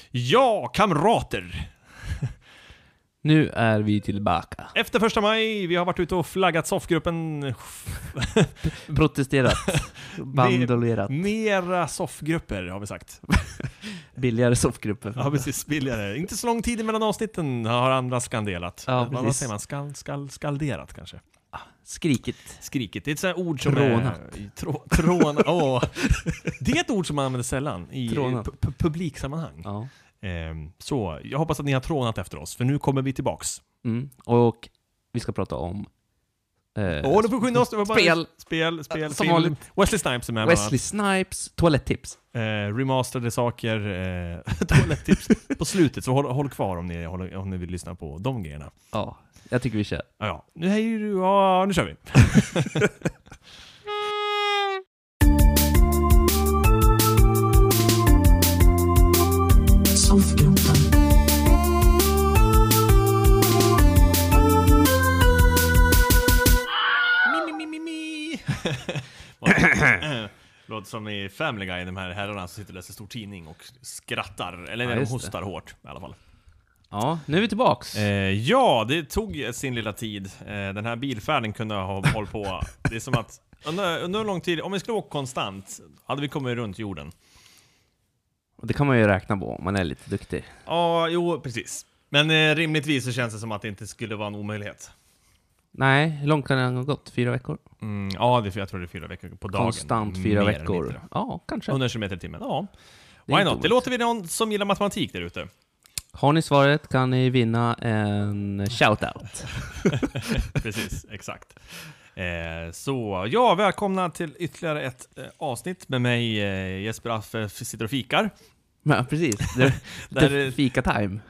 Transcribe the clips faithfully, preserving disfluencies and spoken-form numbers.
Ja, kamrater. Nu är vi tillbaka. Efter första maj, vi har varit ute och flaggat soffgruppen. Protesterat. Bandolerat. Mera soffgrupper har vi sagt. Billigare soffgrupper. Ja, precis, billigare. Inte så lång tid mellan avsnitten har andra skandelat. Ja, vad, vad säger man? Skall, skall, skalderat kanske. Skrikigt. Skrikigt. Det är ett sånt ord som Trånat. är... Trå, trånat. Åh. Det är ett ord som man använder sällan i pu- pu- publiksammanhang. Ja. Ehm, så jag hoppas att ni har trånat efter oss, för nu kommer vi tillbaks. Mm. Och vi ska prata om Åh, eh, oh, då får vi skynda oss. spel. Spel, spel, Som film. vanligt. Wesley Snipes är med. Wesley Snipes, toaletttips. Eh, remasterade saker, eh, toaletttips på slutet. Så håll, håll kvar om ni, håll, om ni vill lyssna på de grejerna. Ja, jag tycker vi kör. Ja, ja. Nu, hej, ja, nu kör vi. Mi, mi, mi, mi. Låter som i Family Guy, de här herrarna som sitter och läser stor tidning och skrattar. Eller Ja, de just hostar hårt i alla fall. Ja, nu är vi tillbaks. Eh, ja, det tog sin lilla tid. Eh, den här bilfärden kunde ha hållit på. Det är som att under, under en lång tid, om vi skulle åka konstant, hade vi kommit runt jorden. Och det kan man ju räkna på om man är lite duktig. Ja, jo, precis. Men eh, rimligtvis så känns det som att det inte skulle vara en omöjlighet. Nej, hur långt kan det ha gått? Fyra veckor? Mm, ja, det, jag tror det är fyra veckor på dagen. Konstant fyra Mer veckor. Ja, kanske. hundra kilometer i timmen, ja. Det är Why inte not? Det låter vi någon som gillar matematik där ute. Har ni svaret kan ni vinna en shoutout. Precis, exakt. Eh, så, ja, välkomna till ytterligare ett eh, avsnitt med mig, eh, Jesper Affe, sitter och fikar. Ja, precis. Det, det Där är är- fika time.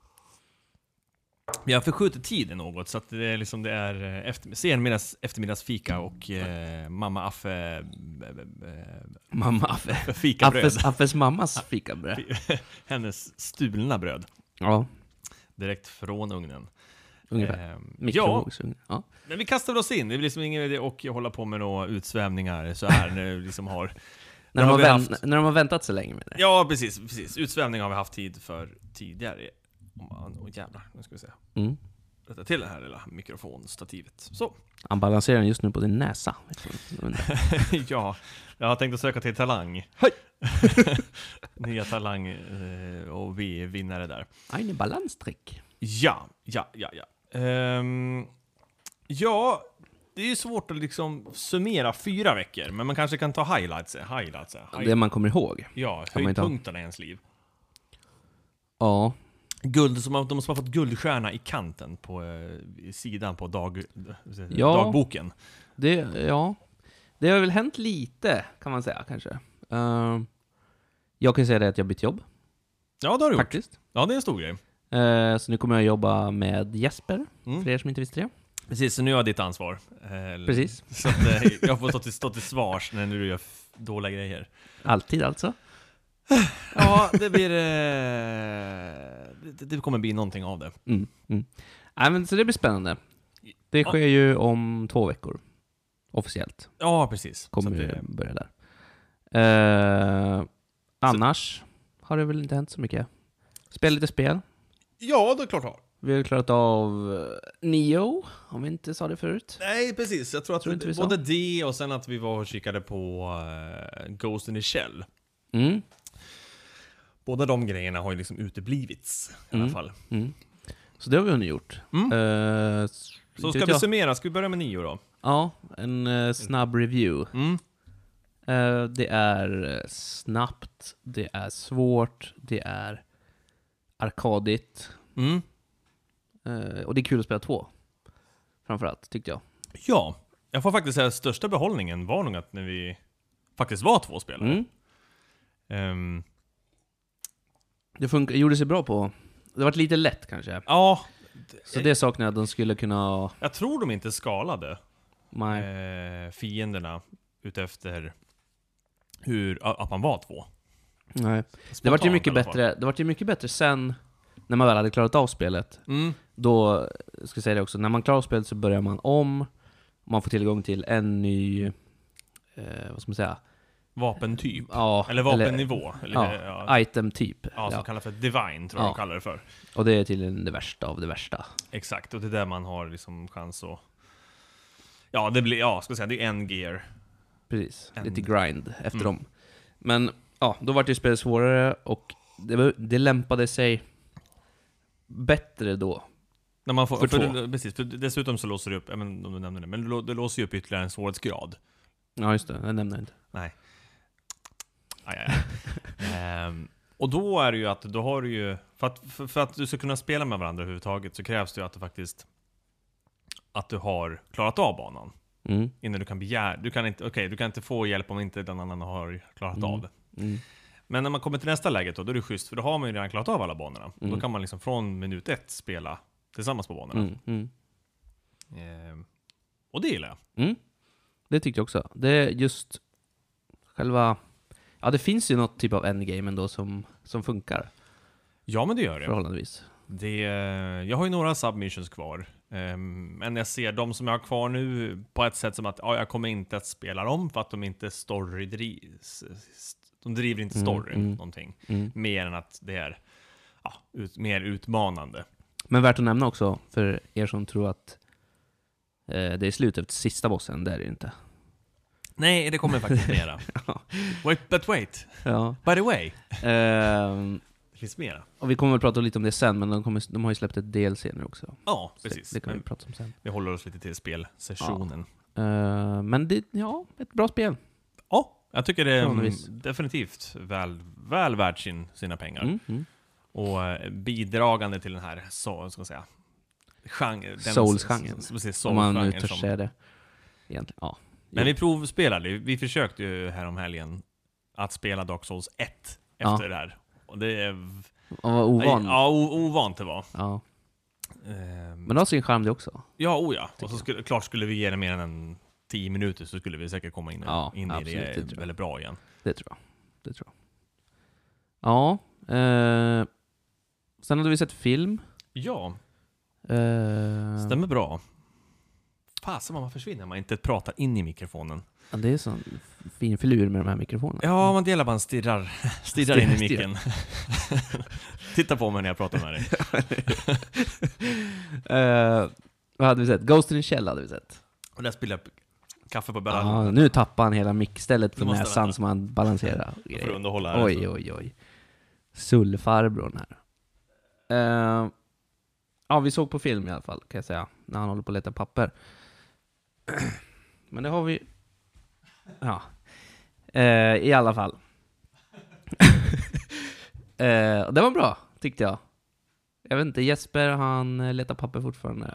Vi har förskjutit tiden något, så att det är liksom det är efter, senmiddags, eftermiddagsfika och eh, mamma Affe eh, eh, Mamma Affe. fikabröd. Affes, Affes mammas fikabröd. Hennes stulna bröd. Ja, Direkt från ugnen. ungefär. Eh, ja, Mikrovågsugn. Ja. men vi kastar väl oss in. Det är liksom ingen idé att hålla på med några utsvävningar så här när vi liksom har... När, de har har vi vänt, haft- när de har väntat så länge med det. Ja, precis, precis. Utsvävning har vi haft tid för tidigare. Åh, oh, jävlar, nu ska vi se. Mm. Rätta till det här lilla mikrofonstativet. Så. Han balanserar den just nu på din näsa. Ja, jag har tänkt att söka till Talang. Hej! Nya Talang eh, och vi är vinnare där. Ein balanstrick. Ja, ja, ja, ja. Ehm, ja, det är ju svårt att liksom summera fyra veckor, men man kanske kan ta highlights. highlights Det man kommer ihåg. ja, kan man ju ta. höjdpunkterna i ens liv. Ja. Guld, som har- de som har fått guldstjärna i kanten på eh, i sidan på dag, Ja. dagboken. Det, ja. Det har väl hänt lite, kan man säga, kanske. Uh, jag kan säga det att jag bytt jobb, Ja, det har du gjort. faktiskt. Ja, det är en stor grej. Uh, så nu kommer jag jobba med Jesper, Mm. för er som inte visste det. Precis, så nu har jag ditt ansvar. Eh, Precis. Så att, eh, jag får stå till, stå till svars när du gör f- dåliga grejer. Alltid alltså. Ja, det blir... Eh, det, det kommer bli någonting av det. Mm. Mm. Nej, men, så det blir spännande. Det Ja. sker ju om två veckor. Officiellt. Ja, precis. Kommer Så vi att det, börja där. Uh, annars har det väl inte hänt så mycket. Spela lite spel. ja, det är klart har. Vi har klarat av eh, Neo, om vi inte sa det förut. Nej, precis. Jag tror att Tror inte vi sa. både det och sen att vi var och kikade på uh, Ghost in the Shell. Mm. Båda de grejerna har ju liksom uteblivits i Mm. alla fall. Mm. Så det har vi hunnit gjort. Mm. Eh, Så inte ska vet vi jag. summera? Ska vi börja med nio då? Ja, en eh, snabb review. Mm. Eh, det är eh, snabbt, det är svårt, det är arkadigt. Mm. Eh, och det är kul att spela två. Framförallt, tyckte jag. Ja, jag får faktiskt säga att största behållningen var nog att när vi faktiskt var två spelare. Mm. Ehm, Det funkar, gjorde sig bra på... Det var lite lätt kanske. ja, Så det saknar jag att de skulle kunna... jag tror de inte skalade Nej. eh, fienderna utefter hur, att man var två. Nej. Det Spontant var ju mycket i alla fall. bättre. Det var ju mycket bättre sen när man väl hade klarat av spelet. Mm. Då ska jag säga det också. När man klarar av spelet så börjar man om. Man får tillgång till en ny eh, vad ska man säga? vapentyp. Ja, eller vapennivå. Eller, ja, ja, item-typ. ja, som Ja. kallas för divine, tror jag Ja. de kallar det för. Och det är tydligen det värsta av det värsta. Exakt, och det är där man har liksom chans att... Ja, det blir, ja, ska jag säga, det är en gear. Precis, En- lite grind efter Mm. dem. Men ja, då var det ju spelet svårare och det, var, det lämpade sig bättre då. När man får, För för två. det, precis, för dessutom så låser det upp, jag vet inte om du nämnde det, men det, lå- det låser ju upp ytterligare en svårighetsgrad. Ja, just det, det nämnde jag inte. Nej. Aj, aj, aj. ehm, och då är det ju att, då har du ju, för att, för, för att du ska kunna spela med varandra överhuvudtaget så krävs det ju att du faktiskt, att du har klarat av banan. Mm. Innan du kan begära, du kan inte, okej, du kan inte få hjälp om inte den annan har klarat Mm. av det. Mm. Men när man kommer till nästa läget då, då är det schysst, för då har man ju redan klarat av alla banorna. Mm. Då kan man liksom från minut ett spela tillsammans på banorna. Mm. Mm. Ehm, och det gillar jag. Mm. Det tyckte jag också. Det är just själva... Ja, det finns ju något typ av endgame ändå som, som funkar Ja, men det gör det. förhållandevis. det. Jag har ju några submissions kvar. Ehm, men jag ser de som jag har kvar nu på ett sätt som att ja, jag kommer inte att spela dem för att de inte story drivs. De driver inte Mm, storyn mm. någonting. Mm. Mer än att det är ja, ut, mer utmanande. Men värt att nämna också, för er som tror att eh, det är slutet till sista bossen, det är det ju inte. Nej, det kommer faktiskt mera. Wait, but wait. Ja. By the way. Ehm, Det finns mera. och vi kommer väl prata lite om det sen, men de, kommer, de har ju släppt ett D L C nu också. Ja, Så precis. Det kan Men vi prata om sen. vi håller oss lite till spelsessionen. Eh, men det, ja, ett bra spel. Ja, jag tycker det är mm, Förhållandevis. definitivt väl, väl värt sin, sina pengar. Mm, mm. Och eh, bidragande till den här, så ska jag säga, genre, den- Souls-genren. s- Precis, Om man nu Souls-genren törs som- säga det. Egentligen, ja. Men vi provspelade, vi försökte ju här om helgen att spela Dark Souls ett Ja. efter det här. Och det är... Och vad ovan. Ja, o- ovant det var. Ja. Ehm, Men det har sin charm det också. Ja, oh ja. Och Tycker så jag. skulle, klart skulle vi ge det mer än en tio minuter så skulle vi säkert komma in, Ja, in i absolut, det det tror jag. väldigt bra igen. Det tror jag. Det tror jag. Ja. Eh, sen hade vi sett film. Ja, Eh, stämmer bra. Fasen vad man försvinner när man inte pratar in i mikrofonen. ja, det är sån fin filur med de här mikrofonerna. Ja, man delar bara stirrar, stirrar in i Stirrar, micken. Titta på mig när jag pratar med dig. Eh, vad hade vi sett? Ghost in the Shell hade vi sett. Och där spiller jag kaffe på bällan. Ja, nu tappar han hela mickstället Du på måste näsan vänta. som han balanserar. För att underhålla här. Oj, oj, oj. Sullfarbrorn här. Eh, ja, vi såg på film i alla fall, kan jag säga. När han håller på att leta papper. Men det har vi... Ja. Eh, I alla fall. eh, det var bra, tyckte jag. Jag vet inte, Jesper, han eh, letar papper fortfarande.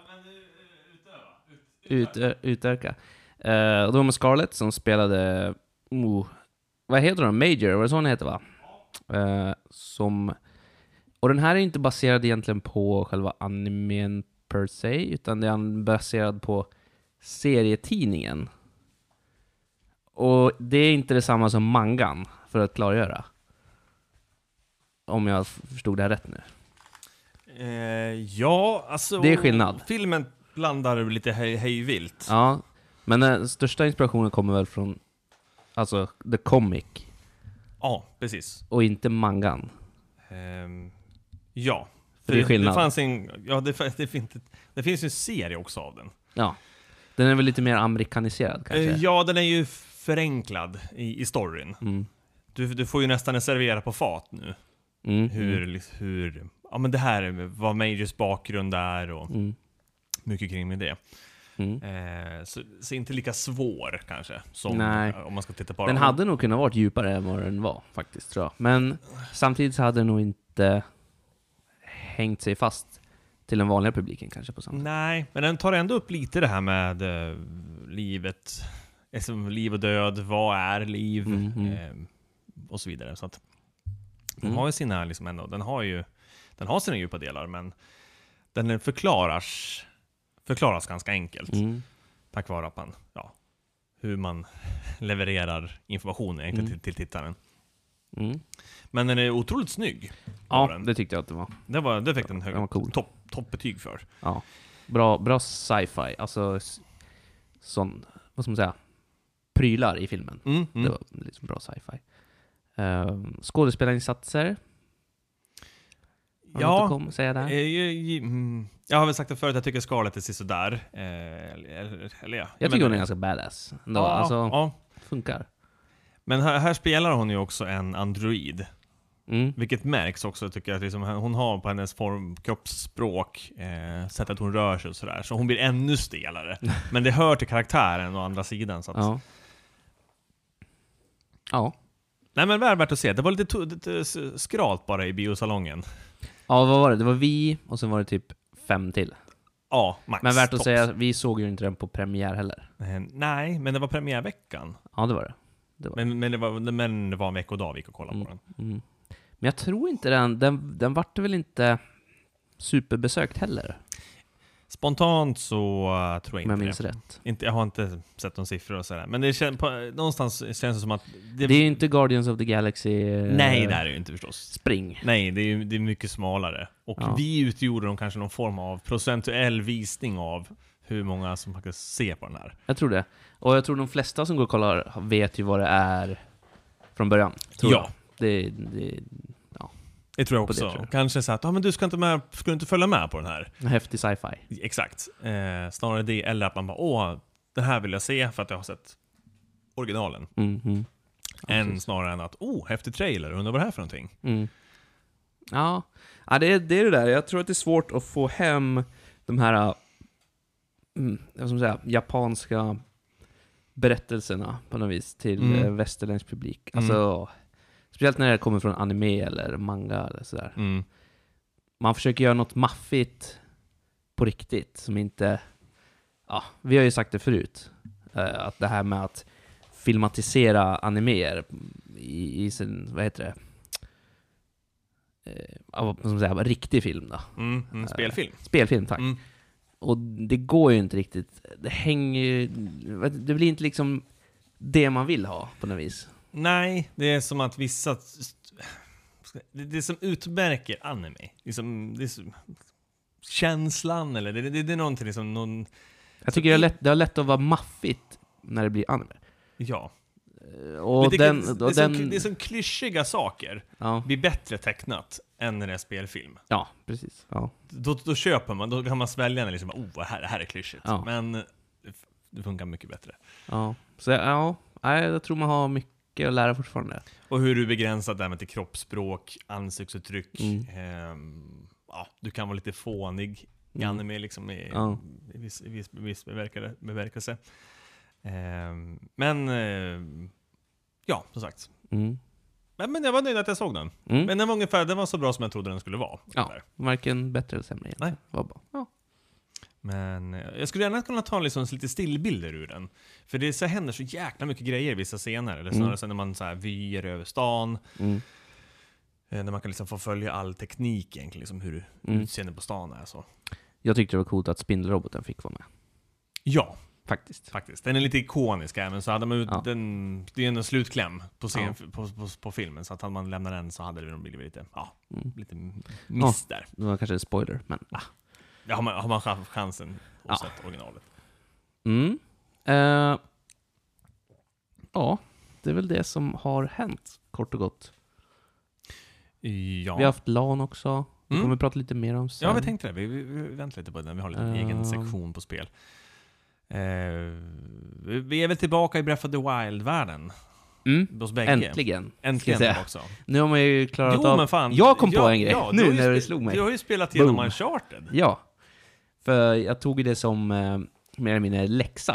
Ut, ö, utöka. Eh, och då var med Scarlett som spelade... Oh, vad heter de? Major, var det så hon heter, va? Eh, som... Och den här är inte baserad egentligen på själva animen per se, utan det är baserad på serietidningen. Och det är inte detsamma som mangan, för att klargöra. Om jag förstod det här rätt nu. Eh, ja, alltså... Det är skillnad. Filmen blandar lite hej, hejvilt. Ja, men den största inspirationen kommer väl från alltså the comic Ja, precis. och inte mangan. Ehm, ja. För det är skillnad. Det, fanns en, ja, det, det, finns, det finns ju en serie också av den. Ja, den är väl lite mer amerikaniserad kanske. Eh, ja, den är ju förenklad i, i storyn. Mm. Du, du får ju nästan servera på fat nu. Mm. Hur, hur... Ja, men det här är vad Majors bakgrund är och Mm. mycket kring med det. Mm. Eh, så, så inte lika svår kanske som Nej. om man ska titta på Den dem. hade nog kunnat varit djupare än vad den var faktiskt, tror jag. Men samtidigt så hade den nog inte hängt sig fast till den vanliga publiken kanske på samma sätt. Nej, men den tar ändå upp lite det här med eh, livet, alltså, liv och död, vad är liv Mm, mm. eh, och så vidare. Så att den Mm. har ju sina liksom ändå, den har ju den har sina djupa delar, men den förklaras förklaras ganska enkelt Mm. tack vare att man, ja, hur man levererar information egentligen Mm. till, till tittaren. Mm. Men den är otroligt snygg. var Ja, den. det tyckte jag att det var. Det, var, det fick den Den hög var cool. topp, toppbetyg för. Ja. Bra, bra sci-fi. Alltså s- sån, vad ska man säga? prylar i filmen. Mm, mm. Det var liksom bra sci-fi. Uh, skådespelarinsatser. Har Ja, du något att komma- säga där? eh, ju- mm, jag har väl sagt det förut, jag tycker Scarlett är sådär. Eh, eller, eller ja. Jag tycker men, hon är ganska badass. Ändå. ja, Alltså, ja. funkar. Men här, här spelar hon ju också en android. Mm. Vilket märks också, tycker jag, att liksom, hon har på hennes form, kroppsspråk, eh, sättet hon rör sig och sådär. Så hon blir ännu stelare. Men det hör till karaktären å andra sidan. Så att, Ja. Ja. nej men väl värt att se. Det var lite, to- lite skralt bara i biosalongen. Ja, vad var det? Det var vi och sen var det typ fem till. Ja, max. Men värt att tops. säga, vi såg ju inte den på premiär heller. Eh, nej, men det var premiärveckan. Ja, det var det. det, var. Men, men, det var, men det var en veckodag vi gick och kollade Mm. på den. Mm. Men jag tror inte den, den, den vart väl inte superbesökt heller, Spontant så uh, tror jag om jag inte minns det. rätt. Inte, jag har inte sett de siffror och sådär. Men det kän, på, någonstans känns det som att... Det, Det är ju inte Guardians of the Galaxy eh, nej, det är det ju inte förstås. Spring. Nej, det är, ju- det är mycket smalare. Och Ja. vi utgjorde de kanske någon form av procentuell visning av hur många som faktiskt ser på den här. Jag tror det. Och jag tror de flesta som går och kollar vet ju vad det är från början. Tror Ja. jag. Det, det Det tror jag På det också. tror jag. Kanske så att, ah, men du ska inte, med, ska du inte följa med på den här? är häftig sci-fi. Exakt. Eh, snarare det, eller att man bara, åh, det här vill jag se för att jag har sett originalen. Mm, mm. Ja, än precis. snarare än att, oh, häftig trailer, undrar vad det här är för någonting. Mm. Ja, ja det, är, det är det där. Jag tror att det är svårt att få hem de här mm, vad ska man säga, japanska berättelserna på något vis till Mm. mm. västerländsk publik. Alltså, speciellt när det kommer från anime eller manga eller sådär. Mm. Man försöker göra något maffigt på riktigt som inte... Ja, vi har ju sagt det förut. eh, Att det här med att filmatisera animeer i, i sin, vad heter det? Eh, vad ska man säga, riktig film då. Mm. Mm. Spelfilm. Spelfilm, tack. Mm. Och det går ju inte riktigt. Det hänger ju... Det blir inte liksom det man vill ha på något vis. Nej, det är som att vissa... Det, det som utmärker anime. Liksom, det är som, känslan, eller det, det, det är någonting liksom... Någon, Jag tycker det är lätt, det är lätt att vara maffigt när det blir anime. ja. Och Men det, den... det, Och det, är den som, det är som klyschiga saker ja, blir bättre tecknat än när det är spelfilm. ja, precis. Ja. Då, då köper man, då kan man svälja den liksom, oh, det här, det här är klyschigt. Ja. Men det, det funkar mycket bättre. Ja, så ja, nej, jag tror man har mycket att lära fortfarande. Och hur du begränsar det här med till kroppsspråk, ansiktsuttryck. Mm. Ehm, ja, du kan vara lite fånig i Mm. anime liksom, i, Ja. i viss, i viss, viss beverkade, beverkelse. Ehm, men ehm, ja, som sagt. Mm. Men, men jag var nöjd att jag såg den. Mm. Men den var ungefär, den var så bra som jag trodde den skulle vara. Ja, Ungefär. varken bättre eller sämre egentligen. Nej. Var bra. Ja. Men eh, jag skulle gärna kunna ta liksom lite stillbilder ur den. För det så händer så jäkla mycket grejer i vissa scener. Eller snarare Mm. så när man så här vyer över stan. Mm. Eh, när man kan liksom få följa all teknik egentligen. Liksom hur Mm. utseendet på stan är så. Jag tyckte det var coolt att spindelroboten fick vara med. Ja, Faktiskt. faktiskt. Den är lite ikonisk även. Så hade man ju Ja. den, det är en slutkläm på, scen, Ja. på, på, på filmen. Så att hade man lämnat den så hade det nog blivit lite, ja, Mm. lite miss där. Det var kanske en spoiler, men... Ah. Ja, har man, har man chans- chansen att Ja. sett originalet. Mm. Eh, ja, det är väl det som har hänt, kort och gott. Ja. Vi har haft LAN också. Vi Mm. kommer prata lite mer om sen. Ja, vi tänkte det. Vi, vi, vi väntar lite på den. Vi har en liten Ehm. egen sektion på spel. Eh, vi- vi är väl tillbaka i Breath of the Wild-världen. Mm. Hos bägge. Äntligen. Äntligen ska jag säga. också. Nu har man ju klarat Jo, av... men fan. Jag kom på Ja, en grej, ja, du nu har ju när det spe- slog mig. Du har ju spelat igenom Boom. Uncharted. Ja. För jag tog ju det som eh, mer eller mindre läxa.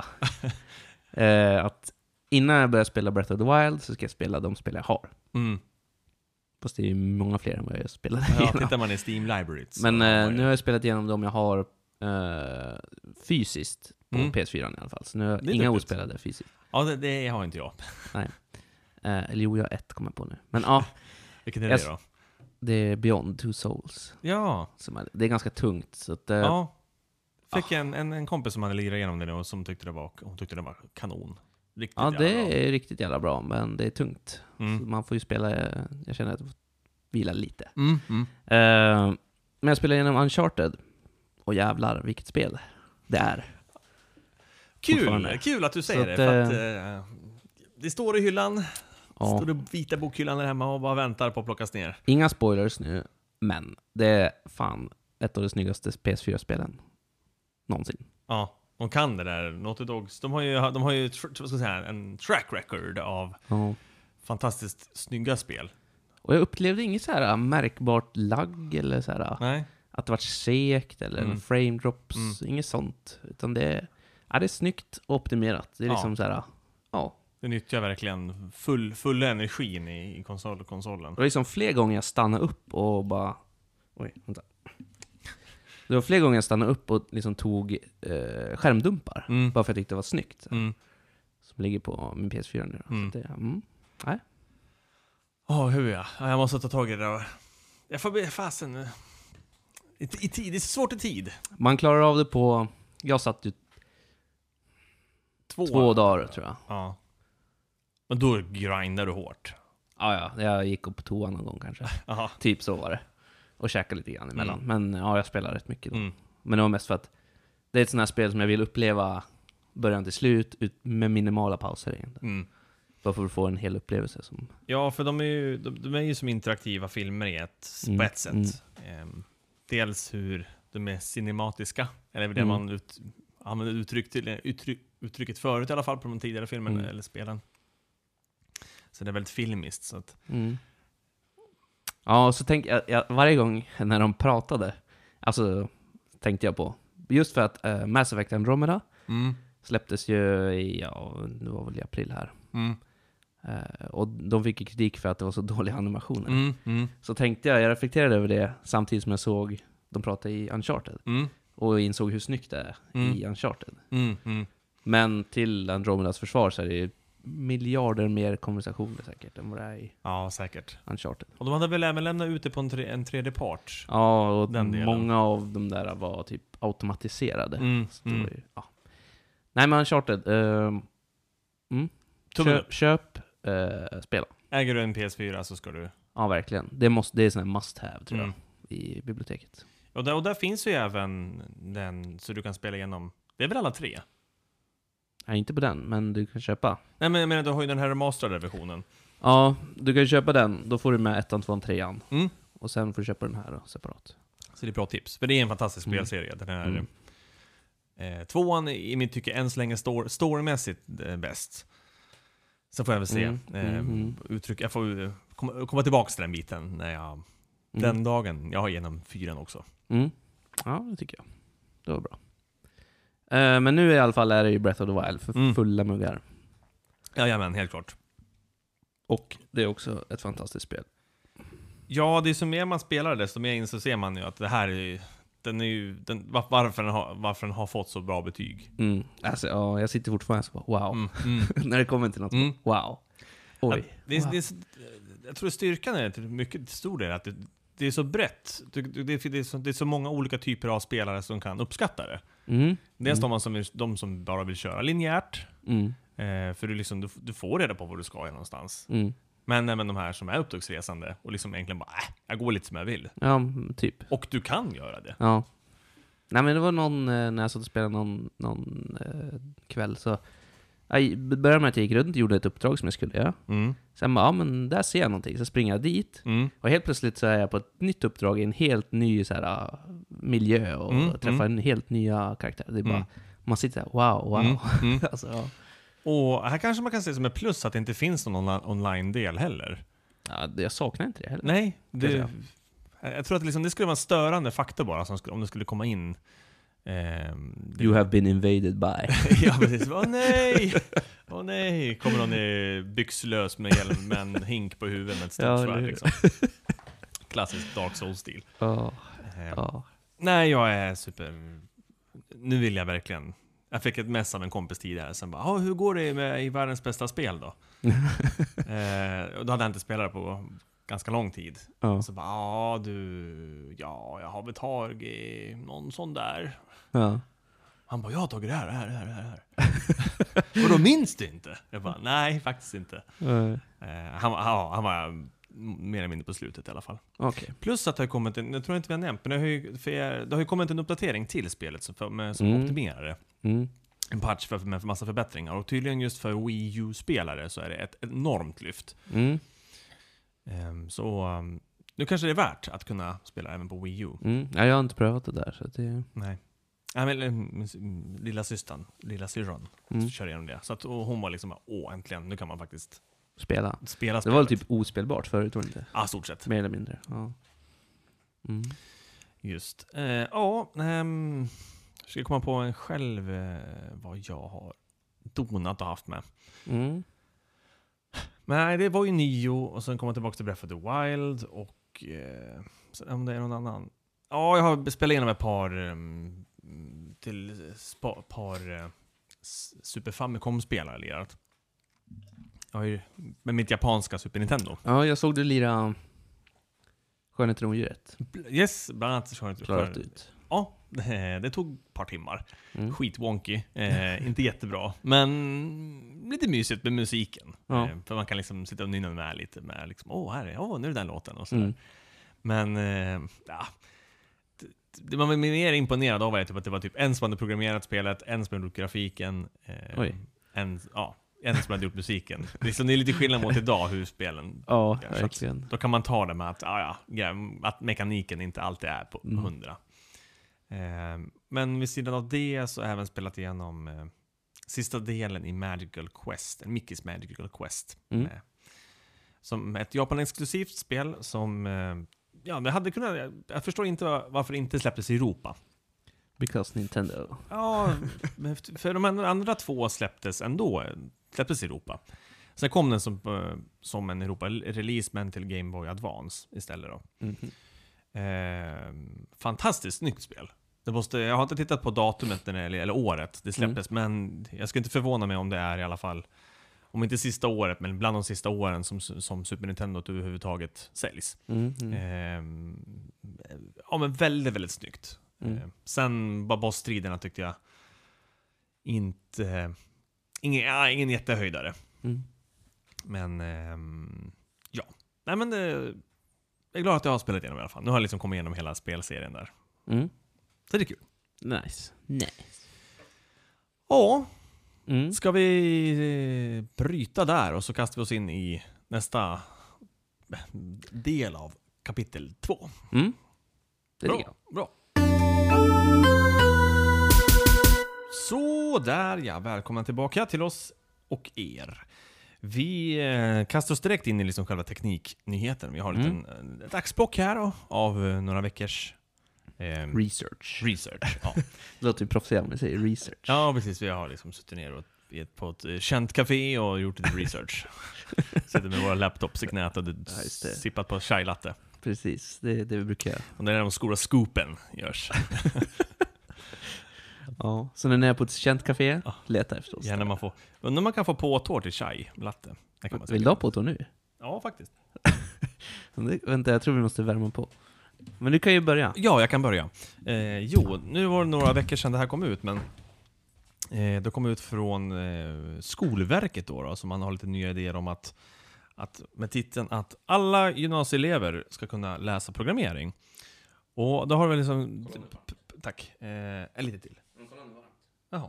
eh, att innan jag börjar spela Breath of the Wild så ska jag spela de spel jag har. Mm. Fast det är ju många fler än vad jag spelade Ja, igenom. tittar man i Steam Library. så Men har eh, man ju- nu har jag spelat igenom de jag har eh, fysiskt på Mm. P S fyra i alla fall. Så nu har jag Det är inga duktigt. ospelade fysiskt. Ja, det, det har inte jag. Eh, eller jo, jag har ett kommer jag på nu. Men ja, Vilket är Jag- det då? det är Beyond Two Souls. Ja. Som är, det är ganska tungt. Så att, eh, ja. Fick en, en, en kompis som hade lirat igenom det nu och som tyckte det var, hon tyckte det var kanon. Riktigt ja, jävla det bra. är riktigt jävla bra, men det är tungt. Så Mm. man får ju spela, eh, jag känner att jag får vila lite. Mm, mm. Eh, men jag spelar igenom Uncharted. Och jävlar, vilket spel det är. Kul, Fortfarande. kul att du säger Så det. att, För att, eh, det står i hyllan. Ja. Står det vita bokhyllan där hemma och bara väntar på att plockas ner. Inga spoilers nu, men det är fan ett av de snyggaste P S fyra-spelen någonsin. Ja, de kan det där. Naughty Dogs, de har ju, de har ju vad ska jag säga, en track record av Ja. fantastiskt snygga spel. Och jag upplevde inget så här märkbart lagg eller så här Nej. att det var segt eller Mm. frame drops, Mm. inget sånt. Utan det är, ja, det är snyggt och optimerat. Det är Ja. liksom så här, ja. Det nyttjar verkligen full, full energin i, i konsol, konsolen. Det var liksom fler gånger jag stannade upp och bara... Oj, vänta. Det var fler gånger jag stannade upp och liksom tog eh, skärmdumpar. Mm. Bara för att jag tyckte det var snyggt. Mm. Som ligger på min P S fyra nu. Mm. Så det, mm. Nej. Åh, hur är jag? Ja, jag måste ta tag i det där. Jag får be fasen nu. I, i tid, det är svårt i tid. Man klarar av det på... Jag satt ju Två, två dagar, tror jag. Ja. Men då grindar du hårt. Ja, ja. Jag gick upp på toan någon gång kanske. Aha. Typ så var det. Och käkade lite grann emellan. Men ja, jag spelar rätt mycket då. Mm. Men det var mest för att det är ett sånt här spel som jag vill uppleva början till slut ut med minimala pauser egentligen. Mm. Bara för att få en hel upplevelse som... Ja, för de är ju, de, de är ju som interaktiva filmer i ett, Mm. på ett sätt. Mm. Ehm, dels hur de är cinematiska, eller det Mm. man ut, använder uttryck till, uttryck, uttrycket förut i alla fall på de tidigare filmerna Mm. eller spelen. Så det är väldigt filmiskt. Så att, Mm. Ja, och så tänkte jag, jag, varje gång när de pratade, alltså tänkte jag på, just för att uh, Mass Effect Andromeda mm. släpptes ju i, ja, det var väl i april här. Mm. Uh, och de fick ju kritik för att det var så dåliga animationer. Mm. Mm. Så tänkte jag, jag reflekterade över det samtidigt som jag såg de prata i Uncharted. Mm. Och insåg hur snyggt det är Mm. i Uncharted. Mm. Mm. Men till Andromedas försvar så är det ju miljarder mer konversationer säkert än vad det är i Ja, säkert. Uncharted. Och de hade väl även lämnat ut det på en, tre, en tredje part. Ja, och Den delen. många av de där var typ automatiserade. Mm. Så det Mm. var ju, ja. Nej, men Uncharted. Uh, mm. Tummen Köp, upp. köp uh, spela. Äger du en P S fyra så ska du... Ja, verkligen. Det, måste, det är sån här must have, tror Mm. jag, i biblioteket. Och där, och där finns ju även den, så du kan spela igenom... Det är väl alla tre? Nej, inte på den, men du kan köpa. Nej, men jag menar, du har ju den här remasterade versionen. Ja, du kan köpa den. Då får du med ettan, tvåan, trean. Mm. Och sen får du köpa den här då, separat. Så det är bra tips. För det är en fantastisk Mm. spelserie. Den här... Mm. Eh, tvåan i mitt tycke än så länge står storymässigt eh, bäst. Så får jag väl se. Mm, Eh, mm, mm. uttryck, jag får eh, komma, komma tillbaka till den biten när jag, Mm. den dagen. Jag har igenom fyran också. Mm. Ja, det tycker jag. Det var bra. Eh, men nu i alla fall är det ju Breath of the Wild för Mm. fulla muggar. Jajamän, helt klart. Och det är också ett fantastiskt spel. Ja, det är som mer man spelar desto mer in så ser man ju att det här är ju, den är ju, den, var- varför, den har, varför den har fått så bra betyg. Mm. Alltså, ja, jag sitter fortfarande så bara, wow. Mm, mm. När det kommer till något, Mm. wow. Oj. Att det, är, wow. det är, så- jag tror styrkan är till mycket till stor del att det, det är så brett. Det, det, det, är så, det är så många olika typer av spelare som kan uppskatta det. Mm. Dels Mm. de, som, vill- de som bara vill köra linjärt, Mm. eh, för du, liksom, du, du får reda på vad du ska göra någonstans. Mm. Men även de här som är uppdragsresande och liksom egentligen bara äh, jag går lite som jag vill. Ja, typ. Och du kan göra det. Ja. Nej, men det var någon, eh, när jag satt och spelade någon, någon eh, kväll, så jag började med att jag gick runt och gjorde ett uppdrag som jag skulle göra. Mm. Sen bara, ja men där ser jag någonting, så springer jag dit. Mm. Och helt plötsligt så är jag på ett nytt uppdrag i en helt ny så här, uh, miljö och Mm, träffar mm. en helt nya karaktär. Det är bara, Mm. man sitter där, wow, wow. Mm. Mm. alltså, ja. Och här kanske man kan se som ett plus att det inte finns någon onla- online-del heller. Ja, det- jag saknar inte det heller. Nej, det, jag jag tror att det, liksom, det skulle vara en störande faktor bara som skulle, om det skulle komma in. ehm, det, You have been invaded by. ja, precis. Åh nej! Åh nej! Kommer någon i byxlös med hjälm med en hink på huvudet med ett stort Ja, eller svärd hur? liksom. Klassisk Dark Souls-stil. Ja, Ehm, ja. Nej, jag är super... Nu vill jag verkligen... Jag fick ett mess av en kompis tidigare, sen bara ah, hur går det med i världens bästa spel då? eh, och då hade jag inte spelat på ganska lång tid. Ja. Så bara, ja du, ja jag har väl tagit någon sån där. Ja. Han bara, jag har tagit det här, det här, det här, det här. Och då minns du inte? Jag bara, nej faktiskt inte. Eh, Eh, han, ja, han var mer eller mindre på slutet i alla fall. Okej. Plus att det har kommit en, jag tror inte vi har nämnt, men det har ju, för er, det har ju kommit en uppdatering till spelet som, för, med, som Mm. optimerar det. Mm. en patch för, med massa förbättringar. Och tydligen just för Wii U-spelare så är det ett enormt lyft. Mm. Um, så um, nu kanske det är värt att kunna spela även på Wii U. Mm. Ja, jag har inte prövat det där. Så det... Nej. Ja, men, um, lilla systern, lilla syrran, Mm. kör igenom det. Så att, och hon var liksom, åh äntligen, nu kan man faktiskt Spela. spela Det spelet. var väl typ ospelbart förut, tror jag inte? Ja, stort sett. Mer eller mindre. Ja. Mm. Just. Eh, ja, ehm, jag ska komma på en själv eh, vad jag har donat och haft med. Mm. Men det var ju Nio och sen kom jag tillbaka till Breath of the Wild och eh, sen, om det är någon annan. Ja, jag har spelat igenom ett par um, till spa, par uh, Super Famicom-spelare lirat. Jag har ju med mitt japanska Super Nintendo. Ja, jag såg du lira Skönheten och odjuret. Yes, bland annat så har jag Klarat ut. Ja, det, det tog ett par timmar. Mm. Skitwonky. Eh, inte jättebra. Men lite mysigt med musiken. Ja. Eh, för man kan liksom sitta och nynna med lite med liksom, åh, här är, åh, nu är det den låten och sådär. Mm. Men, eh, ja. Det, det man var mer imponerad av var typ att det var typ en som hade programmerat spelet, en som hade gjort grafiken, eh, Oj. en, ja, en som hade gjort musiken. Liksom, det är lite skillnad mot idag hur spelen Ja, görs. Så att verkligen. då kan man ta det med att, ja, ja, att mekaniken inte alltid är på Mm. hundra. Eh, men vid sidan av det så har jag även spelat igenom eh, sista delen i Magical Quest, Mickey's Magical Quest. Mm. Med, som ett Japan-exklusivt spel som, eh, ja, det hade kunnat, jag, jag förstår inte varför det inte släpptes i Europa. Because Nintendo. Ja, för de andra två släpptes ändå, släpptes i Europa. Sen kom den som, eh, som en Europa-release men till Game Boy Advance istället då. Mhm. Eh, fantastiskt snyggt spel. Det måste, jag har inte tittat på datumet eller, eller året det släpptes, men jag skulle inte förvåna mig om det är i alla fall, om inte sista året, men bland de sista åren som, som Super Nintendo överhuvudtaget säljs. Mm, mm. Eh, ja, men väldigt, väldigt snyggt. Mm. Eh, sen bara bossstriderna tyckte jag inte, ingen, ja, ingen jättehöjdare. Mm. Men ehm, ja, nej men det, jag är glad att jag har spelat igenom i alla fall. Nu har jag liksom kommit igenom hela spelserien där. Mm. Så det är kul. Nice. Nice. Ja, Mm. ska vi eh, bryta där och så kastar vi oss in i nästa del av kapitel två. Mm. Det tycker Bra, jag. bra. Så där ja, välkomna tillbaka till oss och er. Vi eh, kastar oss direkt in i liksom själva tekniknyheten. Vi har en Mm. liten eh, dagsbock här då, av eh, några veckors eh, Research. research. Ja. Det låter ju proffsigare om vi säger research. ja, precis. Vi har liksom suttit ner och, i ett, på ett eh, känt café och gjort lite research. Sitter med våra laptops i knät och Ja, just det. sippat på chai latte. Precis, det är det vi brukar göra. Och det är där de stora scoopen görs. Ja. Så när ni är på ett känt café, Ja. leta efter oss. Gärna man får, undrar om man kan få påtår till chai latte. Det kan man Vill säkert. du ha på det nu? Ja, faktiskt. Det- Vänta, jag tror vi måste värma på. Men du kan ju börja. Ja, jag kan börja. Eh, jo, nu var det några veckor sedan det här kom ut, men eh, det kom ut från eh, Skolverket då, då, så man har lite nya idéer om att, att med titeln att alla gymnasieelever ska kunna läsa programmering. Och då har vi liksom... p- p- Tack. Eh, en lite till. Jaha.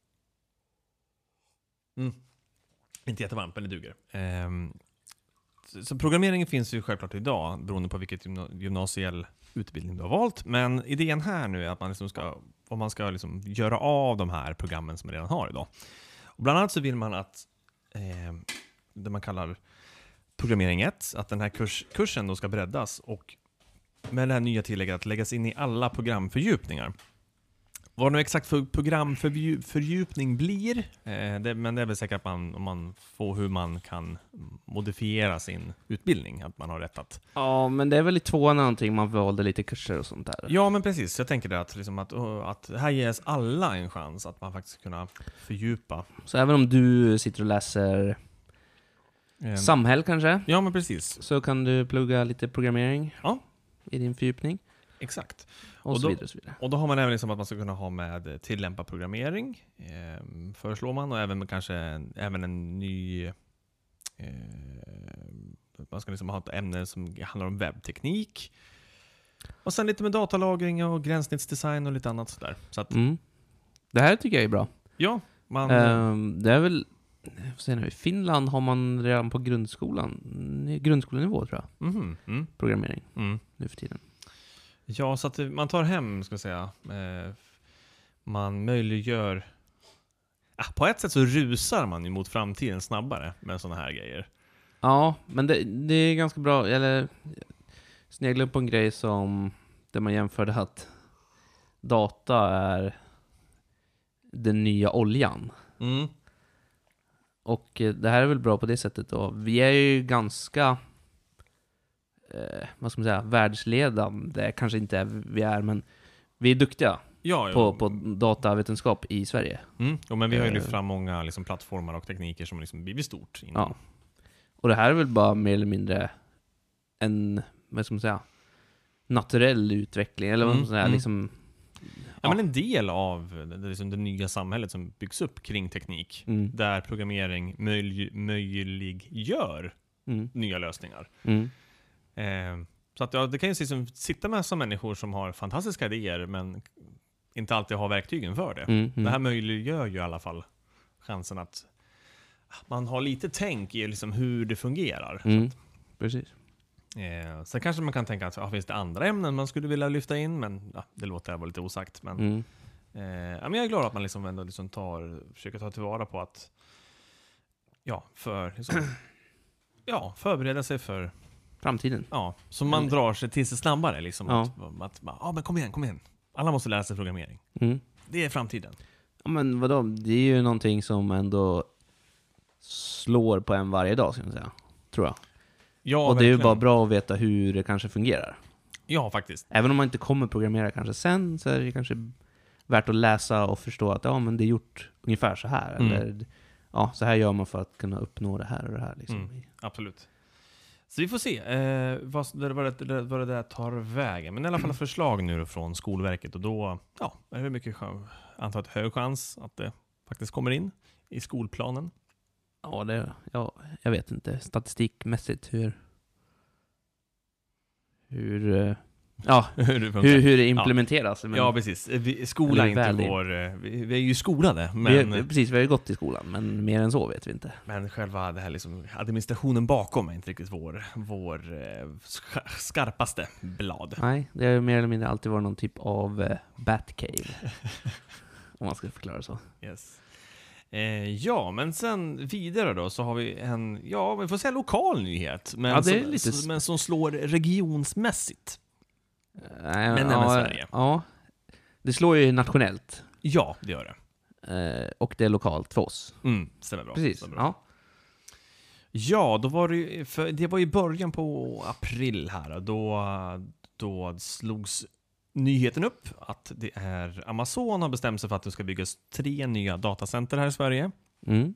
Mm. Inte jättevarmt, men det duger. Ehm, så, så programmeringen finns ju självklart idag, beroende på vilket gymna- gymnasiell utbildning du har valt. Men idén här nu är att man liksom ska, vad man ska liksom göra av de här programmen som man redan har idag. Och bland annat så vill man att eh, det man kallar programmering ett, att den här kurs, kursen då ska breddas och med det här nya tillägget att läggas in i alla programfördjupningar. Vad nu exakt för programfördjupning blir, eh, det, men det är väl säkert att man, om man får hur man kan modifiera sin utbildning, att man har rätt att... Ja, men det är väl i tvåan någonting man valde lite kurser och sånt där. Ja, men precis. Jag tänker det att, liksom att, att här ges alla en chans att man faktiskt ska kunna fördjupa. Så även om du sitter och läser Eh, samhäll kanske, ja, men precis. så kan du plugga lite programmering Ja. i din fördjupning. Exakt. Och, Och så då- vidare och så vidare. Och då har man även liksom att man ska kunna ha med tillämpa programmering, eh, föreslår man, och även med kanske en, även en ny... Eh, man ska liksom ha ett ämne som handlar om webbteknik. Och sen lite med datalagring och gränssnittsdesign och lite annat sådär. Så att, Mm. Det här tycker jag är bra. Ja, man... Um, det är väl... Jag får se nu, i Finland har man redan på grundskolan, grundskolenivå tror jag, Mhm, mm, programmering mm. nu för tiden. Ja, så att det- man tar hem, ska jag säga. Eh, man möjliggör... Ah, på ett sätt så rusar man ju mot framtiden snabbare med sådana här grejer. Ja, men det, det är ganska bra, eller snegla upp på en grej som där man jämförde att data är den nya oljan. Mm. Och eh, det här är väl bra på det sättet då. Vi är ju ganska, eh, vad ska man säga, världsledande, kanske inte är vi är, men vi är duktiga Ja, ja. på, på datavetenskap i Sverige. Mm. Jo, men vi har ju Eh. lyft fram många liksom, plattformar och tekniker som liksom blivit stort. Inom. Ja. Och det här är väl bara mer eller mindre en, vad ska man säga, naturell utveckling, eller vad Mm, man ska säga, mm. liksom... Ja, men en del av det, liksom det nya samhället som byggs upp kring teknik. Mm, Där programmering möj, möjliggör mm, nya lösningar. mm, Eh, så att, ja, det kan ju liksom sitta med som människor som har fantastiska idéer men inte alltid har verktygen för det. mm, mm. Det här möjliggör ju i alla fall chansen att man har lite tänk i liksom hur det fungerar. Mm, precis. Eh, sen kanske man kan tänka att ja, finns det andra ämnen man skulle vilja lyfta in, men ja, det låter jag vara lite osagt. Men, Mm. eh, ja, men jag är glad att man liksom ändå liksom tar, försöker ta tillvara på att ja, för, liksom, ja, förbereda sig för Framtiden. ja, så man Eller- drar sig till sig snabbare. Liksom, Ja. att, att, att ja, men kom igen, kom igen. Alla måste lära sig programmering. Mm. Det är framtiden. Ja, men vadå? Det är ju någonting som ändå slår på en varje dag, ska man säga. Tror jag. Ja, och det är ju verkligen. bara bra att veta hur det kanske fungerar. Ja, faktiskt. Även om man inte kommer programmera kanske sen, så är det kanske värt att läsa och förstå att ja, men det är gjort ungefär så här. Mm. Eller ja, så här gör man för att kunna uppnå det här och det här. Liksom. Mm. Absolut. Så vi får se eh, vad, vad, det, vad det där tar vägen. Men i alla fall ett förslag nu från Skolverket. Och då ja, är det mycket chans, antar att hög chans att det faktiskt kommer in i skolplanen. Ja, det, ja, jag vet inte. Statistikmässigt hur... Hur... eh, Ja, Hur det funkar. hur, hur det implementeras. Men Ja, precis. Vi, skola är Eller inte väl- vår... eh, Vi, vi är ju skolade, men, vi, har- precis, vi har ju gått i skolan, men mer än så vet vi inte. men själva det här liksom, administrationen bakom är inte riktigt vår, vår eh, sk- skarpaste blad. Nej, det har ju mer eller mindre alltid varit någon typ av eh, Batcave. Om man ska förklara så. Yes. Eh, ja, men sen vidare då så har vi en, ja, vi får säga lokal nyhet. Men, Ja, det är som, lite- s- men som slår regionsmässigt. Nej, Men även Sverige. Ja, det slår ju nationellt. Ja, det gör det. Eh, och det är lokalt för oss. Mm, stämmer bra. Precis. Stämmer bra. Ja. Ja, då var det ju, för det var i början på april här. Då, då slogs nyheten upp att det är Amazon har bestämt sig för att det ska byggas tre nya datacenter här i Sverige. Mm.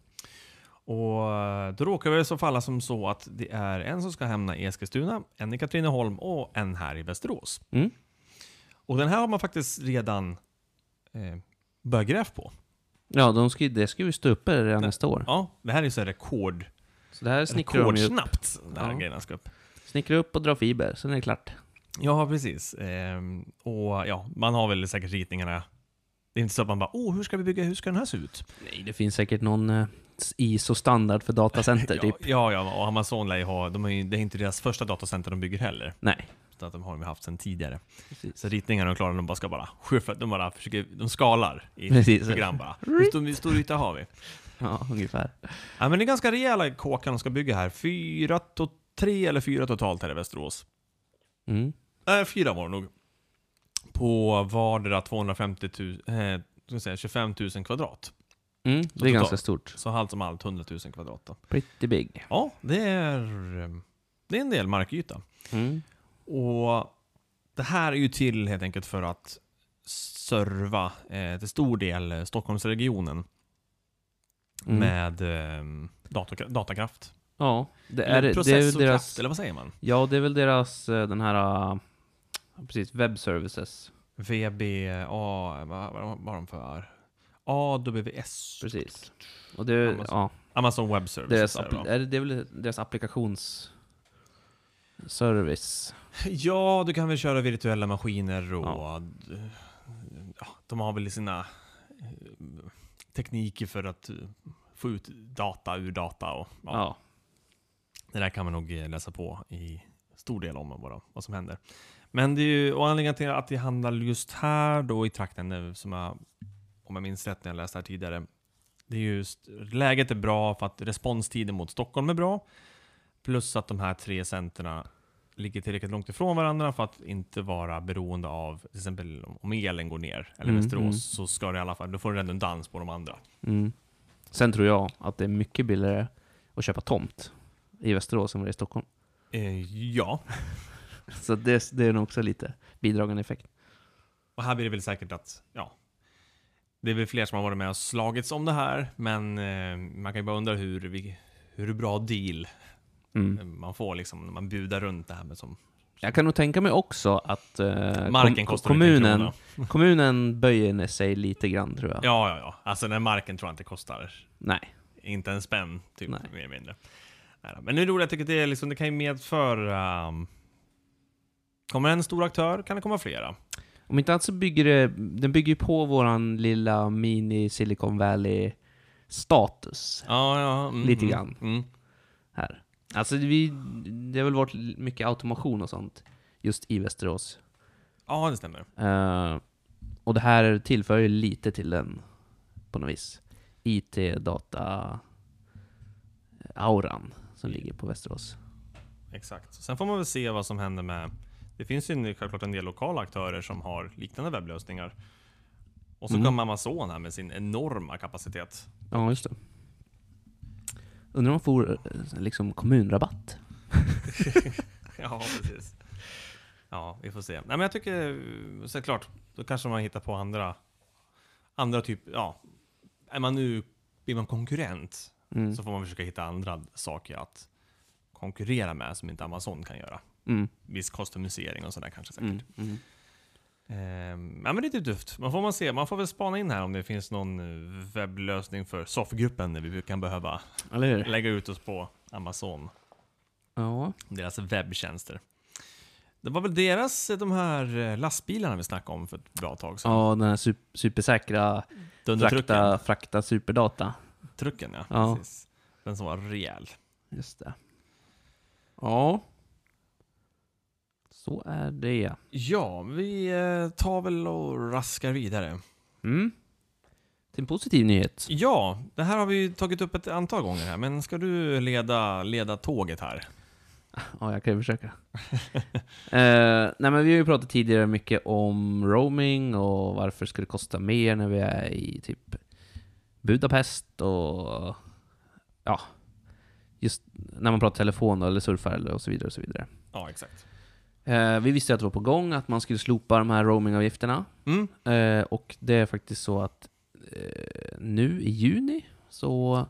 Och då råkar det så falla som så att det är en som ska hamna i Eskilstuna, en i Katrineholm och en här i Västerås. Mm. Och den här har man faktiskt redan eh, börjat gräva på. Ja, de ska, det ska ju stå uppe redan Det- nästa år. Ja, det här är så rekord, Så det här snickrar de ju upp. rekordsnabbt. Den här Ja. grejerna ska upp. Snickrar upp och drar fiber, sen är det klart. Ja, precis. Ehm, och ja, man har väl säkert ritningarna. Det är inte så att man bara, åh, hur ska vi bygga, hur ska den här se ut? Nej, det finns säkert någon eh, I S O-standard för datacenter, ja, typ. ja, ja, och Amazon lär ju ha, de har ju, det är inte deras första datacenter de bygger heller. Nej. Så att de har de haft sedan tidigare. Precis. Så ritningarna är klara, de bara ska bara skjufa, de bara försöker, de skalar i Precis. program bara. Hur stor, hur stor yta har vi? Ja, ungefär. Ja, men det är ganska rejäla kåkar de ska bygga här. Fyra, to, tre eller fyra totalt här i Västerås. Mm. Äh, fyra var det nog. På vardera tvåhundrafemtio tusen, eh, ska jag säga, tjugofem tusen kvadrat. Mm, det är totalt. ganska stort. Så allt som allt hundra tusen kvadrat då. Pretty big. Ja, det är, eh, det är en del markyta. Mm. Och det här är ju till helt enkelt för att serva eh, till stor del eh, Stockholmsregionen Mm. med eh, dator, datakraft. Ja, det är, Eller det är processorkraft, deras... eller vad säger man? Ja, det är väl deras, eh, den här... ah, precis, web services. V B A, vad, vad, vad har de för? A W S. Precis. Och det, Amazon. ja, Amazon Web Services. deras, är det, appli- va? är det, det är väl deras applikationsservice. Ja, du kan väl köra virtuella maskiner och ja. Ja, de har väl sina tekniker för att uh, få ut data ur data. Och, ja. Ja. Det där kan man nog läsa på i stor del om vad, vad som händer. Men det är ju, och anledningen till att det handlar just här då i trakten, som jag, om jag minns rätt när jag läste här tidigare, det är just, läget är bra för att responstiden mot Stockholm är bra, plus att de här tre centerna ligger tillräckligt långt ifrån varandra för att inte vara beroende av, till exempel om elen går ner, eller Mm, Västerås, mm. så ska det i alla fall, då får du redundans på de andra. Mm. Sen tror jag att det är mycket billigare att köpa tomt i Västerås än vad det är i Stockholm. Eh, ja, Så det, det är nog också lite bidragande effekt. och här blir det väl säkert att, ja, det är väl fler som har varit med och slagits om det här, men eh, man kan ju bara undra hur, vi, hur bra deal Mm. man får liksom när man budar runt det här med som Jag kan nog tänka mig också att eh, marken kom, kostar inte en kommunen, krona. kommunen böjer sig lite grann, tror jag. Ja, ja, ja. Alltså den marken tror jag inte kostar Nej. inte en spänn, typ, Nej. mer eller mindre. Nej, då. Men nu är det roligt, jag tycker det, är liksom, det kan ju medföra... Um, kommer en stor aktör, kan det komma flera. Om inte annat så bygger det, den bygger ju på våran lilla mini Silicon Valley status Ja, ja. Mm, Lite mm, grann. Mm. här. Alltså vi, det har väl varit mycket automation och sånt just i Västerås. Ja, det stämmer. Eh, och det här tillför ju lite till den på något vis. I T, data, auran som ligger på Västerås. Exakt. Sen får man väl se vad som händer med... Det finns ju självklart en del lokala aktörer som har liknande webblösningar. Och så Mm. kommer Amazon här med sin enorma kapacitet. Ja, just det. Undrar om man får eh, liksom kommunrabatt. Ja, precis. Ja, vi får se. Nej, men jag tycker, såklart, då kanske man hittar på andra, andra typ, ja, är man nu, blir man konkurrent, Mm. så får man försöka hitta andra saker att konkurrera med som inte Amazon kan göra. Mm. Viss kostumisering och sådär kanske säkert. Mm. Mm. Ehm, ja, men det är lite tufft. Man får man se, man får väl spana in här om det finns någon eh, webblösning för soffgruppen där vi kan behöva Eller hur? lägga ut oss på Amazon. Ja. Deras webbtjänster. Det var väl deras, de här eh, lastbilarna vi snackade om för ett bra tag sedan. Ja, den här sup- supersäkra Dundertrucken. frakta, frakta superdata. Trucken, ja. Ja. Precis. Den som var rejäl. Just det. Ja. Så är det. Ja, vi eh, tar väl och raskar vidare. Mm. Till en positiv nyhet. Ja, det här har vi ju tagit upp ett antal gånger här. Men ska du leda, leda tåget här? Ja, jag kan ju försöka. eh, nej, men vi har ju pratat tidigare mycket om roaming och varför ska det kosta mer när vi är i typ Budapest och ja, just när man pratar telefon eller surfar eller och så vidare och så vidare. Ja, exakt. Eh, vi visste att det var på gång att man skulle slopa de här roamingavgifterna. Mm. Eh, och det är faktiskt så att eh, nu i juni så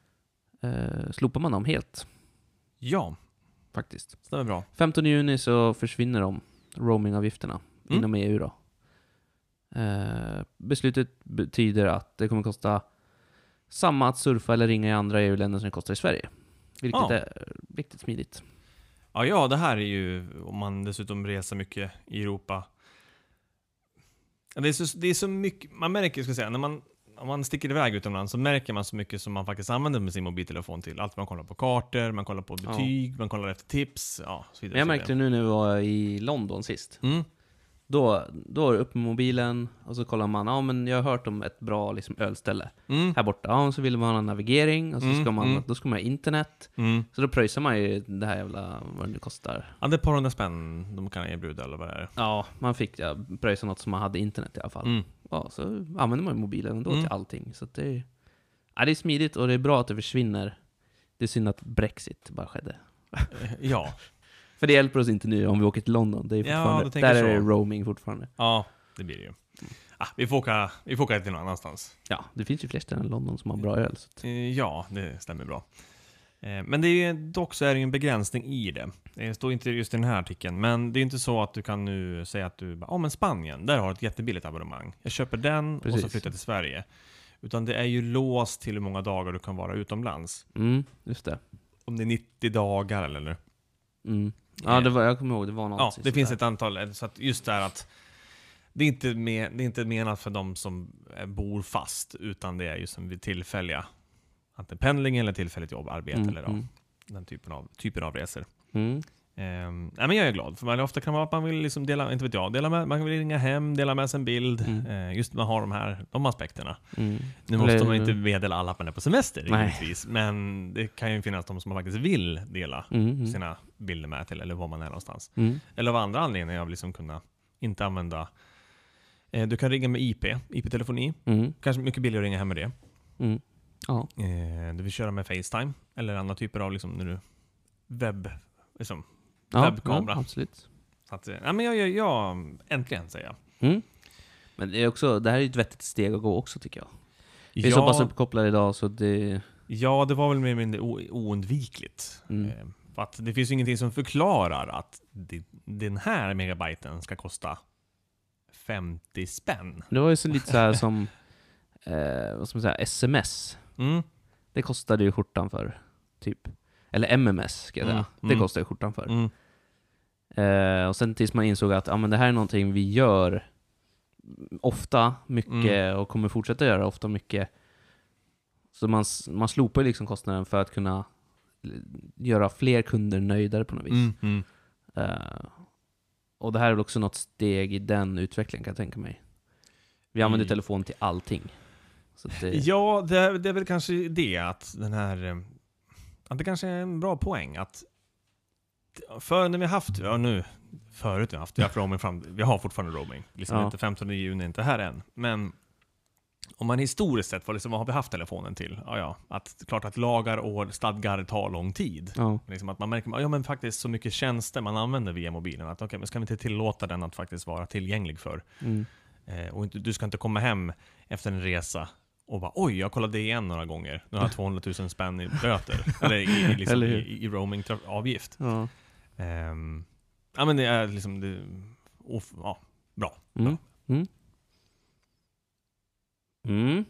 eh, slopar man dem helt Ja, faktiskt. det är bra. femtonde juni så försvinner de roamingavgifterna Mm. inom E U då. Eh, beslutet betyder att det kommer kosta samma att surfa eller ringa i andra E U-länder som det kostar i Sverige. Vilket Ja. är riktigt smidigt. Ja, ja, det här är ju, om man dessutom reser mycket i Europa. Det är så, det är så mycket, man märker, ska jag säga, när man, om man sticker iväg utomlands så märker man så mycket som man faktiskt använder med sin mobiltelefon till. Allt man kollar på kartor, man kollar på betyg, man kollar efter tips, ja, så vidare. Men jag så märkte nu när vi var i London sist. Mm. Då, då är det upp med mobilen och så kollar man, ja men jag har hört om ett bra liksom, ölställe Mm. här borta. Ja, och så vill man ha navigering och så Mm, ska man, mm. då ska man ha internet. Mm. Så då pröjsar man ju det här jävla, vad det nu kostar. Ja, det är ett par hundra spänn de kan erbjuda eller vad det är. Ja, man fick ja, pröjsa något som man hade internet i alla fall. Mm. Ja, så använder man ju mobilen ändå Mm. till allting. Så att det, är, ja, det är smidigt och det är bra att det försvinner. Det är synd att Brexit bara skedde. Ja. För det hjälper oss inte nu om vi åker till London. Det är Ja, fortfarande, du tänker där är det så. roaming fortfarande. Ja, det blir det ju. Ah, vi, får åka, vi får åka till någon annanstans. Ja, det finns ju fler ställen än London som har bra öl. Så att, Eh, Ja, det stämmer bra. Eh, Men det är, dock så är det ju en begränsning i det. Det står inte just i den här artikeln. Men det är inte så att du kan nu säga att du, ja ah, men Spanien, där har du ett jättebilligt abonnemang. Jag köper den och Precis. så flyttar jag till Sverige. Utan det är ju låst till hur många dagar du kan vara utomlands. mm, just det. Om det är nittio dagar eller... Mm. Ja, det var, jag kommer ihåg, det var något. Ja, sist det finns där. ett antal. Så att just där att det är inte med, det är inte menat för de som bor fast, utan det är ju som vid tillfälliga antingen pendling eller tillfälligt jobb, arbete Mm, eller då, mm. den typen av, typen av resor. Mm. Um, nej, men jag är glad, för man, ofta kan man, man vill liksom dela, inte vet jag, dela med, man vill ringa hem, dela med sig en bild, Mm. uh, just man har de här de aspekterna. Mm. Nu måste Eller- man inte meddela alla att man är på semester, Nej. givetvis, men det kan ju finnas de som man faktiskt vill dela Mm, mm. sina bilder med till, eller var man är någonstans. Mm. Eller av andra anledningar av liksom kunna inte använda. Eh, du kan ringa med I P, I P-telefoni. Mm. Kanske mycket billigare att ringa hem med det. Mm. Ja. Eh, du vill köra med FaceTime eller andra typer av liksom när du webb, liksom, Ja, webbkamera. ja, absolut. Så att, eh, ja, men jag, jag, jag äntligen säger jag. Mm. Men det är också, det här är ju ett vettigt steg att gå också, tycker jag. Vi är Ja, så pass uppkopplade idag så det... ja, det var väl mer eller mindre o- oundvikligt. Mm. Eh, för att det finns ju ingenting som förklarar att det, den här megabyten ska kosta femtio spänn. Det var ju så lite så här som, eh, vad ska man säga, sms. Mm. Det kostade ju skjortan för, typ. Eller M M S, ska jag säga. Mm, Det mm. kostade ju skjortan för. Mm. Eh, och sen tills man insåg att ja, men det här är någonting vi gör ofta, mycket, Mm. och kommer fortsätta göra ofta mycket. Så man, s- man slopar ju liksom kostnaden för att kunna l- göra fler kunder nöjdare på något vis. Mm. Mm. Eh, och det här är väl också något steg i den utvecklingen, kan jag tänka mig. Vi använder I- telefon till allting. Så att det, Ja, det är, det är väl kanske det att den här eh, att det kanske är en bra poäng att för när vi har haft, ja nu förut vi har haft, vi har haft roaming fram, vi har fortfarande roaming, liksom Ja. inte femtonde juni, inte här än, men om man historiskt sett, vad, liksom, vad har vi haft telefonen till? Ja, ja, att klart att lagar och stadgar tar lång tid. ja. Liksom att man märker, ja men faktiskt så mycket tjänster man använder via mobilen, att okej, men ska vi inte tillåta den att faktiskt vara tillgänglig för? Mm. Eh, och inte, du ska inte komma hem efter en resa och bara oj, jag kollade igen några gånger. Nu har jag tvåhundratusen spänn i böter. eller i, i, liksom, Eller i, hur? i roaming-avgift. Ja. Ehm, ja, men det är liksom det, off, ja, bra. Mm. Mm. Mm.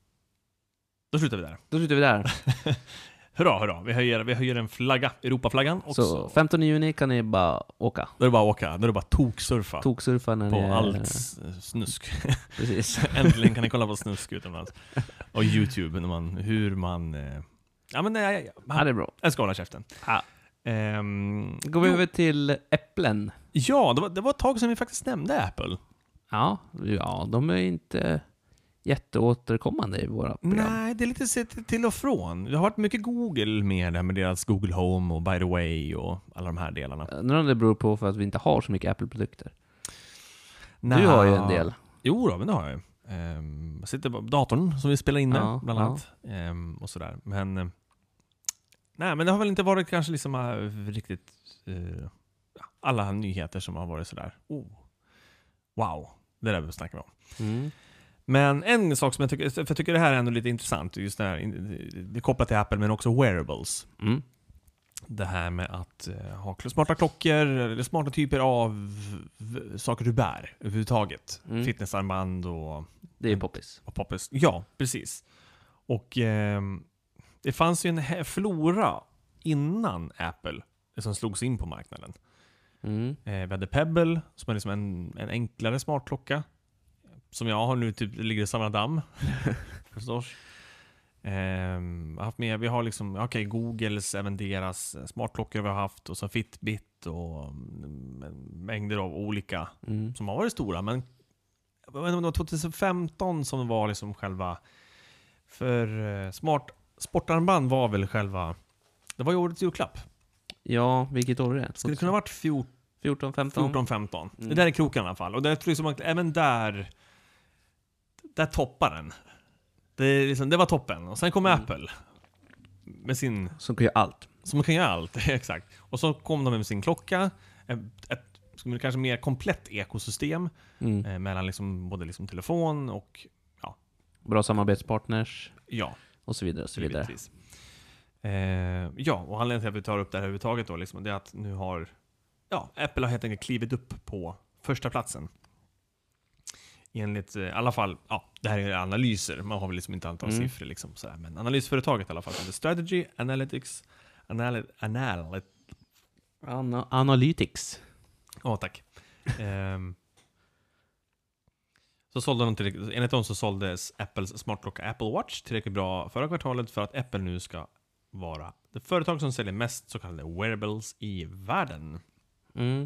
Då slutar vi där. Då slutar vi där. Hurra, hurra. Vi höjer, vi höjer en flagga, Europaflaggan. Och Så så, femtonde juni kan ni bara åka. då är det bara att åka. Då är det bara toksurfa Toksurfa när på ni är... allt s- snusk. Precis. Äntligen kan ni kolla på snusk utomlands. Och YouTube, när man, hur man... Eh, ja, men nej, Ja, det är bra. jag ska hålla käften. Ja. Ehm, Går vi jo, över till äpplen. Ja, det var, det var ett tag sedan vi faktiskt nämnde Apple. Ja, ja, de är inte jätteåterkommande i våra program. Nej, det är lite sett till och från. Det har varit mycket Google med det, med deras Google Home och By the Way och alla de här delarna. Undrar om det beror på för att vi inte har så mycket Apple-produkter. Du har ju en del. Jo då, men det har jag ju. Ehm, jag sitter på datorn som vi spelar in med, Ja, bland ja. annat. Ehm, och sådär. Men, eh, nej, men det har väl inte varit kanske liksom eh, riktigt eh, alla nyheter som har varit sådär. Oh, wow, det där vi snackar om. Mm. Men en sak som jag tycker, för jag tycker det här är ändå lite intressant, just det här, det är kopplat till Apple men också wearables. Mm. Det här med att eh, ha smarta klockor, eller smarta typer av v- saker du bär överhuvudtaget. Mm. Fitnessarmband och, Det är poppis. och poppis. Ja, precis. Och ehm, det fanns ju en he- flora innan Apple som slogs in på marknaden. Mm. Eh, vi hade Pebble som är liksom en, en enklare smartklocka. Som jag har nu, typ ligger i samma damm. Förstås. Ehm, jag har haft med, vi har liksom, okej, okay, Googles, även deras smartklockor vi har haft. Och så Fitbit och mm, mängder av olika Mm. som har varit stora. Men jag vet inte om det var tjugohundrafemton som var liksom själva, för eh, smart sportarmband var väl själva, det var ju årets julklapp. Ja, vilket år är det? Skulle det kunna ha varit fjorton, fjorton, femton? fjorton femton. Mm. Det där är kroken i alla fall. Och det tror jag som att även där, där toppar den. Det, är liksom, det var toppen. Och sen kom Mm. Apple med sin, Som kan göra allt. som kan göra allt, exakt. Och så kom de med sin klocka, ett, ett ett kanske mer komplett ekosystem Mm. eh, mellan liksom, både liksom telefon och Bra samarbetspartners ja, och så vidare. Och så vidare. givetvis. Eh, ja, och anledningen till att vi tar upp det här överhuvudtaget då, liksom, det är att nu har ja, Apple har helt enkelt klivit upp på första platsen. Enligt, eh, i alla fall, ja, det här är analyser, man har väl liksom inte antal Mm. siffror liksom sådär, men analysföretaget i alla fall, The Strategy, Analytics, Anal... Anal... Ana- Analytics. Ja, tack. Ehm, Så sålde de tillräckligt, enligt dem så såldes Apples smartklocka Apple Watch tillräckligt bra förra kvartalet för att Apple nu ska vara det företag som säljer mest så kallade wearables i världen. Mm.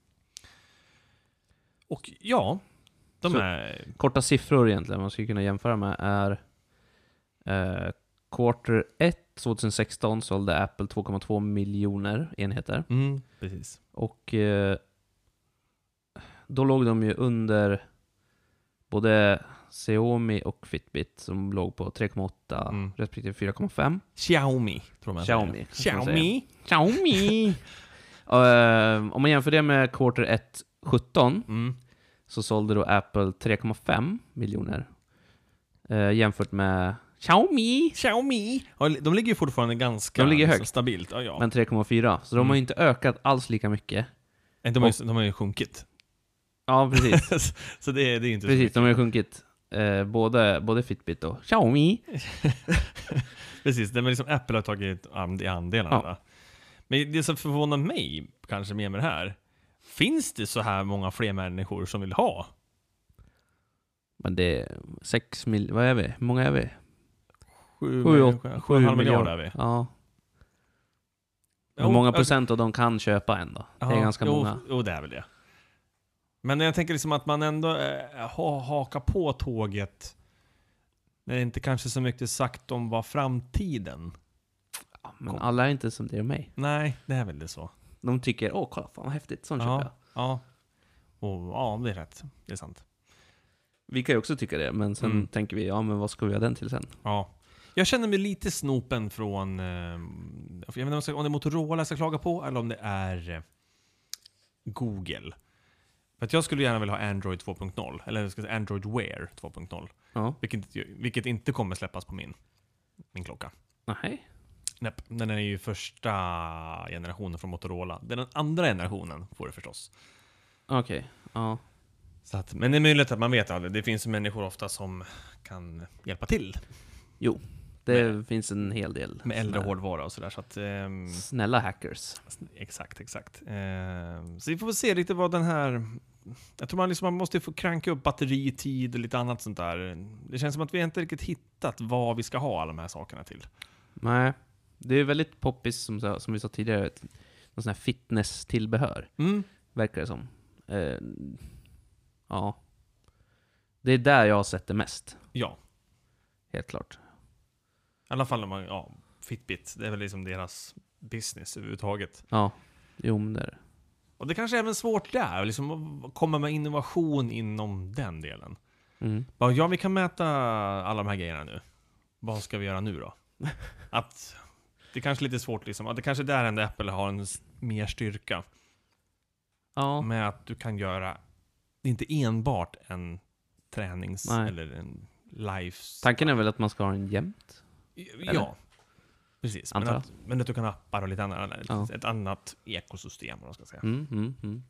Och ja, de Så, är... Korta siffror egentligen man skulle kunna jämföra med är eh, quarter ett tjugohundrasexton sålde Apple två komma två miljoner enheter. Mm, precis. Och eh, då låg de ju under både Xiaomi och Fitbit som låg på tre komma åtta Mm. respektive fyra komma fem. Xiaomi, tror man Xiaomi. säger. Xiaomi. Xiaomi! uh, om man jämför det med quarter ett sjutton Mm. så sålde då Apple tre komma fem miljoner uh, jämfört med Xiaomi. Xiaomi. Ja, de ligger ju fortfarande ganska De ligger liksom, högt. stabilt. Ja, ja. Men tre komma fyra. Så de Mm. har ju inte ökat alls lika mycket. Nej, de, har ju, de har ju sjunkit. Ja, precis. Så det, det är inte Precis, så de har ju sjunkit. Uh, både, både Fitbit och Xiaomi. Precis, det är liksom Apple har tagit i andelarna. Ja. Men det som förvånar mig kanske mer med det här. Finns det så här många fler människor som vill ha? Men det är sex mil... Vad är vi? Hur många är vi? Sju, Sju, sju, åt- sju, sju sju miljarder miljarder är vi. Ja. Jo, Hur många jag- procent av dem kan köpa en då? Det är Ja, ganska jo, många. Jo, det är väl det. Men jag tänker liksom att man ändå eh, ha, hakar på tåget när det inte kanske så mycket sagt om vad framtiden. Ja, men alla är inte som det är mig. Nej, det är väl det så. De tycker, åh kolla, fan vad häftigt, sånt Ja. köper jag. Ja. Och, ja, det är rätt. Det är sant. Vi kan ju också tycka det, men sen Mm. tänker vi, ja men vad ska vi ha den till sen? Ja. Jag känner mig lite snopen från... Eh, jag vet inte om jag ska- om det är Motorola jag ska klaga på eller om det är eh, Google. För att jag skulle gärna vilja ha Android två punkt noll. Eller jag ska säga Android Wear två punkt noll. Ja, Vilket, vilket inte kommer släppas på min, min klocka. nej. Nej, den är ju första generationen från Motorola. Den, den andra generationen får det förstås. Okej, ja. Så att, men det är möjligt att man vet aldrig. Det finns människor ofta som kan hjälpa till Jo, det finns en hel del. med äldre såna här hårdvara och sådär. Så att, ehm, Snälla hackers. exakt, exakt. Ehm, så vi får väl se lite vad den här... Jag tror man, liksom, man måste få cranka upp batteritid och lite annat sånt där. Det känns som att vi inte riktigt hittat vad vi ska ha alla de här sakerna till. Nej, det är väldigt poppis som, sa- som vi sa tidigare. ett- Någon sån här fitness-tillbehör, Mm. verkar det som. Eh, ja. Det är där jag har sett det mest, Ja, helt klart. i alla fall om man... Ja, Fitbit, det är väl liksom deras business överhuvudtaget. Ja, jo men det är det. Och det kanske är även svårt där, liksom att komma med innovation inom den delen. Mm. Bara, ja, vi kan mäta alla de här grejerna nu. Vad ska vi göra nu då? Att det är kanske är lite svårt liksom. Att det kanske är där ändå Apple har en s- mer styrka. Ja, Med att du kan göra, det är inte enbart en tränings Nej. eller en lives... tanken är väl att man ska ha en jämnt? Ja, precis. Men Antar jag. att, men att du kan ha appar och lite annat, Ja. ett annat ekosystem, vad man ska säga. Mm, mm, mm.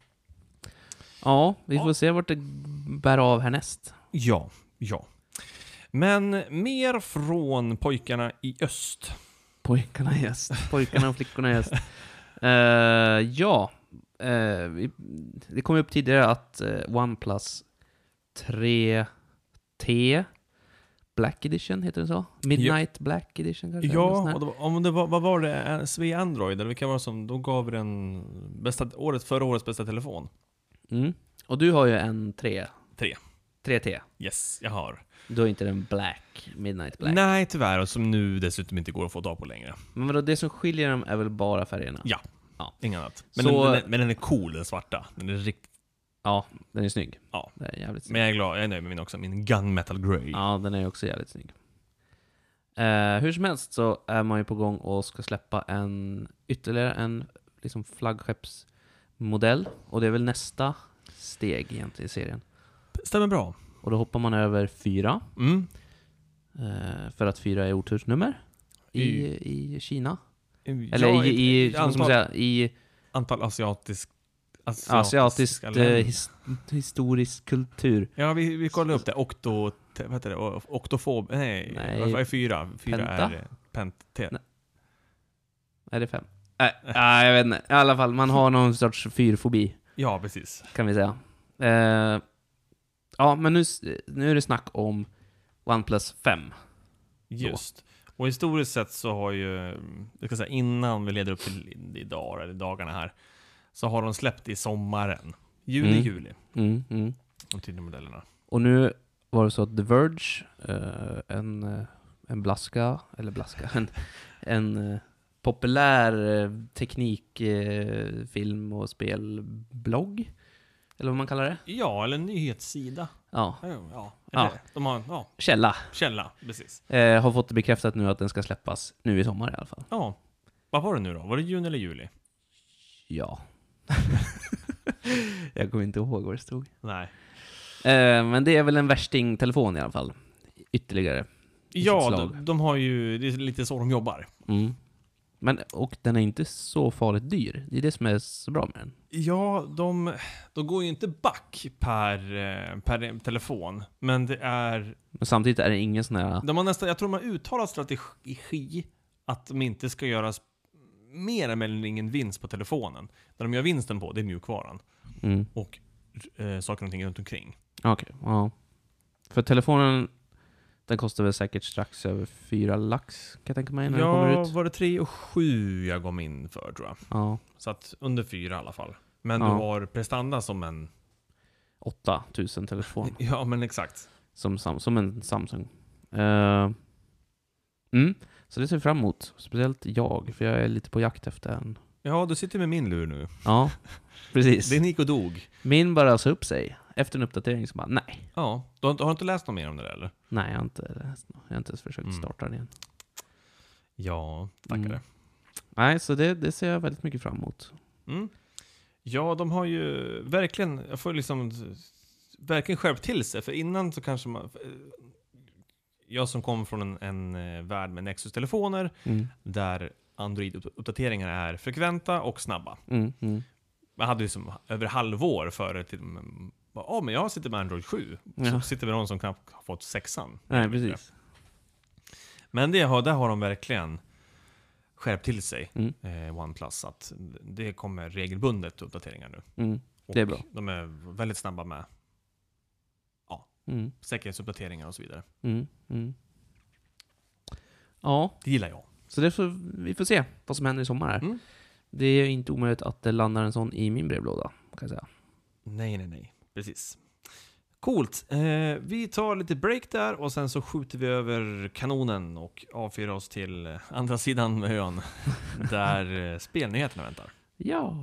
Ja, vi får Ja. se vart det bär av härnäst. Ja, ja. Men mer från pojkarna i öst. Pojkarna i öst. Pojkarna och flickorna i öst. Eh, ja, eh, vi, det kom upp tidigare att eh, OnePlus tre T Black Edition, heter det så? Midnight Black Edition kanske? Något sånt Ja, här. och det var, om det var, vad var det? Eh, Svea Android, eller vilka var det som, de gav den bästa, året, förra årets bästa telefon. Mm. Och du har ju en tre. Tre. tre T. Yes, jag har. Du har inte den Black, Midnight Black. Nej, tyvärr, och som nu dessutom inte går att få tag på längre. Men vadå, det som skiljer dem är väl bara färgerna? Ja, Ja. inget annat. Men, Så- den, den, är- men den är cool, den svarta. Den är riktigt, Ja, den är snygg. ja. Det är jävligt snygg. Men jag är glad, jag är nöjd med min också. Min Gunmetal Grey. Ja, den är också jävligt snygg. Eh, hur som helst så är man ju på gång och ska släppa en ytterligare en liksom flaggskeppsmodell. Och det är väl nästa steg egentligen i serien. Stämmer bra. Och då hoppar man över fyra. Mm. Eh, för att fyra är otursnummer i, I- i Kina. Eller Ja, i, i, ett- ett vad ska man antal, säga, i antal asiatisk... asiatisk eh, länder. his, historisk kultur. Ja, vi, vi kollar upp det. Okto... Vad heter det? O- Oktofob... Nej, Nej. vad är fyra? Fyra Penta? är eh, pent... T. Nej. Är det fem? Nej, nej, jag vet inte. I alla fall, man har någon sorts fyrfobi, Ja, precis. kan vi säga. Eh, Ja, men nu, nu är det snack om OnePlus fem. Just. Och historiskt sett så har ju, jag ska säga innan vi leder upp till idag, eller dagarna här, så har de släppt i sommaren. Juli, Mm. juli. Mm, mm. De tio modellerna. Och nu var det så att The Verge, eh, en, eh, en blaska, eller blaska, en, en eh, populär eh, teknik, eh, film och spelblogg, eller vad man kallar det. Ja, eller en nyhetssida. Ja, Ja, ja. Ja. Eller, de har, ja, källa. källa, precis. Eh, har fått det bekräftat nu att den ska släppas nu i sommar i alla fall. Ja. Vad var det nu då? Var det juni eller juli? Ja. Jag kommer inte ihåg vad det stod. Nej. Eh, men det är väl en värsting-telefon i alla fall. Ytterligare. i Ja, sitt slag. de, de har ju, det är lite så de jobbar. Mm. Men, och den är inte så farligt dyr. Det är det som är så bra med den. Ja, de, de går ju inte back per, eh, per telefon. Men det är... Men samtidigt är det ingen sån här... De har nästan, jag tror de har uttalat strategi att de inte ska göras mer eller ingen vinst på telefonen. När de gör vinsten på, det är mjukvaran. Mm. Och eh, saker och ting runt omkring. Okej, okay, ja. För telefonen, den kostar väl säkert strax över fyra lax, kan jag tänka mig, när den kommer Ja, ut. var det tre och sju jag gav in för, tror jag. Ja, Så att under fyra i alla fall. Men Ja. du har prestanda som en... åtta tusen telefon. Ja, men exakt. Som, sam- som en Samsung. Uh, mm. Så det ser vi fram emot. Speciellt jag, för jag är lite på jakt efter en. Ja, du sitter med min lur nu. Ja, precis. Det gick och dog. Min bara sa upp sig. Efter en uppdatering så bara, nej. Ja, du har, inte- har du inte läst något mer om det där, eller? Nej, jag har inte, läst något. jag har inte ens försökt Mm. starta den igen. Ja, tackar Mm. det. Nej, så det, det ser jag väldigt mycket fram emot. Mm. Ja, de har ju verkligen, jag får liksom verkligen skärpt till sig. För innan så kanske man... Jag som kommer från en, en eh, värld med Nexus-telefoner, Mm. där Android-uppdateringar är frekventa och snabba. Mm, mm. Man hade liksom över halvår före till... Ja, men jag sitter med Android sju. Ja. Så sitter med någon som knappt har fått sexan. Nej, precis. Men det har, där har de verkligen skärpt till sig, Mm. eh, OnePlus. Att det kommer regelbundet uppdateringar nu. Mm. Och Det är bra. de är väldigt snabba med Mm. säkerhetsuppdateringar och så vidare. Mm. Mm. Ja, Det gillar jag. så det får, vi får se vad som händer i sommar här. Mm. Det är inte omöjligt att det landar en sån i min brevlåda, kan jag säga. Nej, nej, nej. Precis. Coolt. Eh, vi tar lite break där och sen så skjuter vi över kanonen och avfyrar oss till andra sidan ön där eh, spelnyheterna väntar. Ja.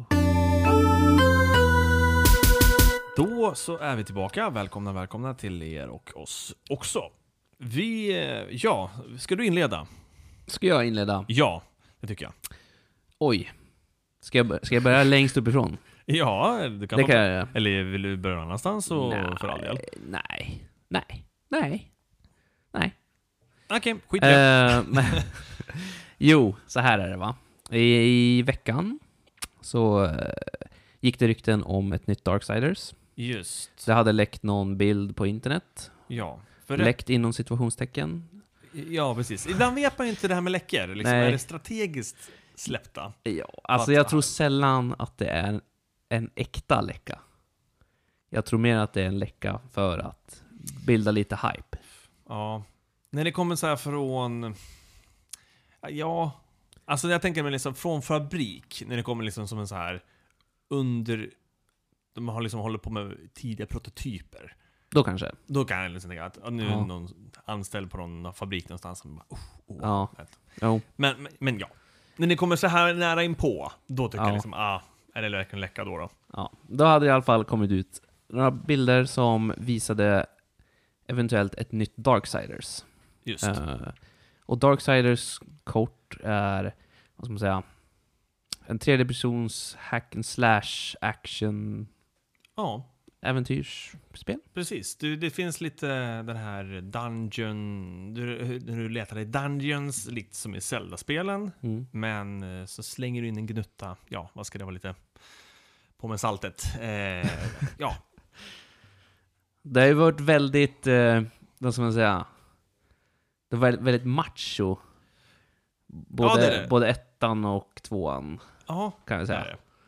Då så är vi tillbaka. Välkomna, välkomna till er och oss också. Vi, eh, ja, ska du inleda? Ska jag inleda? Ja, det tycker jag. Oj. Ska jag, bör- ska jag börja längst uppifrån? Ja, du kan Det få- kan jag göra. Eller vill du börja någon annanstans så för all del. Nej. Nej. Nej. Nej. Okej, skit i det. Eh, men, jo, så här är det va. I, i veckan så eh, gick det rykten om ett nytt Darksiders. Just. Det hade läckt någon bild på internet. Ja. För det, Läckt inom situationstecken. ja, precis. Ibland vet man ju inte det här med läckor. Liksom. Nej. Är det strategiskt släppta? Ja, alltså Att- jag tror sällan att det är en, en äkta läcka. Jag tror mer att det är en läcka för att bilda lite hype. Ja. När det kommer så här från... Ja. Alltså jag tänker mig liksom från fabrik. När det kommer liksom som en så här under... De har liksom hållit på med tidiga prototyper. Då kanske. Då kan jag liksom tänka att ja, nu är Ja. någon anställd på någon fabrik någonstans som bara, oh, oh, Ja. vet. Jo. Men, men, men ja. När det kommer så här nära in på, då tycker Ja. jag liksom, ah, är det verkligen läcka då då? Ja. Då hade det i alla fall kommit ut några bilder som visade eventuellt ett nytt Darksiders. Just. Eh, och Darksiders kort är, vad ska man säga, en tredje persons hack and slash action Ja, äventyrsspel. precis. Du, det finns lite den här dungeon, du, när du letar i dungeons, lite som i Zelda-spelen. Mm. Men eh, så slänger du in en gnutta, ja, vad ska det vara lite på med saltet? Eh, ja, Det har ju varit väldigt, eh, vad ska man säga, det var väldigt, väldigt macho. Både, Ja, det är det. både ettan och tvåan, ja, kan jag det är säga. det.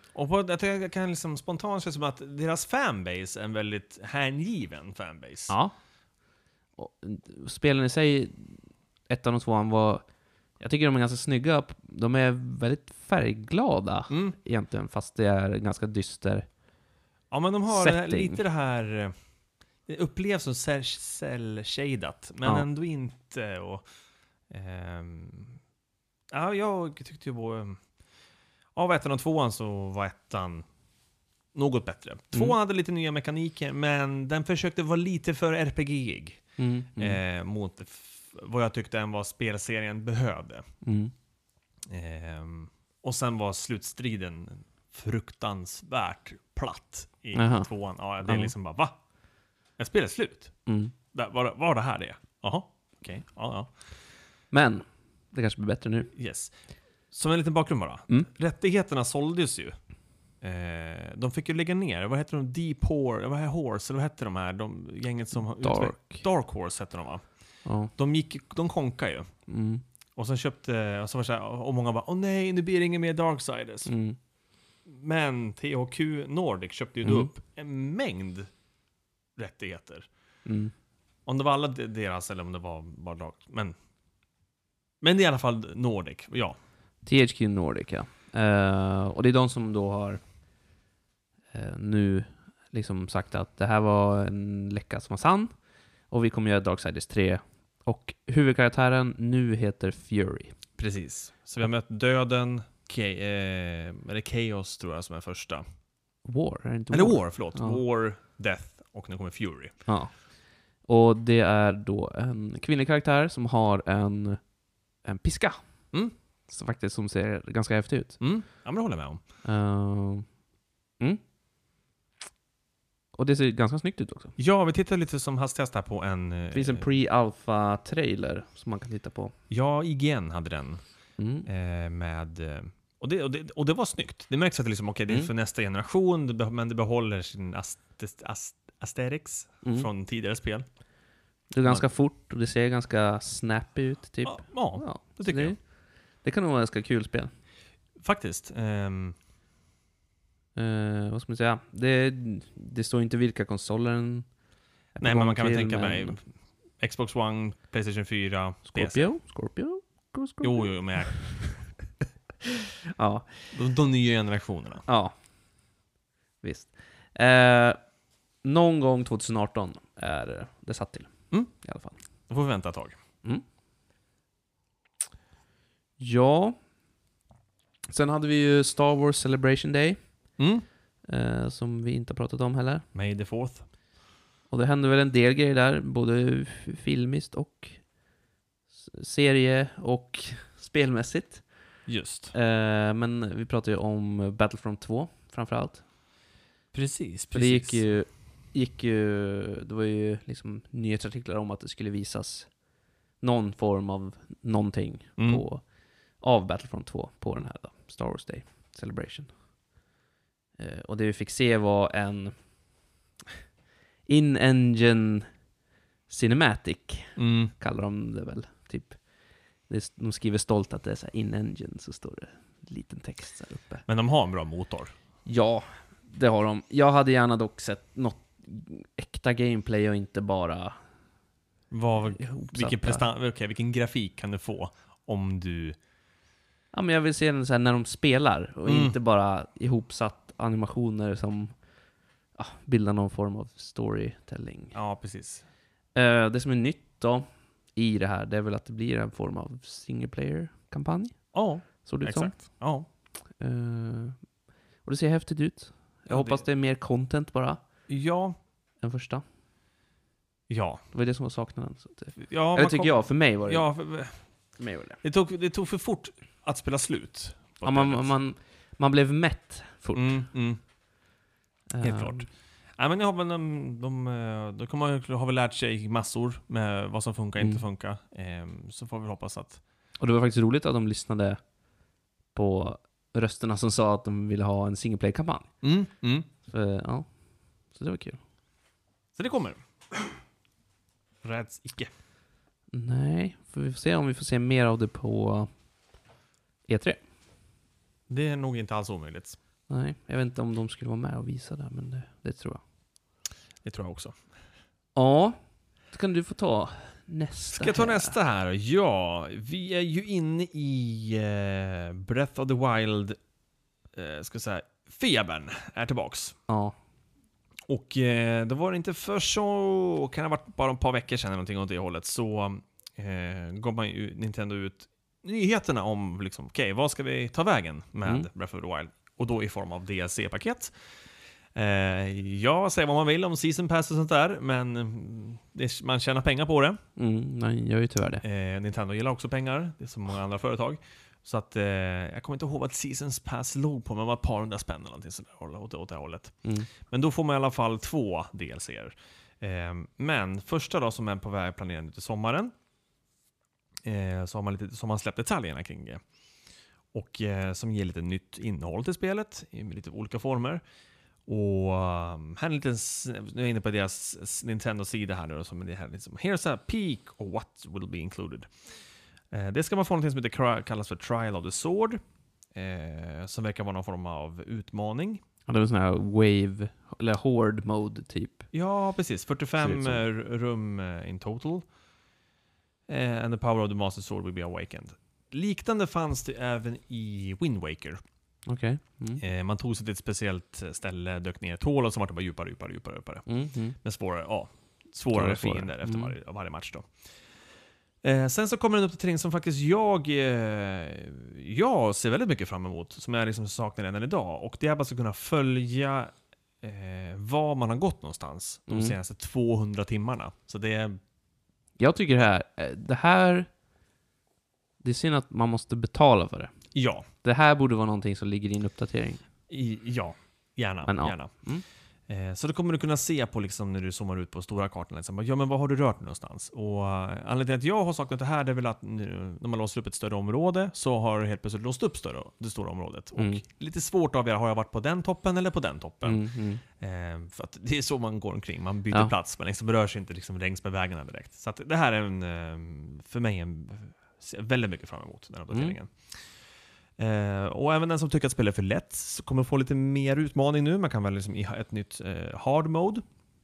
Och på, jag, jag kan liksom spontant säga som att deras fanbase är en väldigt hängiven fanbase. Ja. Och spelen i sig, ettan och tvåan var... Jag tycker de är ganska snygga. De är väldigt färgglada Mm. egentligen, fast det är ganska dyster. Ja, men de har det här, Setting. lite det här... Det upplevs som cell-shadat, men Ja. ändå inte. Och, ehm, ja, jag tyckte ju på... Av ettan och tvåan så var ettan något bättre. Tvåan Mm. hade lite nya mekaniker, men den försökte vara lite för R P G-ig. Mm. Mm. Eh, mot f- vad jag tyckte än vad spelserien behövde. Mm. Ehm, och sen var slutstriden fruktansvärt platt i Aha. tvåan. Ja, det är Ja. liksom bara, va? Är spelet slut? Mm. Där, var, var det här det? Jaha, okej. Ja, ja. Men det kanske blir bättre nu. Yes. Som en liten bakgrund bara. Mm. Rättigheterna såldes ju. Eh, de fick ju lägga ner. Vad heter de? Deep Horse? Vad är Horse? Eller vad hette de här? De, gänget som har Dark. utveck- Dark Horse hette de, va? Ja. De gick, de konkade ju. Mm. Och sen köpte, och så var det så här, och många bara, åh nej, nu blir det inget mer Darksiders. Mm. Men T H Q Nordic köpte ju då Mm. upp en mängd rättigheter. Mm. Om det var alla de- deras eller om det var bara Dark. Men, men det är i alla fall Nordic, ja. T H Q Nordic, ja. Eh, och det är de som då har eh, nu liksom sagt att det här var en läcka som var sann. Och vi kommer göra Darksiders tre. Och huvudkaraktären nu heter Fury. Precis. Så vi har mött Döden, K- eh, eller Chaos tror jag som är första. War, är det inte Eller War, förlåt. Ja. War, Death och nu kommer Fury. Ja. Och det är då en kvinnlig karaktär som har en, en piska. Mm. Så faktiskt som ser ganska häftig ut. Mm. Ja, men det håller jag med om. Uh, mm. Och det ser ganska snyggt ut också. Ja, vi tittar lite som hastigast här på en... Det finns en pre-alpha-trailer som man kan titta på. Ja, I G N hade den. Mm. Eh, med... eh, Och det, och, det, och det var snyggt. Det märks att det, liksom, okay, det är Mm. för nästa generation, det be- men det behåller sin ast, ast, asterix Mm. från tidigare spel. Det är ganska fort och det ser ganska snappy ut, typ. Ja, ja, Ja, det så tycker det, jag. Det kan nog vara ett ganska kul spel. Faktiskt. ehm, Uh, vad ska man säga? Det, det står inte vilka konsoler den är på nej, men gång man kan väl till, tänka men- mig Xbox One, Playstation fyra, P C. Scorpio? Scorpio? Go Scorpio? Jo, jo, men Ja, de, de nya generationerna. ja. Visst. Eh, någon gång tjugo arton är det satt till. Mm. I alla fall. Då får vi vänta ett tag. Mm. Ja. Sen hade vi ju Star Wars Celebration Day. Mm. Eh, som vi inte har pratat om heller. May the fourth. Och det hände väl en del grejer där. Både f- filmiskt och s- serie och spelmässigt. Just. Eh, men vi pratar ju om Battlefront två framförallt. Precis, För det gick ju, gick ju, det var ju liksom nyhetsartiklar om att det skulle visas någon form av någonting Mm. på, av Battlefront två på den här då, Star Wars Day Celebration. Eh, och det vi fick se var en in-engine cinematic, Mm. kallar de det väl, typ. Det är, de skriver stolt att det är så här in-engine, så står det en liten text så här uppe. Men de har en bra motor. Ja, det har de. Jag hade gärna dock sett något äkta gameplay och inte bara Vad, ihopsatta. vilken, prestan- okay, vilken grafik kan du få om du... Ja, men jag vill se den så här när de spelar och Mm. inte bara ihopsatt animationer som ja, bildar någon form av storytelling. Ja, precis. Eh, det som är nytt då i det här, det är väl att det blir en form av single player-kampanj. Ja, Så det ut som. exakt. Ja. Eh, och det ser häftigt ut. Jag Ja, hoppas det- det är mer content bara Ja. än första. Ja. Det var det som var saknaden. Så att det, Ja, eller man tycker kom- jag, för mig var det. Ja, för, För mig var det. det, tog, det tog för fort att spela slut. på Ja, man, spelet. man, man blev mätt fort. Mm, mm, helt Eh, klart. Nej, men jag har väl, de, de, eh, de kommer, har väl lärt sig massor med vad som funkar och inte Mm. funkar. Ehm, så får vi hoppas att... Och det var faktiskt roligt att de lyssnade på rösterna som sa att de ville ha en single play-kampanj. Mm, mm. För, ja. Så det var kul. Så det kommer. Räds icke. Nej, för vi får se om vi får se mer av det på E tre. Det är nog inte alls omöjligt. Nej, jag vet inte om de skulle vara med och visa det, men det, det tror jag. Det tror jag också. Ja, då kan du få ta nästa. Ska jag ta här. nästa här? Ja, vi är ju inne i eh, Breath of the Wild. Eh, ska jag säga, febern är tillbaks. Ja. Och eh, det var inte för så, kan det ha varit bara ett par veckor sedan eller någonting åt det hållet, så eh, gav man ju Nintendo ut nyheterna om liksom, okej, okay, vad ska vi ta vägen med mm. Breath of the Wild? Och då i form av D L C-paket. Eh, ja, säg vad man vill om Season Pass och sånt där, men det, man tjänar pengar på det. Mm, man gör ju tyvärr det. Eh, Nintendo gillar också pengar, det är som många andra företag. Så att, eh, jag kommer inte ihåg vad Seasons Pass låg på, men det var ett par hundra spänn eller någonting sådär, åt, åt det hållet. Mm. Men då får man i alla fall två D L C-er. Eh, men första då som är på väg planerad till sommaren, eh, så har man, lite, så har man släppt detaljerna kring det. Och eh, som ger lite nytt innehåll till spelet i lite olika former. Och um, här är lite, nu är jag inne på deras Nintendo-sida här nu, som är det här liksom, here's a peek of what will be included. Eh, det ska man få något som heter, kallas för Trial of the Sword, eh, som verkar vara någon form av utmaning. Ja, det är en sån här wave, eller horde mode typ. Ja, precis. fyrtiofem rum in total. Eh, and the power of the Master Sword will be awakened. Liknande fanns det även i Wind Waker. Okay. Mm. Eh, man tog sig till ett speciellt ställe, dök ner ett hål och så var det bara djupare, djupare, djupare, djupare. Mm, mm. Men svårare, ja, svårare fiender efter mm. varje, varje match då. Eh, sen så kommer den upp till terräng som faktiskt jag eh, jag ser väldigt mycket fram emot, som jag liksom saknar redan idag. Och det är bara att kunna följa eh, var man har gått någonstans de mm. senaste tvåhundra timmarna. Så det är... Jag tycker det här, det här det är synd att man måste betala för det. Ja. Det här borde vara någonting som ligger i en uppdatering. I, ja, gärna. Men, ja. gärna. Mm. Eh, så då kommer du kunna se på liksom, när du zoomar ut på stora kartan. Liksom, ja, men vad har du rört någonstans? Och uh, anledningen till att jag har saknat det här det är väl att nu, när man låser upp ett större område så har du helt plötsligt låst upp större, det stora området. Mm. Och lite svårt att avgöra, har jag varit på den toppen eller på den toppen? Mm, mm. Eh, för att det är så man går omkring. Man byter ja. plats, men liksom rör sig inte liksom längs med vägarna direkt. Så att det här är en, för mig en, väldigt mycket fram emot den här uppdateringen. Mm. Uh, och även den som tycker att spelet är för lätt så kommer få lite mer utmaning nu. Man kan väl liksom ha ett nytt uh, hard mode. Uh,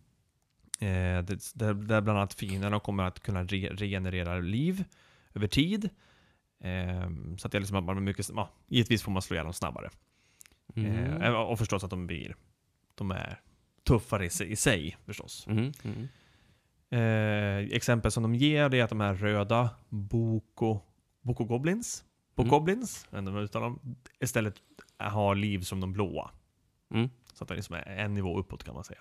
det, där, där bland annat fienderna kommer att kunna re regenerera liv över tid. Uh, så att det är liksom att man mycket, uh, givetvis får man slå ihjäl dem snabbare. Mm. Uh, och förstås att de blir de är tuffare i, i sig förstås. Mm. Mm. Uh, exempel som de ger det är att de här röda Boko, Boko Goblins På mm. Goblins, utan de istället har liv som de blåa. Mm. Så att det är liksom en nivå uppåt kan man säga.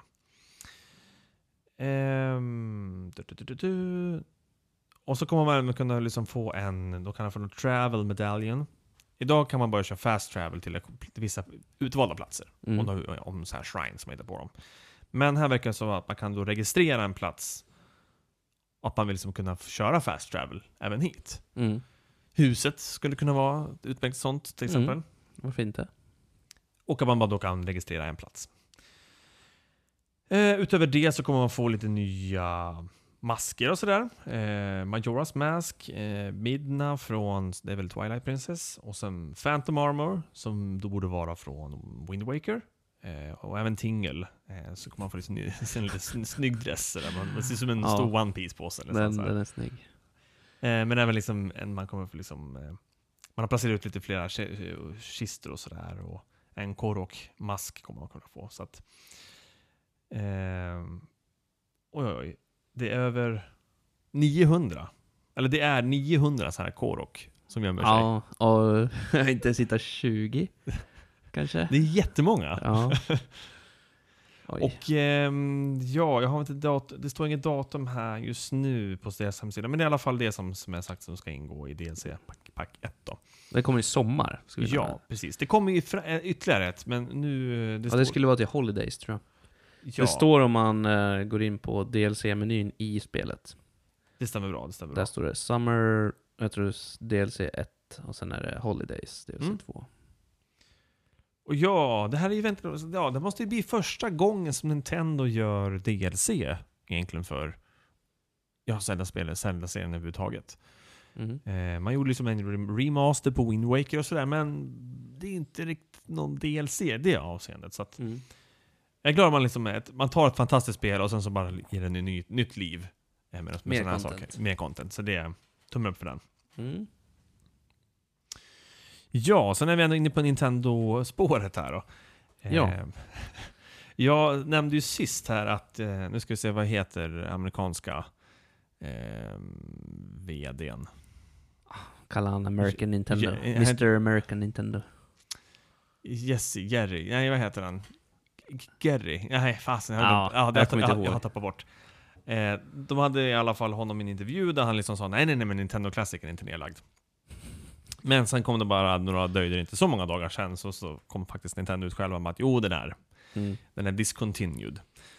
Ehm, du, du, du, du. Och så kommer man kunna liksom få en, då kan man få en travel medallion. Idag kan man bara köra fast travel till, till vissa utvalda platser. Mm. Om, om så här shrine som heter på dem. Men här verkar det så att man kan då registrera en plats. Och att man vill liksom kunna köra fast travel även hit. Mm. Huset skulle kunna vara ett utmärkt sånt till exempel. Mm. Varför inte? Och att man bara då kan registrera en plats. Eh, utöver det så kommer man få lite nya masker och sådär. Eh, Majora's Mask, eh, Midna från det är väl Twilight Princess. Och sen Phantom Armor som då borde vara från Wind Waker. Eh, och även Tingle. Eh, så kommer man få lite ny, en lite snygg dress. Där. Man, man ser som en ja. stor One Piece på sig. Den, den är snygg. Men även liksom, man kommer få liksom, man har placerat ut lite flera kistor och sådär, och en Korok-mask kommer man kunna få. Så att, eh, oj, oj, det är över niohundra, eller det är niohundra så här Korok som gömmer sig. Ja, och inte sitta tjugo kanske. Det är jättemånga. Ja. Och ehm, ja, jag har inte dat- det står inget datum här just nu på deras hemsida, men det är i alla fall det som, som jag sagt som ska ingå i D L C-pack ett då. Det kommer i sommar. Ja, säga. Precis. Det kommer ju fra- ytterligare ett, men nu... Det, ja, det skulle vara till Holidays, tror jag. Ja. Det står om man uh, går in på D L C-menyn i spelet. Det stämmer bra, det stämmer Där bra. står det Summer, jag tror det är D L C ett, och sen är det Holidays, D L C två. Mm. Och ja, det här är ju ja, det måste ju bli första gången som Nintendo gör D L C egentligen för ja, Zelda-spel, Zelda-serien överhuvudtaget. Mm. Eh, man gjorde liksom en remaster på Wind Waker och sådär, men det är inte riktigt någon D L C i det avseendet. Så att Mm. jag är glad att man, liksom är ett, man tar ett fantastiskt spel och sen så bara ger den ett ny, nytt liv. Eh, med, med Mer såna här content. saker. Mer content. Så det är tumme upp för den. Mm. Ja, sen är vi ändå inne på Nintendo-spåret här då. Ja. Eh, jag nämnde ju sist här att, eh, nu ska vi se vad heter amerikanska eh, vdn. Kallar han American Nintendo. Ja, ja, mister American Nintendo. Jesse, Jerry, nej vad heter han? G- Gary, nej fasen, jag, Ja, ja, jag jag, kommer jag, inte jag, ihåg. har tappat bort. Eh, de hade i alla fall honom i en intervju där han liksom sa nej nej nej men Nintendo Classic är inte nedlagd. Men sen kom det bara några döjder, inte så många dagar sen, så, så kom faktiskt Nintendo ut själva med att jo den är, Mm. den är discontinued.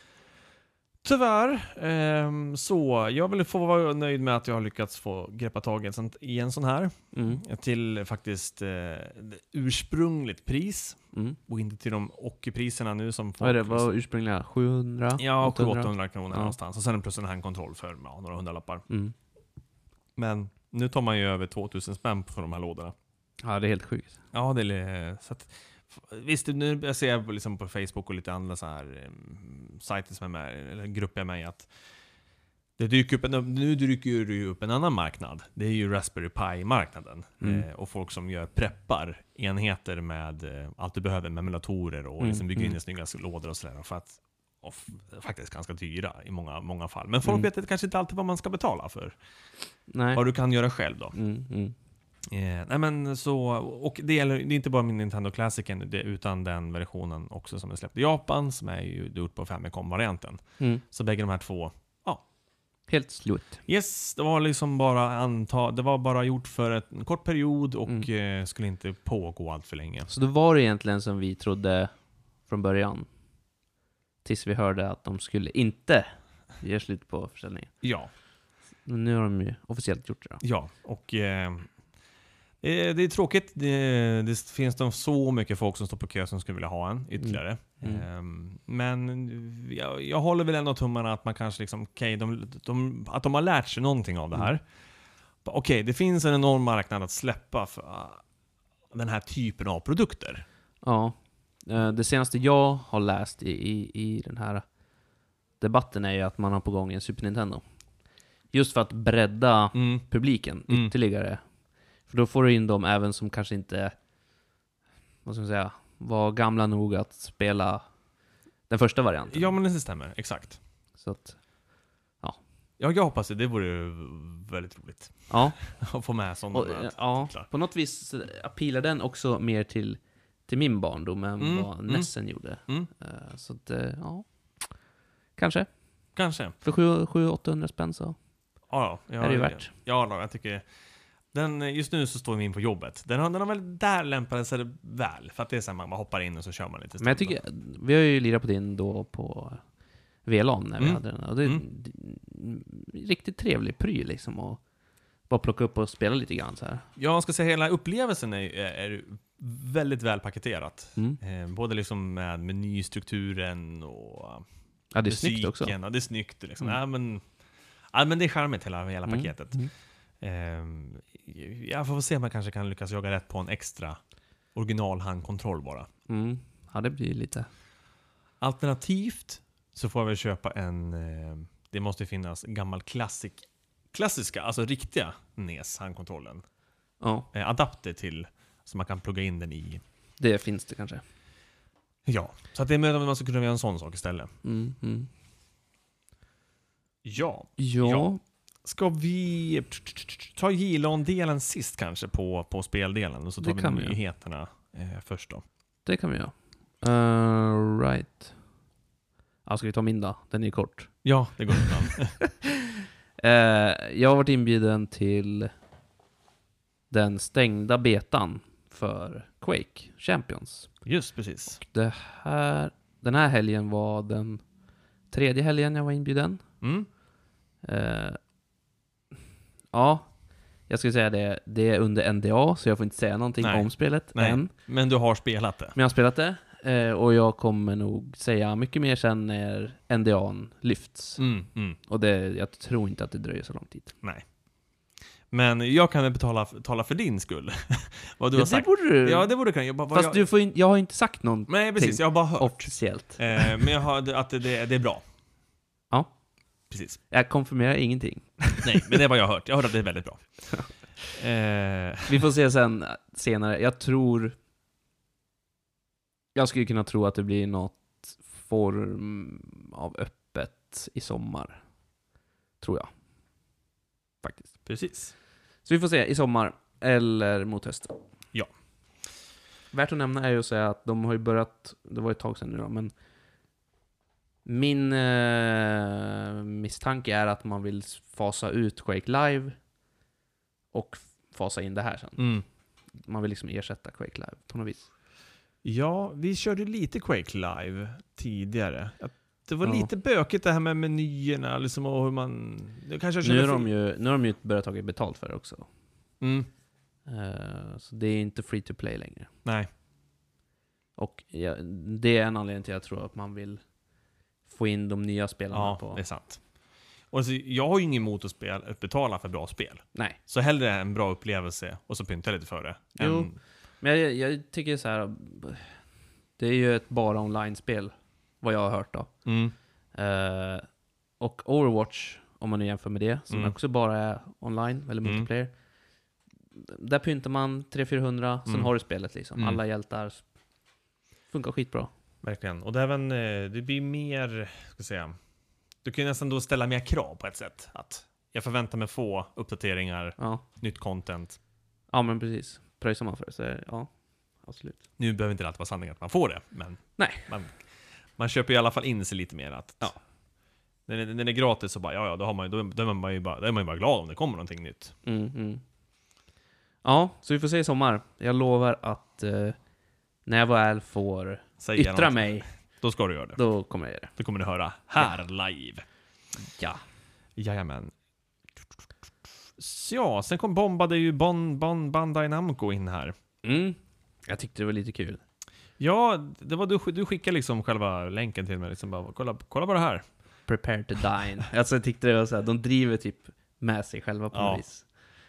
Tyvärr, ehm, så jag vill få vara nöjd med att jag har lyckats få greppa tag i en sån, i en sån här Mm. till faktiskt eh, ursprungligt pris Mm. och inte till de ockerpriserna nu som Vad är det? folk- Vad var ursprungliga? sjuhundra? Ja, åttahundra? åttahundra kronor Ja. någonstans. Och sen plus en handkontroll för ja, några hundralappar. Mm. Men nu tar man ju över tvåtusen spänn för de här lådorna. Ja, det är helt sjukt. Ja, det är så att, visst, nu jag ser jag liksom på Facebook och lite andra så här um, sajter som är med, eller grupper jag är med i, att det dyker upp en, nu dyker det ju upp en annan marknad. Det är ju Raspberry Pi-marknaden. Mm. Eh, och folk som gör preppar enheter med eh, allt du behöver med emulatorer och Mm, liksom bygger in mm. i snygga lådor och sådär. För att och f- faktiskt ganska dyra i många, många fall. Men folk Mm. vet kanske inte alltid vad man ska betala för. Nej. Vad du kan göra själv då. Mm, mm. Eh, nej men så, och det, gäller, det är inte bara min Nintendo Classic än, det, utan den versionen också som är släppt i Japan, som är ju gjort på Famicom-varianten. Mm. Så bägge de här två, Helt slut. yes, det var liksom bara anta, det var bara gjort för ett- en kort period och Mm. eh, skulle inte pågå allt för länge. Så då var det egentligen som vi trodde från början. Tills vi hörde att de skulle inte göra slut på försäljningen. Ja, Men nu har de ju officiellt gjort det då. ja, och eh, det, det är tråkigt. Det, det finns de så mycket folk som står på kö som skulle vilja ha en ytterligare. Mm. Ehm, men jag, jag håller väl ändå tummarna att man kanske liksom, okej, de, de, att de har lärt sig någonting av det här. Okej, det finns en enorm marknad att släppa för uh, den här typen av produkter. Ja. Eh, Det senaste jag har läst i, i, i den här debatten är ju att man har på gång en Super Nintendo. Just för att bredda Mm. publiken Mm. ytterligare. För då får du in dem även som kanske inte, vad ska man säga, var gamla nog att spela den första varianten. Ja, men det stämmer. Exakt. Så att, Ja, jag hoppas det. Det vore väldigt roligt ja. att få med sådana. Och, eh, ja, titlar. på något vis appealar den också mer till, till min barndom än Mm, vad mm. Nessen gjorde. Mm. Eh, Så att, eh, ja. Kanske. Kanske. För sju till åttahundra spänn så Ja, ja, är det ju ja, värt. Ja, då, jag tycker den, just nu så står vi in på jobbet. Den har, den har väl där lämpat sig väl. För att det är så här, man bara hoppar in och så kör man lite. Men jag stund tycker, vi har ju lirat på din då på V L A N när vi Mm. hade den. Och det är Mm. en riktigt trevlig pryl liksom. Och bara plocka upp och spela lite grann så här. då. Jag ska säga hela upplevelsen är, är väldigt väl paketerat. Mm. Eh, både liksom med menystrukturen och Ja, det är snyggt också. musiken, och det är snyggt. Liksom. Mm. Ja, men, ja, men det är charmigt hela, hela Mm. paketet. Mm. Ehm, jag får se om jag kanske kan lyckas jaga rätt på en extra original handkontroll bara. Mm. Ja, det blir lite... Alternativt så får jag väl köpa en, eh, det måste finnas gammal klassik, klassiska, alltså riktiga N E S handkontrollen. Ja, Eh, adapter till, så man kan plugga in den i. det finns det kanske. Ja, så att det är möjligt att man skulle kunna göra en sån sak istället. Mm. Mm. Ja, Ja. Ja. Ska vi ta Gilon-delen sist kanske på, på speldelen? Och så tar Det vi kan vi, ja. nyheterna eh, först då. Det kan vi göra. Uh, right. Ja, ska vi ta min då? Den är ju kort. Ja, det går ibland. Eh, jag har varit inbjuden till den stängda betan för Quake Champions. Just precis. Det här, den här helgen var den tredje helgen jag var inbjuden. Mm. Eh, ja, jag skulle säga det. Det är under N D A, så jag får inte säga någonting Nej. om spelet Nej. än. Men du har spelat det? Men jag har spelat det. Eh, och jag kommer nog säga mycket mer sen när N D A:n lyfts. Mm, mm. Och det, jag tror inte att det dröjer så lång tid. Nej. Men jag kan väl betala, betala för din skull. Vad du Ja, har sagt. det borde du. Ja, det borde du kunna. Jag bara, vad Fast jag... du får in, jag har inte sagt någon Nej, precis. Jag har bara hört. officiellt. Eh, men jag har att det, det är bra. Ja. Precis. Jag konfirmerar ingenting. Nej, men det är vad jag har hört. Jag har hört att det är väldigt bra. Eh, Vi får se sen senare. Jag tror... Jag skulle kunna tro att det blir något form av öppet i sommar. Tror jag. Faktiskt. precis. Så vi får se i sommar eller mot hösten. Ja. Värt att nämna är ju att säga att de har ju börjat, det var ett tag sedan nu då, men min eh, misstanke är att man vill fasa ut Quake Live och fasa in det här sen. Mm. Man vill liksom ersätta Quake Live på något vis. Ja, vi körde lite Quake Live tidigare. Det var Ja. lite bökigt det här med menyerna liksom, och hur man... Det kanske Nu känner har, de för... ju, nu har de ju börjat ta betalt för det också. Mm. Eh, så det är inte free to play längre. Nej. Och ja, det är en anledning till att jag tror att man vill få in de nya spelarna Ja, på... det är sant. Och alltså, jag har ju ingen emot att, spela, att betala för bra spel. Nej. Så hellre en bra upplevelse och så pynta lite för det. Jo. Än... Men jag, jag tycker så här. Det är ju ett bara online-spel, vad jag har hört då. Mm. Eh, och Overwatch, om man nu jämför med det, som Mm. också bara är online, eller Mm. multiplayer. Där pyntar man tre hundra fyrahundra, sen Mm. har du spelet liksom. Mm. Alla hjältar. Funkar skitbra. Verkligen. Och det, är även, eh, det blir mer, ska jag säga, du kan ju nästan då ställa mer krav på ett sätt. Att jag förväntar mig få uppdateringar, Ja, nytt content. ja men precis. Pröjsar man för det så är det, ja, absolut. Nu behöver inte det alltid vara sanning att man får det, men Nej. Man, man köper i alla fall in sig lite mer att Ja. när, det, när det är gratis så bara, ja, ja, då, har man, då, då, är man ju bara, då är man ju bara glad om det kommer någonting nytt. Mm, mm. Ja, så vi får se i sommar. Jag lovar att eh, när jag väl får Säg yttra gärna. mig, Då ska du göra det. då kommer jag göra det. Då kommer du höra här live. Ja. Jajamän. Så ja, sen kom bombade ju bon, bon, Bandai Namco in här. Mm. Jag tyckte det var lite kul. Ja, det var du, du skickade liksom själva länken till mig. Liksom bara, kolla, kolla på det här. Prepare to die. Alltså jag tyckte det var så här, de driver typ med sig själva på Ja. något vis.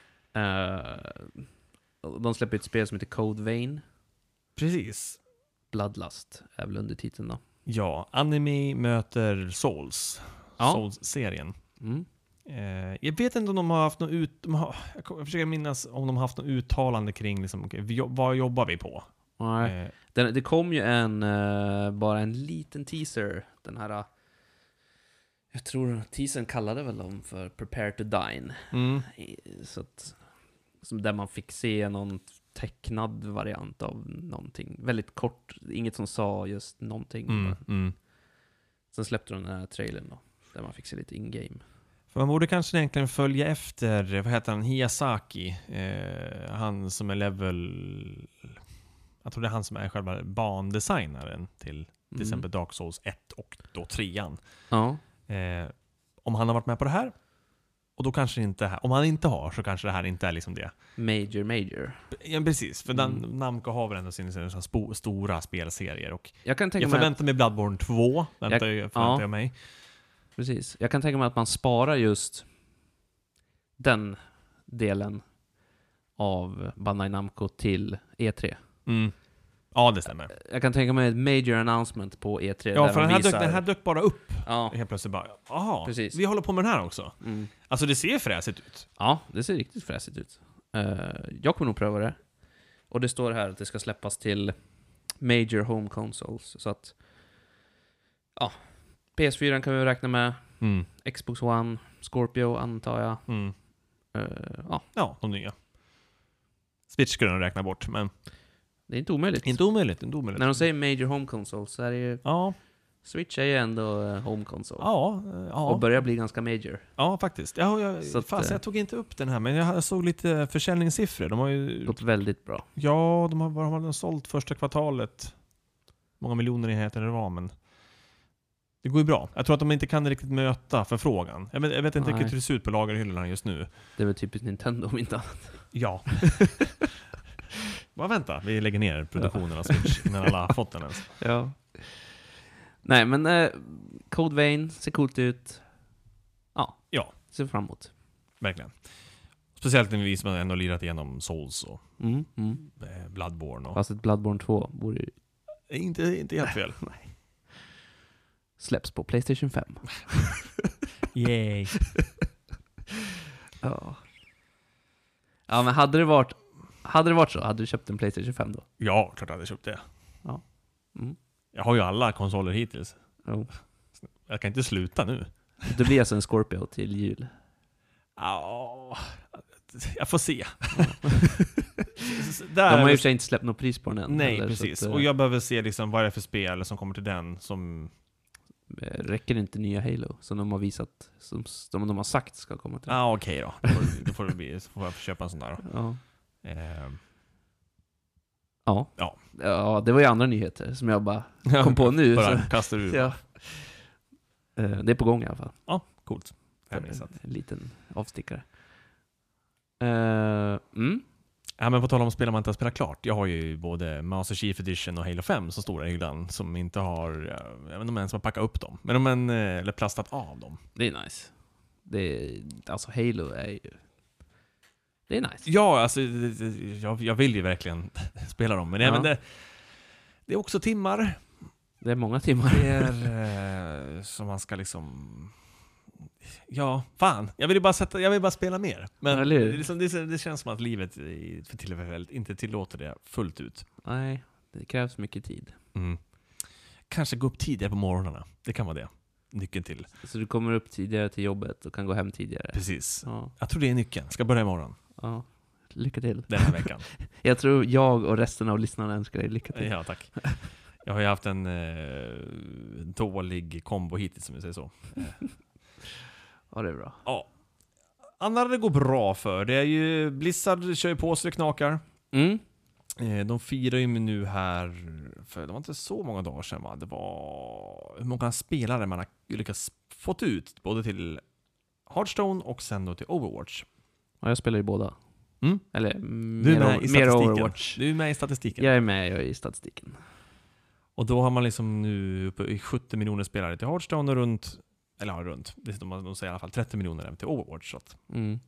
Uh, de släpper ett spel som heter Code Vein. Precis. Bloodlust är väl under titeln då. Ja, anime möter Souls. Ja. Souls-serien. Mm. Eh, jag vet inte om de har haft något ut... De har, jag kommer- jag försöker minnas om de har haft något uttalande kring liksom, okay, vi, jo- vad jobbar vi på? Nej. Eh, Den, det kom ju en, eh, bara en liten teaser. Den här, eh, jag tror teasern kallade väl dem för Prepare to Dine. mm, I- Så att, som där man fick se någon tecknad variant av någonting. Väldigt kort, inget som sa just någonting. mm, bara. mm. Sen släppte de den här trailern då, där man fick se lite in-game. För man borde kanske egentligen följa efter, vad heter han, Hiyasaki. Eh, han som är level... Jag tror det är han som är själva bandesignaren till till Mm. exempel Dark Souls ett och då trean. Ja, Eh, om han har varit med på det här, och då kanske inte här. Om han inte har så kanske det här inte är liksom det. Major Major. Ja, precis, för Mm. den, Namco har väl ändå sina, sina spo, stora spelserier. Och Jag kan tänka jag mig att, förväntar mig Bloodborne två, väntar jag, förväntar ja. jag mig. precis. Jag kan tänka mig att man sparar just den delen av Bandai Namco till E tre. Mm. Ja, det stämmer. Jag kan tänka mig ett major announcement på E tre. Ja, där för de den här, visar... dök, den här dök bara upp. Ja, Helt plötsligt bara, jaha, Precis. vi håller på med den här också. mm. Alltså det ser fräsigt ut. Ja, det ser riktigt fräsigt ut. Uh, jag kommer nog pröva det. Och det står här att det ska släppas till Major Home Consoles. Så att, ja, P S fyra kan vi räkna med. Mm. Xbox One, Scorpio antar jag. Mm. Uh, ja, Ja, de nya. Switch skulle de räkna bort, men det är inte omöjligt. inte omöjligt, inte omöjligt. När de säger Major Home Consoles så är det ju... Ja, Switch är ju ändå uh, Home Console. ja, eh, ja. Och börjar bli ganska major. Ja, faktiskt. Ja, jag, Så att, fast eh, jag tog inte upp den här, men jag såg lite försäljningssiffror. De har ju... Gått väldigt bra. Ja, de har, vad har de sålt första kvartalet. Många miljoner enheter det var, men det går ju bra. Jag tror att de inte kan riktigt möta förfrågan. Jag vet, jag vet inte Nej. riktigt hur det ser ut på lagerhyllorna just nu. Det är väl typiskt Nintendo om inte annat. Ja. Bara vänta, vi lägger ner produktionen av Switch när alla har fått den ens. Ja. Nej, men eh, Code Vein ser coolt ut. Ja, Ja. ser fram emot. Verkligen. Speciellt när vi som ändå lirat igenom Souls och Mm, mm. eh, Bloodborne. Och... Fast ett Bloodborne två borde ju... Inte, inte helt fel. Nej. Släpps på PlayStation fem. Yay. Ja. Ja, men hade det varit hade det varit så, hade du köpt en PlayStation fem då? Ja, klart jag hade köpt det. Ja. Mm. Jag har ju alla konsoler hittills. Jo. Jag kan inte sluta nu. Det blir alltså en Scorpio till jul. Ja, jag får se. De har ju i och för sig inte släppt något pris på den än. Nej, heller, precis. att, och jag behöver se liksom vad det är för spel som kommer till den som... räcker inte nya Halo som de har visat, som de, de har sagt ska komma till. Ja, ah, okej okay då. Då får, då får det bli, så får jag köpa en sån där då. Ja. Eh. Ja. Ja. Ja, det var ju andra nyheter som jag bara kom på nu. Bara så. kastar du. Ja. Eh, Det är på gång i alla fall. Ja, coolt. En, en liten avstickare. Uh, mm. Ja, men på tal om spel man inte har spelat klart. Jag har ju både Master Chief Edition och Halo fem så stora i hyllan som inte har, jag vet inte om ens har packat upp dem. Men de en, eller plastat av dem. Det är nice. Det är, alltså Halo är ju... Det är nice. Ja, alltså jag, jag vill ju verkligen spela dem. Men, ja. men det, det är också timmar. Det är många timmar. Det är eh, som man ska liksom... Ja, fan. Jag vill ju bara, sätta, jag vill bara spela mer. Men Eller? det, är liksom, det, det känns som att livet för tillfället inte tillåter det fullt ut. Nej, det krävs mycket tid. Mm. Kanske gå upp tidigare på morgnarna. Det kan vara det. Nyckeln till. Så du kommer upp tidigare till jobbet och kan gå hem tidigare. Precis. Ja. Jag tror det är nyckeln. Ska börja imorgon. Ja. Lycka till. Den här veckan. Jag tror jag och resten av lyssnarna önskar dig lycka till. Ja, tack. Jag har ju haft en eh, dålig kombo hittills, som vi säger så. Ja, det är bra. Ja. Andra det går bra för. Det är ju Blizzard kör ju på så det knakar. Mm. Eh, de firar ju nu här, för det var inte så många dagar sedan, va? Det var hur många spelare man har lyckats fått ut både till Hearthstone och sen då till Overwatch. Ja, jag spelar ju båda. Mm. Eller Du är mer, med i mer statistiken. Overwatch. Du är med i statistiken. Jag är med jag är i statistiken. Och då har man liksom nu uppe i sjuttio miljoner spelare till Hearthstone och runt, eller ja, runt, dessutom de säger i alla fall trettio miljoner även till Overwatch. Så att. Mm.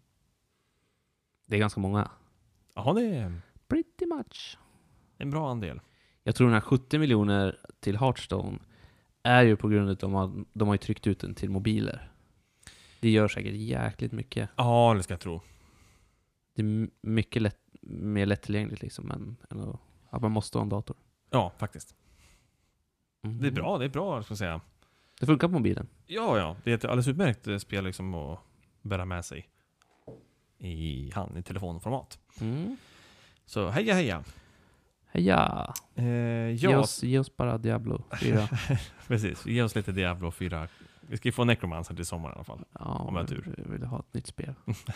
Det är ganska många. Jaha, det är Pretty much. en bra andel. Jag tror den här sjuttio miljoner till Hearthstone är ju på grund av att de har ju tryckt ut den till mobiler. Det gör säkert jäkligt mycket. Ja, det ska jag tro. Det är mycket lätt, mer lättillgängligt liksom än, än att, att man måste ha en dator. Ja, faktiskt. Mm. Det är bra, det är bra, ska jag säga. Det funkar på mobilen. Ja, ja. Det är ett alldeles utmärkt spel liksom att bära med sig i hand, i telefonformat. Mm. Så heja, heja. Heja! Eh, ja, Ge, oss, ge oss bara Diablo fyra. precis. Ge oss lite Diablo fyra. Vi ska ju få Necromancer till sommaren i alla fall. Ja, om jag har tur. Jag vill ha ett nytt spel.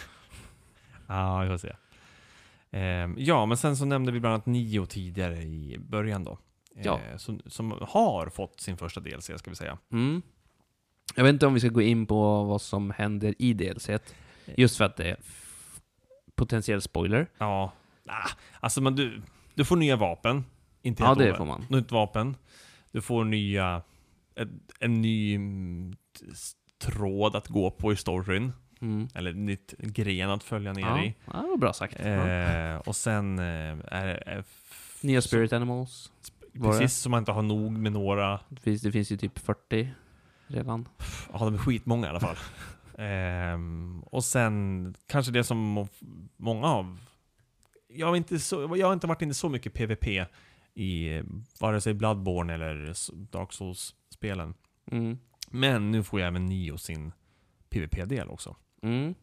Ja, vi får se. Eh, ja, men sen så nämnde vi bland annat Nio tidigare i början då. Eh, Ja. som, som har fått sin första D L C, ska vi säga. Mm. Jag vet inte om vi ska gå in på vad som händer i D L C. Just för att det är f- potentiell spoiler. Ja, ah, alltså men du, du får nya vapen. Inte Ja, helt det over. får man. Nytt vapen. Du får nya en, en ny mm, tråd att gå på i storyn. Mm. Eller nytt gren att följa ner Ja. i. Ja, det var bra sagt. Ja. Eh, och sen eh, är det... är f- Nya Spirit Animals. Var det? Precis som man inte har nog med några. Det finns, det finns ju typ fyrtio redan. Ja, de är skitmånga i alla fall. ehm, och sen kanske det som må- många av... Jag har inte, så, jag har inte varit inne så mycket PvP i vare sig Bloodborne eller s- Dark Souls-spelen. Mm. Men nu får jag även Nio sin PvP-del också. Mm.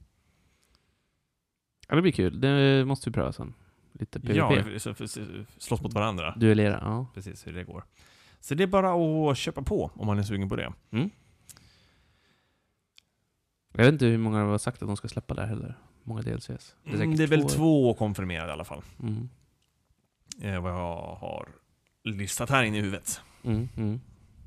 Ja, det blir kul. Det måste vi pröva sen. Lite PvP. Ja, så- så- så- slåss mot varandra. Duellera, ja. Precis hur det går. Så det är bara att köpa på om man är sugen på det. Mm. Jag vet inte hur många har sagt att de ska släppa där heller. Många D L Cs. Det är, mm, det är väl två. två konfirmerade i alla fall. Mm. Eh, vad jag har listat här inne i huvudet. Mm, mm.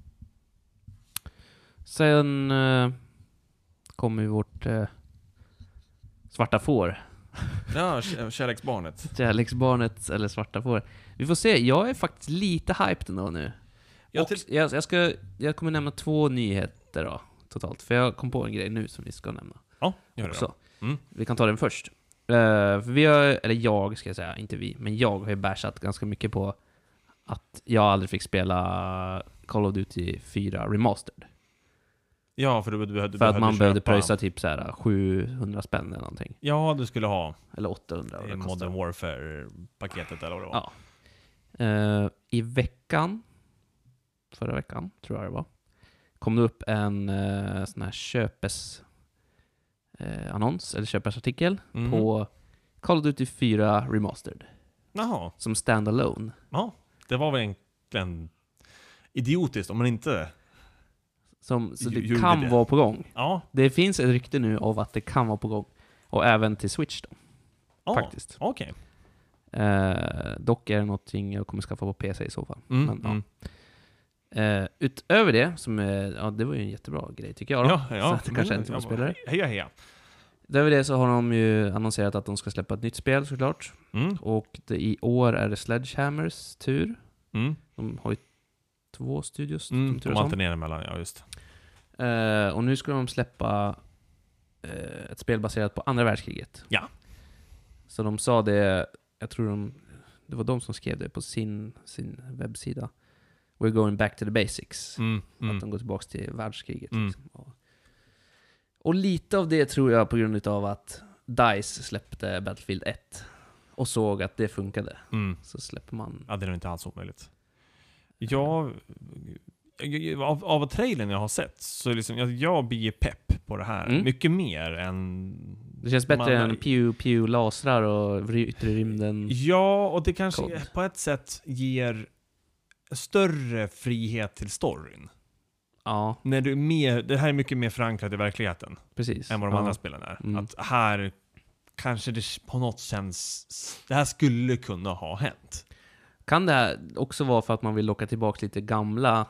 Sen eh, kommer ju vårt eh, svarta får. Ja, k- kärleksbarnet. Kärleksbarnet eller svarta får. Vi får se. Jag är faktiskt lite hyped ändå nu. Jag Och till- jag, jag, ska, jag kommer nämna två nyheter då, totalt. För jag kom på en grej nu som vi ska nämna Ja, gör det också. då. Mm. Vi kan ta den först. Uh, för vi har, eller jag ska jag säga, inte vi, men jag har ju bashat ganska mycket på att jag aldrig fick spela Call of Duty fyra Remastered. Ja, för du, du, du För att man behövde köpa... pröjsa typ så här sjuhundra spänn eller någonting. Ja, du skulle ha Eller åttahundra. i Modern Warfare-paketet eller vad det var. Ja. Uh, I veckan, förra veckan tror jag det var, kom det upp en uh, sån här köpes uh, annons, eller köpesartikel mm. på Call of Duty fyra Remastered. Jaha. Som standalone. Ja, det var väl egentligen idiotiskt om man inte... Som, så det Gjorde kan det. vara på gång. Ja. Det finns ett rykte nu av att det kan vara på gång. Och även till Switch då. Ja, faktiskt. Okej. Okay. Uh, dock är det någonting jag kommer skaffa på P C i så fall. Mm, Men, mm. ja. uh, utöver det, som är, ja, det var ju en jättebra grej tycker jag då. Ja, ja. Så att det kanske men, inte var ja, spelare. Heja, heja. Utöver det så har de ju annonserat att de ska släppa ett nytt spel såklart. Mm. Och det, i år är det Sledgehammers tur. Mm. De har ju två studios. Mm, de de alternerar mellan, ja just. Uh, och nu ska de släppa uh, ett spel baserat på andra världskriget. Ja. Så de sa det, jag tror de, det var de som skrev det på sin, sin webbsida. We're going back to the basics. Mm, mm. Att de går tillbaka till världskriget. Mm. Liksom. Och, och lite av det tror jag på grund av att DICE släppte Battlefield ett och såg att det funkade. Mm. Så släpper man... Ja, det är nog inte alls omöjligt. Jag, jag, av, av trailern jag har sett så liksom, jag, jag blir pepp på det här. Mm. Mycket mer än... Det känns bättre man, än pew pew lasrar och yttre rymden. Ja, och det kanske Code. på ett sätt ger större frihet till storyn. Ja, När du är mer, det här är mycket mer förankrat i verkligheten precis. än vad de ja. andra spelen är. Mm. Att här kanske det på något känns... Det här skulle kunna ha hänt. Kan det här också vara för att man vill locka tillbaka lite gamla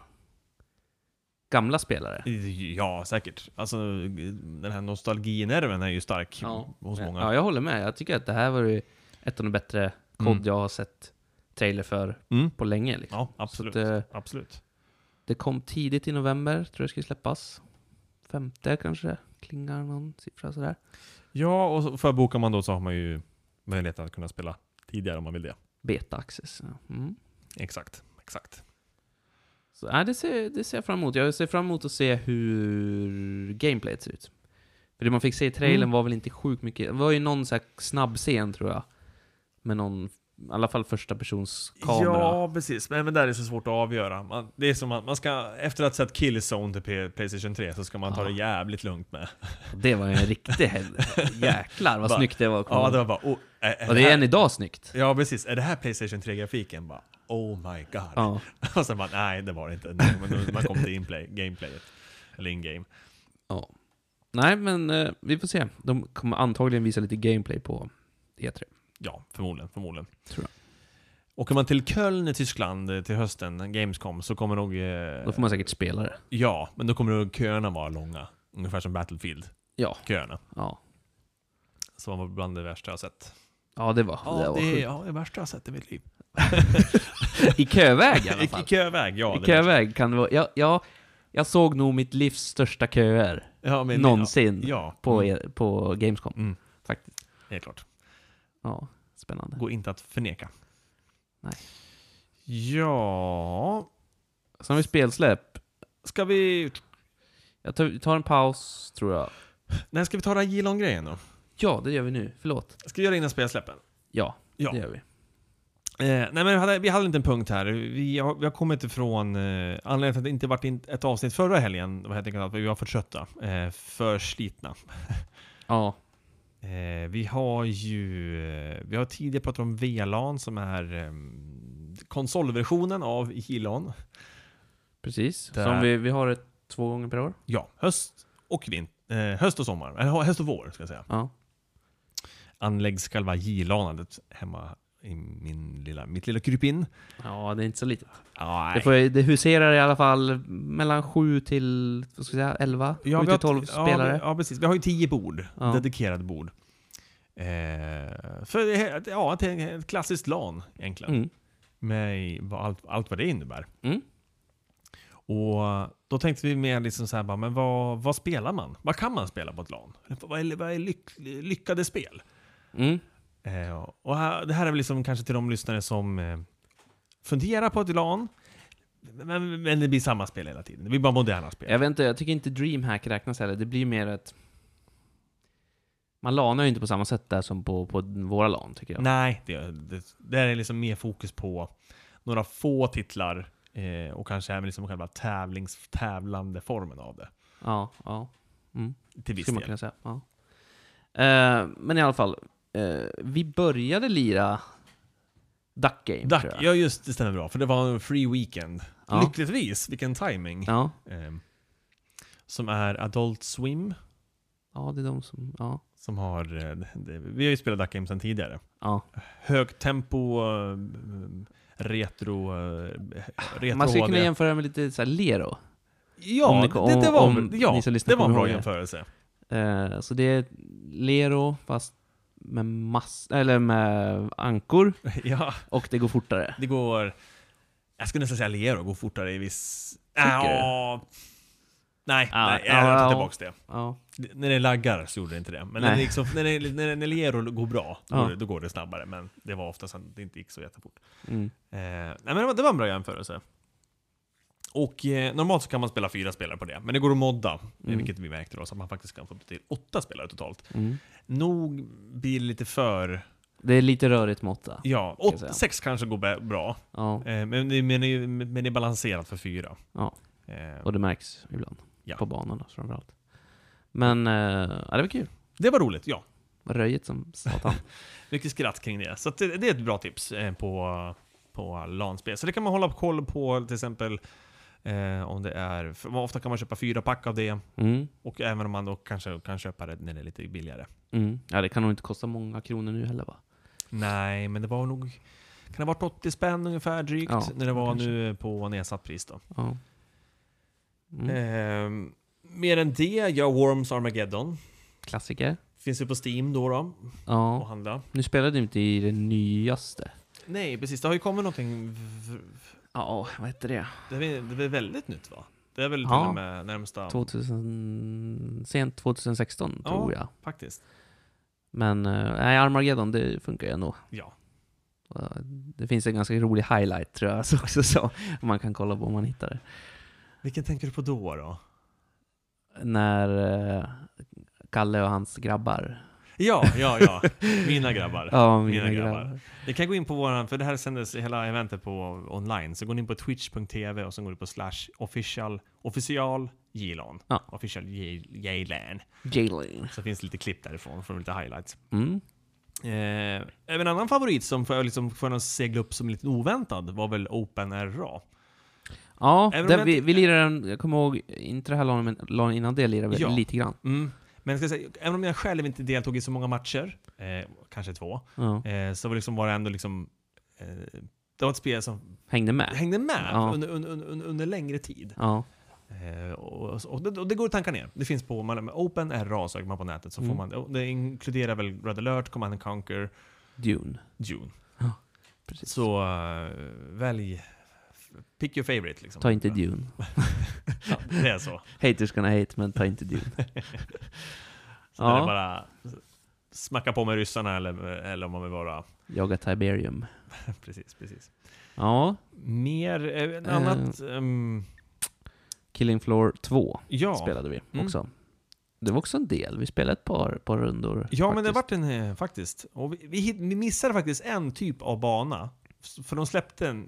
gamla spelare? Ja, säkert. Alltså, den här nostalginerven är ju stark Ja. hos många. Ja, jag håller med. Jag tycker att det här var ju ett av de bättre kod Mm. jag har sett trailer för Mm. på länge. Liksom. Ja, absolut. Så att, eh, absolut. det kom tidigt i november, tror jag skulle släppas. Femte kanske, klingar någon siffra sådär. Ja, och så förbokar man då så har man ju möjlighet att kunna spela tidigare om man vill det. Beta access. Ja. Mm. Exakt, exakt. Så, äh, det, ser, det ser jag fram emot. Jag ser fram emot att se hur gameplayet ser ut. För det man fick se i trailern Mm. var väl inte sjukt mycket. Det var ju någon så här snabb scen tror jag. Med någon, i alla fall första persons kamera. Ja, precis. Men, men där är det så svårt att avgöra. Man, det är som att man ska, efter att ha sett Killzone till P- Playstation tre så ska man ta Ja. det jävligt lugnt med. Det var ju en riktig helg. Jäklar vad Bara- snyggt det var. Ja, det var bara... Oh, är, är Och det är här- än idag snyggt. Ja, precis. Är det här Playstation tre-grafiken? Bara, oh my god. Ja. Och sen bara, nej det var det inte. Nej, men då- man kom till inplay, gameplayet. Eller in-game. Ja. Nej, men eh, vi får se. De kommer antagligen visa lite gameplay på E tre. Ja, förmodligen, förmodligen. Tror jag. Åker man till Köln i Tyskland eh, till hösten, Gamescom, så kommer nog... Eh, Då får man säkert spela det. Ja, men då kommer nog köerna vara långa. Ungefär som Battlefield. Ja. Köerna. Ja. Som var bland det värsta jag har sett. Ja, det var, Ja, det var det är sjukt. ja, det värsta jag har sett i mitt liv. I köväg i alla I, fall. I köväg, ja. I det köväg kan det vara. Ja, ja, jag såg nog mitt livs största köer Ja, men, någonsin Ja. på, Mm. e- på Gamescom. Mm. Faktiskt. Helt klart. Ja, spännande. Går inte att förneka. Nej. Ja... Sen har vi spelsläpp. Ska vi... Jag tar, tar en paus, tror jag. Nej, ska vi ta den här Gilon-grejen då? Ja, det gör vi nu. Förlåt. Ska vi göra innan spelsläppen? Ja, Ja. det gör vi. Eh, nej men vi hade, vi hade en liten punkt här. Vi har, vi har kommit ifrån eh, anledningen till att det inte varit in, ett avsnitt förra helgen var helt enkelt att vi var för trötta, eh, för slitna. Ja, Eh, vi har ju eh, vi har tidigare pratat om V LAN som är eh, konsolversionen av Gilon. precis. Där. Som vi, vi har det två gånger per år. Ja, höst och vint, eh, höst och sommar, eller höst och vår ska jag säga. Ja. Anläggs själva Gilanet hemma i min lilla, mitt lilla krypin. Ja, det är inte så litet. Ah, Det, får, det huserar i alla fall mellan sju till vad ska jag säga, elva, Ja, sju vi har till tolv t- spelare. Ja, vi, ja, precis. Vi har ju tio bord. Ja. Dedikerade bord. Eh, för det är, ja, det är ett klassiskt LAN egentligen. Mm. Med vad- allt, allt vad det innebär. Mm. Och då tänkte vi mer liksom så här, bara, men vad, vad spelar man? Vad kan man spela på ett LAN? Vad är, vad är lyck, lyckade spel? Mm. Eh, och här, det här är väl liksom kanske till de lyssnare som eh, funderar på ett LAN. Men, men det blir samma spel hela tiden. Det blir bara moderna spel. Jag vet inte, jag tycker inte DreamHack räknas heller. Det blir mer ett... Man lanar ju inte på samma sätt där som på, på våra LAN, tycker jag. Nej, det, det, det är liksom mer fokus på några få titlar eh, och kanske även liksom själva tävlings, tävlande formen av det. Ja, ja. Mm. Till viss Skulle man del. kunna säga. Ja. Eh, men i alla fall, eh, vi började lira Duck Game, Duck, tror jag. ja just det, stämmer bra. För det var en free weekend. Ja. Lyckligtvis, vilken timing. Ja. Eh, som är Adult Swim. Ja, det är de som... Ja. Som har, eh, det, vi har ju spelat Duck Game sedan tidigare. Ja. Högtempo, eh, retro, eh, retro Man skulle H D. kunna jämföra med lite så här Lero. Ja, Om ni- det, det var, om ja, ni som lyssnar det var en kommer bra ihåg det. jämförelse. Eh, så det är Lero, fast med mass... Eller med ankor. Ja, Och det går fortare. det går... Jag skulle nästan säga Lero går fortare i viss... Tycker ja, nej, Ja, nej, ja, jag tar ja. tillbaka det. Ja. Det- När det laggar så gjorde det inte det. Men när, Nej. det liksom, när, det, när, när Lero går bra, då, Ja. går det, då går det snabbare. Men det var ofta så att det inte gick så jättefort. Mm. Eh, nej, men det var, det var en bra jämförelse. Och eh, normalt så kan man spela fyra spelare på det. Men det går att modda, Mm. vilket vi märkte då, så att man faktiskt kan få till åtta spelare totalt. Mm. Nog blir det lite för... Det är lite rörigt måtta. Ja, jag åt, säga. sex kanske går bä- bra. Ja. Eh, men, det, men, det, men det är balanserat för fyra. Ja. Eh, Och det märks ibland. Ja. På banorna framförallt. Men, eh, ja, det var kul. det var roligt, ja. Röjigt som satan. Mycket skratt kring det. Så att det, det är ett bra tips eh, på, på LAN-spel. Så det kan man hålla koll på, till exempel eh, om det är... För ofta kan man köpa fyra pack av det. Mm. Och även om man då kanske kan köpa det när det är lite billigare. Mm. Ja, det kan nog inte kosta många kronor nu heller, va? Nej, men det var nog... Kan det ha varit åttio spänn ungefär drygt Ja, när det var kanske. nu på nedsatt pris då. Ja. Mm. Eh, mer än det, ja, Worms Armageddon. Klassiker. Finns ju på Steam då, då att Ja. handla. Nu spelade du inte i det nyaste. Nej, precis. Det har ju kommit någonting... v- v- Ja, vad heter det? Det är, det är väldigt nytt, va? Det är väl till Ja. och med närmsta... tvåtusen... Sent tjugohundrasexton, Ja. tror jag. Faktiskt. Men, eh, nej, Armageddon, det funkar ju ändå. Ja. Eh, Det finns en ganska rolig highlight, tror jag, så också så. Man kan kolla på om man hittar det. Vilken tänker du på då, då? När eh, Kalle och hans grabbar... Ja, ja, ja. Mina grabbar. Ja, mina, Mina grabbar. grabbar. Ni kan gå in på våran, för det här sändes hela eventet på online, så gå in på twitch punkt tv och så går du på slash official, official J-LAN. Ja. Official J- J-LAN. Jalen. Så finns det lite klipp därifrån, från lite highlights. Mm. Eh, även en annan favorit som får, liksom, får att segla upp som lite oväntad var väl OpenRA. Ja, Även om där jag vi, inte- vi lirade den, jag kommer ihåg, inte det här LAN, men LAN innan det lirade vi Ja. lite grann. Mm. Men jag ska säga, även om jag själv inte deltog i så många matcher, eh, kanske två, Ja. eh, så var, liksom, var det ändå liksom... Eh, det var ett spel som Hängde med. hängde med Ja. under, under, under, under längre tid. Ja. Eh, och, och, det, och det går att tanka ner. Det finns på man, OpenRA, söker man på nätet, så Mm. får man... och det inkluderar väl Red Alert, Command and Conquer, Dune. Dune. Precis. Så uh, välj... Pick your favorite, liksom. Ta inte Dune. Ja, det är så. Haters gonna hate, men ta inte Dune. Så Ja. är det bara smacka på med ryssarna, eller, eller om man vill vara... Jaga Tiberium. precis, precis. Ja. Mer, eh, en Eh. annat... ehm, Killing Floor två ja. spelade vi Mm. också. Det var också en del. Vi spelade ett par, par rundor. Ja, men det faktiskt. vart en eh, faktiskt. Och vi, vi, hit- vi missade faktiskt en typ av bana. F- För de släppte en...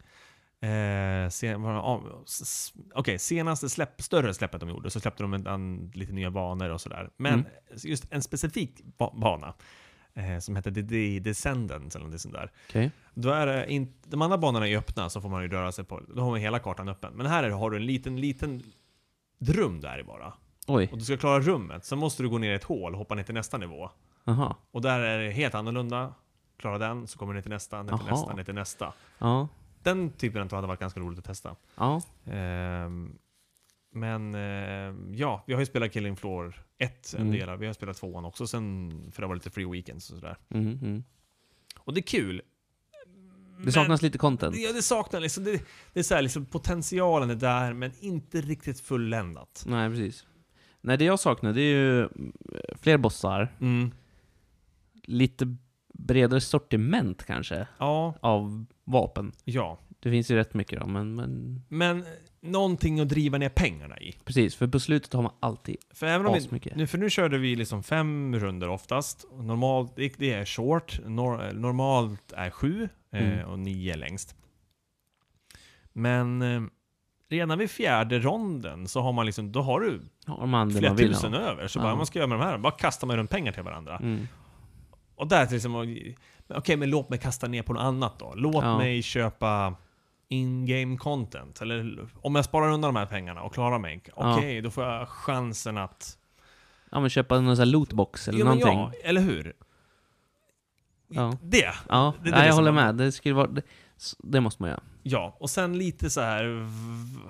Eh, sen, vad var det? Ah, s- s- Okej, senaste släpp, större släppet de gjorde, så släppte de en, en, lite nya banor och sådär. Men Mm. just en specifik ba- bana eh, som heter The, The Descendants eller något sånt där. Okej. Då är det in, de andra banorna är öppna, så får man ju röra sig på. Då har man hela kartan öppen. Men här är, har du en liten, liten rum där i bara. Oj. Och du ska klara rummet, så måste du gå ner i ett hål och hoppa ner till nästa nivå. Aha. Och där är det helt annorlunda. Klara den, så kommer du ner till nästa, ner till Aha. nästa, ner till nästa. Ja. Den typen av hade varit ganska roligt att testa. Ja. Ehm, men ehm, ja, vi har ju spelat Killing Floor ett en Mm. del av. Vi har spelat tvåan också sen, för det var lite free weekends och sådär. Mm, mm. Och det är kul. Det saknas lite content. Ja, det saknar liksom. Det, det är så här, liksom, potentialen är där, men inte riktigt fulländat. Nej, precis. Nej, det jag saknar, det är ju mm, fler bossar. Mm. lite bredare sortiment kanske Ja, av vapen. ja. Det finns ju rätt mycket då, men, men Men någonting att driva ner pengarna i. precis, för på slutet har man alltid För även om vi, asmycket. nu, för nu körde vi liksom fem runder oftast. Normalt, det det är short. Nor, normalt är sju eh, Mm. och nio längst. Men eh, redan vid fjärde ronden så har man liksom, då har du Har man det flera man vill tusen ha. över. Så Ja. bara, man ska göra med de här, bara kastar man runt pengar till varandra. Mm. Och där till liksom, okej, men låt mig kasta ner på något annat då. Låt Ja. mig köpa in-game content. Eller om jag sparar undan de här pengarna och klarar mig, okej, då får jag chansen att... Ja, men köpa någon sån här lootbox eller Jo, men någonting. ja, eller hur? Ja. Det! Ja, det är nej, jag liksom- håller med. Det, skulle vara, det, det måste man göra. Ja, och sen lite så här v-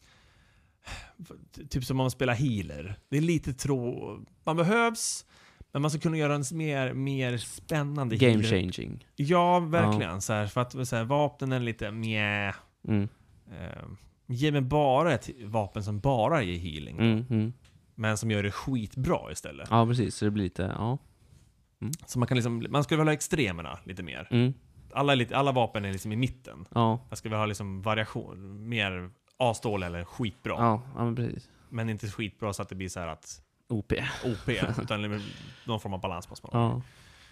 v- typ som om man spelar healer. Det är lite trå... Man behövs, men man ska kunna göra en mer, mer spännande Game healer. changing. Ja, verkligen. Så här, för att så här, vapnen är lite mjä. Mm. Eh, ge mig bara ett vapen som bara ger healing. Mm, mm. Men som gör det skitbra istället. Ja, precis. Så det blir lite, ja. Så man kan liksom, man skulle vilja ha extremerna lite mer. Mm. Alla, är lite, alla vapen är liksom i mitten. Ja. Jag skulle vilja ha liksom variation, mer A-stål eller skitbra. Ja, ja, men precis. Men inte skitbra så att det blir så här att O P. O P, utan någon form av balans måste man ha.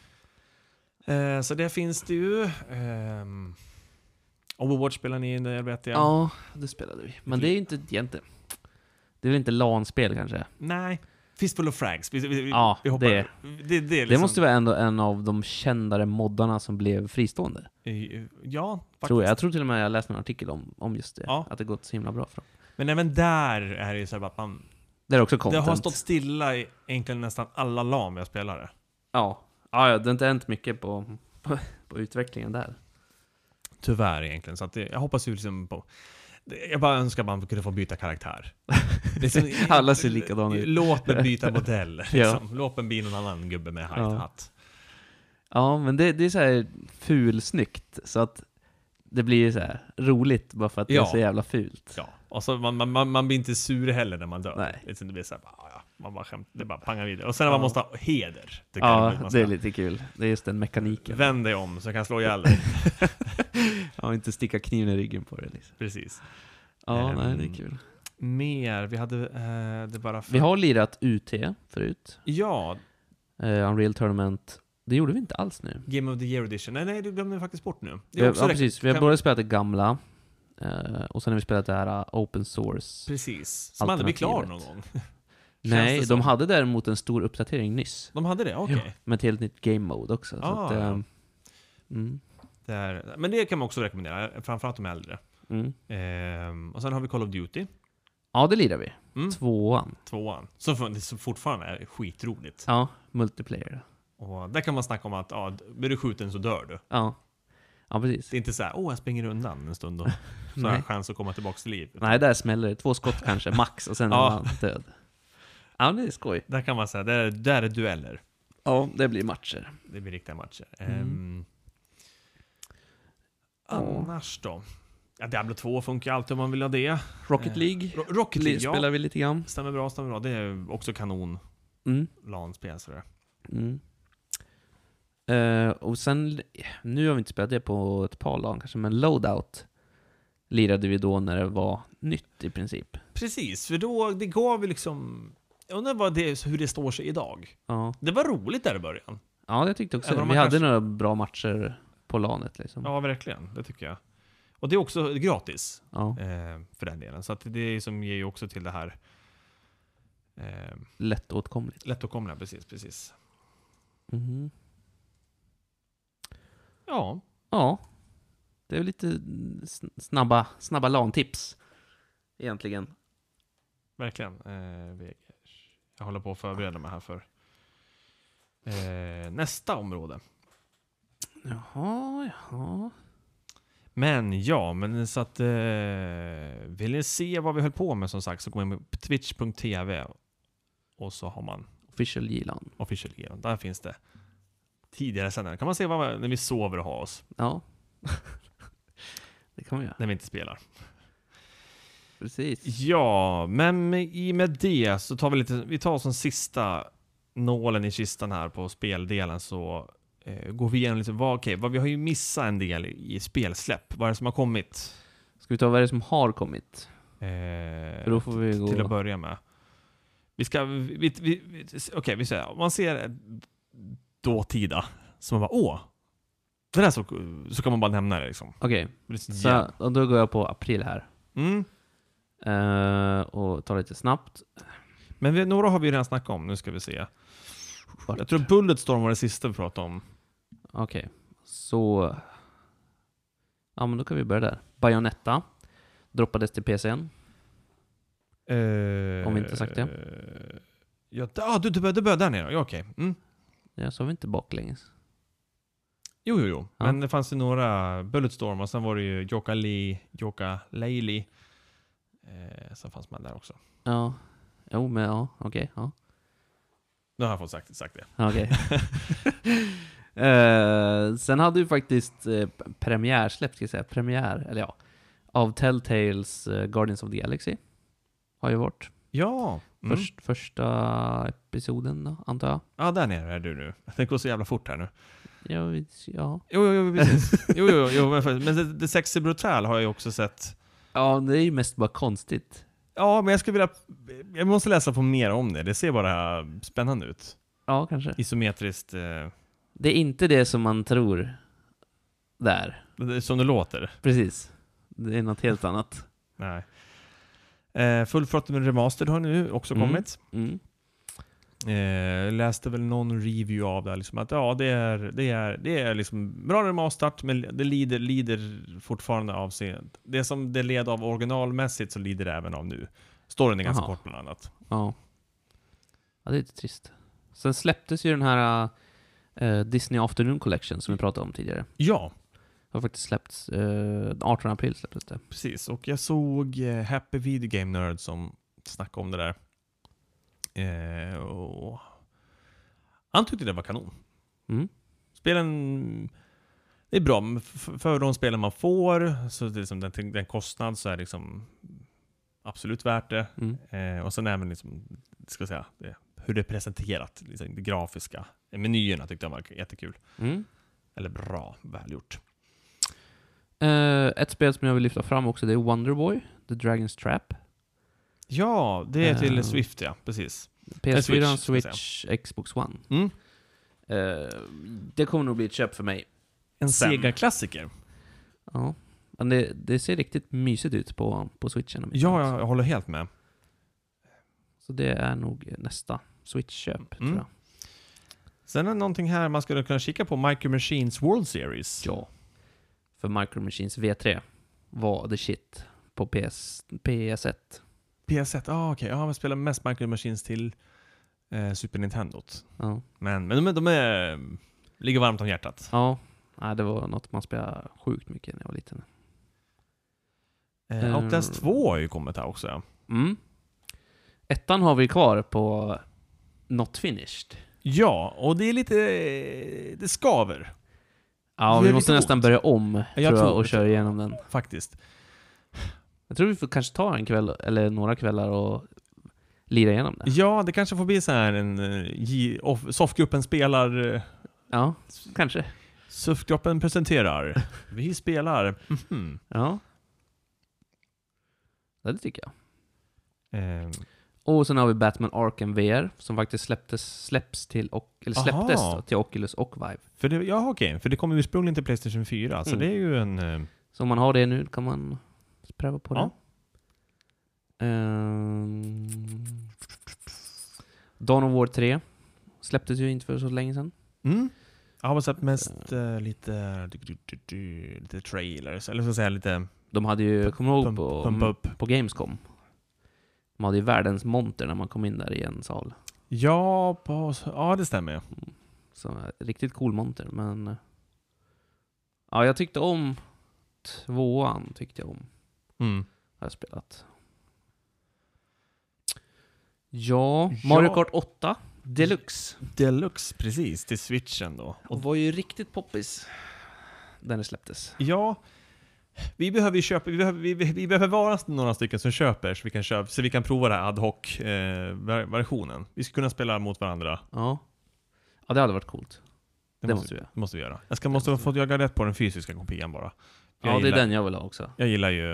Ja. Eh, så det finns det ju. Ehm, Overwatch spelar ni in, det vet jag. Ja, det spelade vi. Men det är ju inte egentligen... Det är väl inte LAN-spel kanske? Nej. Fistful of Frags. Vi, vi, Ja, vi hoppar. det- Det, det, är Det liksom, måste vara ändå en av de kändare moddarna som blev fristående. eh, Ja, faktiskt. Tror jag. jag tror till och med jag läste en artikel om, om just det. Ja. Att det gått så himla bra för dem. Men även där är det ju så här att man... Det är också Det content. har stått stilla i egentligen nästan alla LAN vi har spelat det. Ja. Ja, ja, det har inte hänt mycket på, på, på utvecklingen där. Tyvärr egentligen. Så att det, jag hoppas ju liksom på... det- Jag bara önskar att man kunde få byta karaktär. Det är som- Alla ser likadana ut. Låt mig byta modell. Ja. Liksom. Låt mig bli någon annan gubbe med Ja. hatt. Ja, men det, det är så här fulsnyggt. Så att det blir så här roligt bara för att det Ja. är så jävla fult. Ja. Och så man, man, man, man blir inte sur heller när man dör. Nej. Det blir så här, bara, ja, man bara skämt, det är bara pangar vidare. Och sen när Ja. man måste ha heder. tycker Ja, jag man det ska- är lite kul. Det är just den mekaniken. Vänd dig om så jag kan slå ihjäl dig. Ja, inte sticka kniven i ryggen på det liksom. Precis. Ja, Ehm, nej, det är kul. Mer, vi hade eh, det bara för... Vi har lirat U T förut. Ja, Uh, Unreal Tournament. Det gjorde vi inte alls nu. Game of the Year Edition. Nej, nej, du glömde faktiskt bort nu. Det Vi är har, också ja, rätt- precis. Vi har kan- både spelat det gamla uh, och sen har vi spelat det här uh, Open Source. Precis. Som aldrig blir klar någon Alternativet. gång. Nej, det de som. hade däremot en stor uppdatering nyss. De hade det? Okej. Med ett helt nytt game mode också. så Ah, att, uh, ja. mm, Det är- Men det kan man också rekommendera, framförallt de äldre. mm. Ehm, och sen har vi Call of Duty, Ja, det lirar vi. Mm. Tvåan. tvåan. Som för- som fortfarande är skitroligt. Ja, multiplayer. Och där kan man snacka om att ja, blir du skjuten så dör du. Ja. Ja, precis. Det är inte så här, åh jag springer undan en stund och så har Nej. jag chans att komma tillbaka till liv. Nej, där smäller det. Två skott kanske, max, och sen är Ja. man död. Ja, det är skoj. Där kan man säga, där, där är dueller. Ja, det blir matcher. Det blir riktiga matcher. Mm. Ehm, Ja. annars då? Ja, Diablo två funkar alltid om man vill ha det. Rocket Eh, League Ro- Rocket League, spelar ja. vi lite grann. Stämmer bra, stämmer bra. Det är också kanon Mm. LAN-spel sådär. Mm. Eh, och sen, nu har vi inte spelat det på ett par LAN kanske, men Loadout lirade vi då när det var nytt i princip. Precis, för då, det gav vi liksom... Jag undrar vad det, hur det står sig idag. Ja, Det var roligt där i början. ja jag tyckte också Även det. om Vi man hade kanske- några bra matcher på LANet liksom. Ja, verkligen. Det tycker jag. Och det är också gratis Ja, eh, för den delen. Så att det är som ger ju också till det här eh, lättåtkomligt. lättåtkomliga, precis, precis. Mhm. Ja, Ja, det är lite sn- snabba, snabba LAN-tips egentligen. verkligen. Eh, vi- jag håller på att förbereda mig här för eh, nästa område. Jaha, jaha. Men ja, men så att eh, vill ni se vad vi höll på med som sagt så går man på twitch punkt tv och så har man Official Gilan. official gear. Där finns det tidigare sändningar. Kan man se vad, när vi sover och har oss, Ja. Det kan man göra. när vi inte spelar. Precis. Ja, men med, i med det så tar vi lite, vi tar som sista nålen i kistan här på speldelen så eh, går vi igenom lite, vad, okay, vad vi har ju missat en del i, i spelsläpp. Vad är det som har kommit? Ska vi ta vad är det som har kommit? Eh, För då får vi gå... Till att börja med. Vi ska, vi, vi, vi, okej, okay, vi säger, om man ser dåtida, så man bara, åh, det där så, så kan man bara nämna det liksom. Okej, okay. så och då går jag på april här. Mm. Uh, och tar lite snabbt. Men vi, några har vi redan snackat om, nu ska vi se. Vart? Jag tror Bulletstorm var det sista vi pratade om. Okej, okay. Så... Ja, men då kan vi börja där. Bayonetta droppades till P C N. Uh, om vi inte sagt det. Uh, ja, ah, du, du började börja där nere, ja, okej. Okay. Mm. Ja, så har vi inte baklänges. Jo, jo, jo. Ja. Men det fanns ju några Bulletstorm och sen var det ju Joka Lee, Joka Leili. Eh, som fanns med där också. Ja, jo, men ja, okej, okay, ja. Nu har jag fått sagt, sagt det. Okej. Okay. uh, sen hade vi faktiskt uh, premiärsläpp, ska jag säga. Premiär, eller ja. Av Telltales uh, Guardians of the Galaxy. Har ju varit. Ja. Mm. Först, första episoden då, antar jag. Ja, där nere är du nu. Det går så jävla fort här nu. Ja, ja. Jo, jo, jo, precis. jo, jo, jo, men, men The Sexy Brutal har jag också sett. Ja, det är ju mest bara konstigt. Ja, men jag skulle vilja... Jag måste läsa på mer om det. Det ser bara spännande ut. Ja, kanske. Isometriskt. Eh... Det är inte det som man tror där. Som det låter. Precis. Det är något helt annat. Nej. Eh, Fullfronten med Remastered har nu också mm. kommit. Mm. Eh, läste väl någon review av det liksom att ja, det är det är det är liksom bra remasterat, men det lider lider fortfarande av sig. Det som det led av originalmässigt så lider det även av nu. Storyn är ganska Aha. kort bland annat. Ja. Ja, det är lite trist. Sen släpptes ju den här uh, Disney Afternoon Collection som vi pratade om tidigare. Ja, Det har faktiskt släppts uh, artonde april släpptes det. precis. Och jag såg eh, Happy Video Game Nerd som snackade om det där. Eh, och han tyckte det var kanon. Mm. Spelen, det är bra, men för de spelen man får så det är liksom den, den kostnad så är det liksom absolut värt det. Mm. Eh, och sen även liksom, ska jag säga, det, hur det är presenterat, liksom det grafiska. Menyerna tyckte jag var jättekul. Mm. Eller bra, välgjort. Uh, ett spel som jag vill lyfta fram också, det är Wonderboy, The Dragon's Trap. Ja, det är till Uh, Swift, ja, precis. P S fyra, Switch, Switch, Xbox One. Mm. Uh, det kommer nog bli ett köp för mig. En Sen. Sega-klassiker. Ja, men det, det ser riktigt mysigt ut på, på Switchen. Ja, jag, jag håller helt med. Så det är nog nästa Switch-köp, Mm. tror jag. Sen är det någonting här man skulle kunna kika på, Micro Machines World Series. Ja. För Micro Machines V tre var the shit på P S, P S ett. P S ett, ah, okej. Okay. Ja, man spelar mest Micro Machines till eh, Super Nintendo. Ja. Men, men de, är, de är, ligger varmt om hjärtat. Ja. Nej, det var något man spelade sjukt mycket när jag var liten. Eh, Outlast två har ju kommit här också. Ja. Mm. Ettan har vi kvar på Not Finished. Ja, och det är lite... Det skaver. Ja, det vi måste ont. nästan börja om Jag tror jag, tror och det. köra igenom den. Faktiskt. Jag tror vi får kanske ta en kväll eller några kvällar och lira igenom det. Ja, det kanske får bli så här en... Uh, soffgruppen spelar... Uh, Ja, kanske. Soffgruppen presenterar. Vi spelar. Mm-hmm. Ja. Det tycker jag. Eh, Och sen har vi Batman Arkham V R som faktiskt släpptes, släpps till, och, eller släpptes Aha. till Oculus och Vive. för det, ja, okej. För det kommer ursprungligen till PlayStation fyra. Så Mm. det är ju en... Uh, Så om man har det nu kan man pröva på Ja. det. Um, Dawn of War tre släpptes ju inte för så länge sedan. mm. Jag har sett mest uh, lite... Lite trailers. Eller så att säga lite... De hade ju, kommer du ihåg pump- på, pump upp. på Gamescom? De hade ju världens monter när man kom in där i en sal. Ja, på, ja, det stämmer. Så eh, riktigt cool monter, men... eh, Ja, jag tyckte om tvåan, tyckte jag om. Mm. Har jag spelat. Ja, Mario Ja. Kart åtta Deluxe. Deluxe, precis. Till Switchen då. Och var ju riktigt poppis när det släpptes. Ja, Vi behöver ju köpa, vi behöver, vi, vi behöver vara några stycken som köper så vi kan köpa, så vi kan prova den här ad hoc eh, versionen. Vi ska kunna spela mot varandra. Ja. Ja, det hade varit coolt. Det, Det måste, måste vi göra. det måste vi göra. Jag ska, måste få jaga rätt på den fysiska kopian bara. Jag Ja, det är gillar, den jag vill ha också. Jag gillar ju... Ett-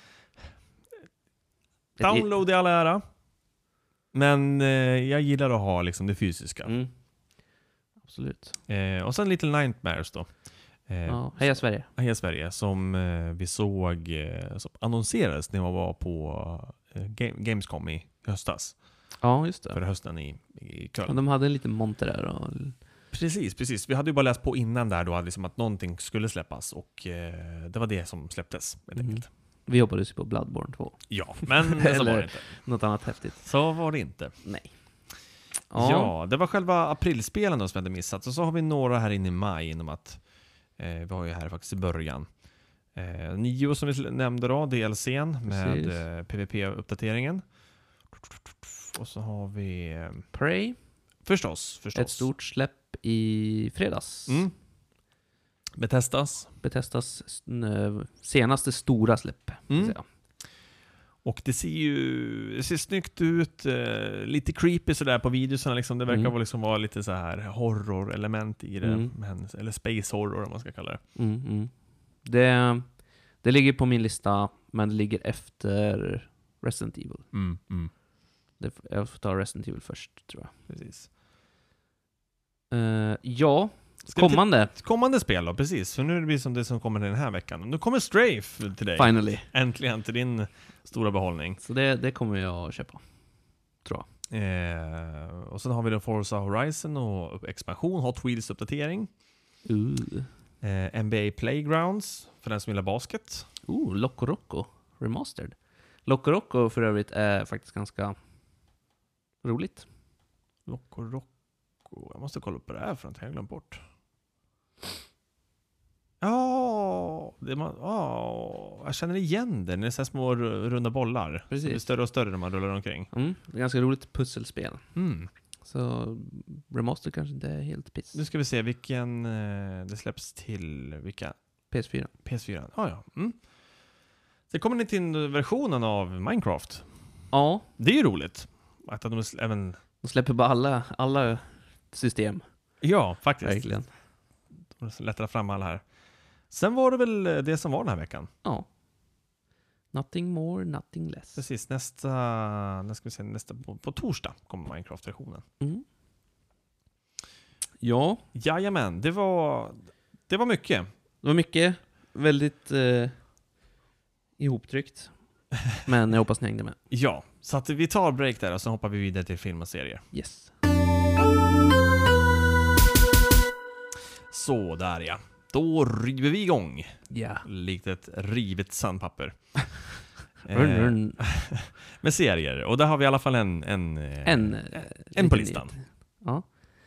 Download i all ära. Men eh, jag gillar att ha liksom det fysiska. Mm. Absolut. Eh, och sen Little Nightmares då. Eh, Ja. Heja Sverige. Heja Sverige, som eh, vi såg eh, som annonserades när jag var på eh, Game, Gamescom i höstas. Ja, just det. För hösten i, i Köln. Ja, de hade en liten monter där. Och... Precis, precis. Vi hade ju bara läst på innan där då, liksom att någonting skulle släppas. Och eh, det var det som släpptes, helt Mm. enkelt. Vi hoppades ju på Bloodborne två. Ja, men så var Eller- det inte. Något annat häftigt. Så var det inte. Nej. Ja. det var själva aprilspelen då som jag hade missat. Och så har vi några här inne i maj, inom att eh, vi har ju här faktiskt i början. Eh, nio som vi nämnde då, D L C:n med Precis. eh, PvP-uppdateringen. Och så har vi... Eh, Prey. förstås, förstås. Ett stort släpp i fredags. Mm. Bethesdas. Bethesdas sn- senaste stora släpp. Mm. Mm. Och det ser ju det ser snyggt ut, eh, lite creepy sådär på videorna liksom. Det verkar Mm. vara liksom vara lite så här horror-element i det, Mm. men, eller space horror om man ska kalla det. Mm, mm. Det, det ligger på min lista, men det ligger efter Resident Evil. Mm, mm. Det, jag får ta Resident Evil först, tror jag. Precis. Eh, ja, Ska vi kommande. till- Kommande spel då, precis. För nu är det som det som kommer den här veckan. Nu kommer Strafe till dig. Finally. Äntligen till din stora behållning. Så det, det kommer jag köpa. Tror jag. Eh, och sen har vi då Forza Horizon och expansion, Hot Wheels uppdatering. Uh. Eh, N B A Playgrounds, för den som gillar basket. Oh, Loco Roco Remastered. Loco Roco för övrigt är faktiskt ganska roligt. Loco Roco. Jag måste kolla upp vad det är för något. Jag har glömt bort. Ja, det man, ja, jag känner igen det. Det är så här små ru- runda bollar. Precis. Det blir större och större när man rullar omkring. Mm, det är ganska roligt pusselspel. Mm. Så Remastered kanske inte är helt piss. Nu ska vi se vilken eh, det släpps till. Vilka? P S fyra. P S fyra. Ah, ja. Mm. Sen kommer ni till versionen av Minecraft. Ja, Det är ju roligt. Att de s- även... de släpper på alla, alla system. Ja, faktiskt. Verkligen. De lättar fram alla här. Sen var det väl det som var den här veckan. Ja. Nothing more, nothing less. Precis, nästa, när ska vi se, nästa på, på torsdag kommer Minecraft-versionen. Mm. Ja, Jajamän, det var, det var mycket. det var mycket. Väldigt eh, ihoptryckt. Men jag hoppas ni hängde med. Ja, så att vi tar break där och så hoppar vi vidare till film och serier. Yes. Så där ja. Då river vi igång. Ja. Likt ett rivet sandpapper. Run, eh, run. med serier. Och där har vi i alla fall en... En, eh, En, eh, en på liten listan. nyhet. Ja.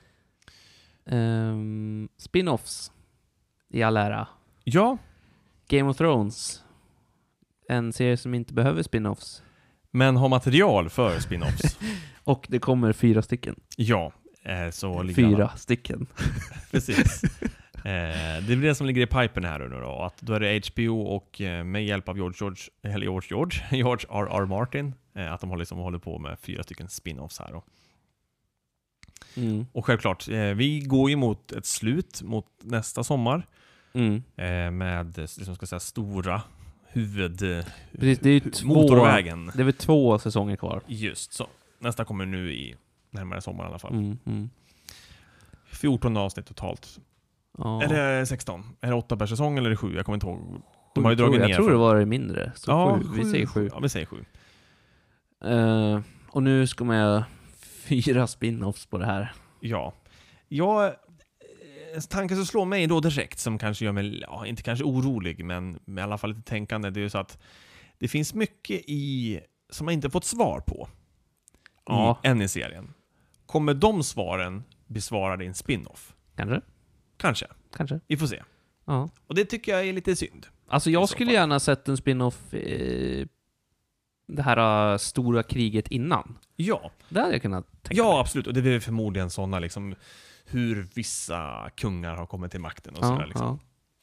Ehm, spin-offs i all ära. Ja, Game of Thrones. En serie som inte behöver spin-offs. men har material för spin-offs. Och det kommer fyra stycken. Ja, eh, så ligger Fyra stycken. Precis. Eh, det är det som ligger i pipen här nu då. Att då är det H B O och eh, med hjälp av George George, eller George George, George R R Martin, eh, att de håller, liksom, håller på med fyra stycken spin-offs här då. Mm. Och självklart, eh, vi går ju mot ett slut mot nästa sommar Mm. eh, med liksom ska säga, stora huvud... Precis, det är ju två, motorvägen. det är väl två säsonger kvar. Just så. Nästa kommer nu i närmare sommar i alla fall. Mm, mm. fjorton avsnitt totalt. Ja. Är det sexton? Är det åtta per säsong eller är det sju? Jag kommer inte ihåg. Sju, De har ju dragit tror jag. ner. Jag tror för- det var det mindre. Så Ja, sju. Vi säger sju. Ja, vi säger sju. Eh, och nu ska man göra fyra spin-offs på det här. Ja. Jag, en tanke som slår mig då direkt, som kanske gör mig, ja, inte kanske orolig, men med i alla fall lite tänkande, det är ju så att det finns mycket i som man inte fått svar på Ja. i, än i serien. Kommer de svaren besvarade i en spin-off? Kanske? Kanske. Kanske. Vi får se. Ja. Och det tycker jag är lite synd. Alltså I jag så skulle fall. gärna sett en spin-off eh, det här uh, stora kriget innan. Ja. Det hade jag kunnat tänka Ja, mig. absolut. Och det är förmodligen sådana liksom hur vissa kungar har kommit till makten och Ja, sådär liksom.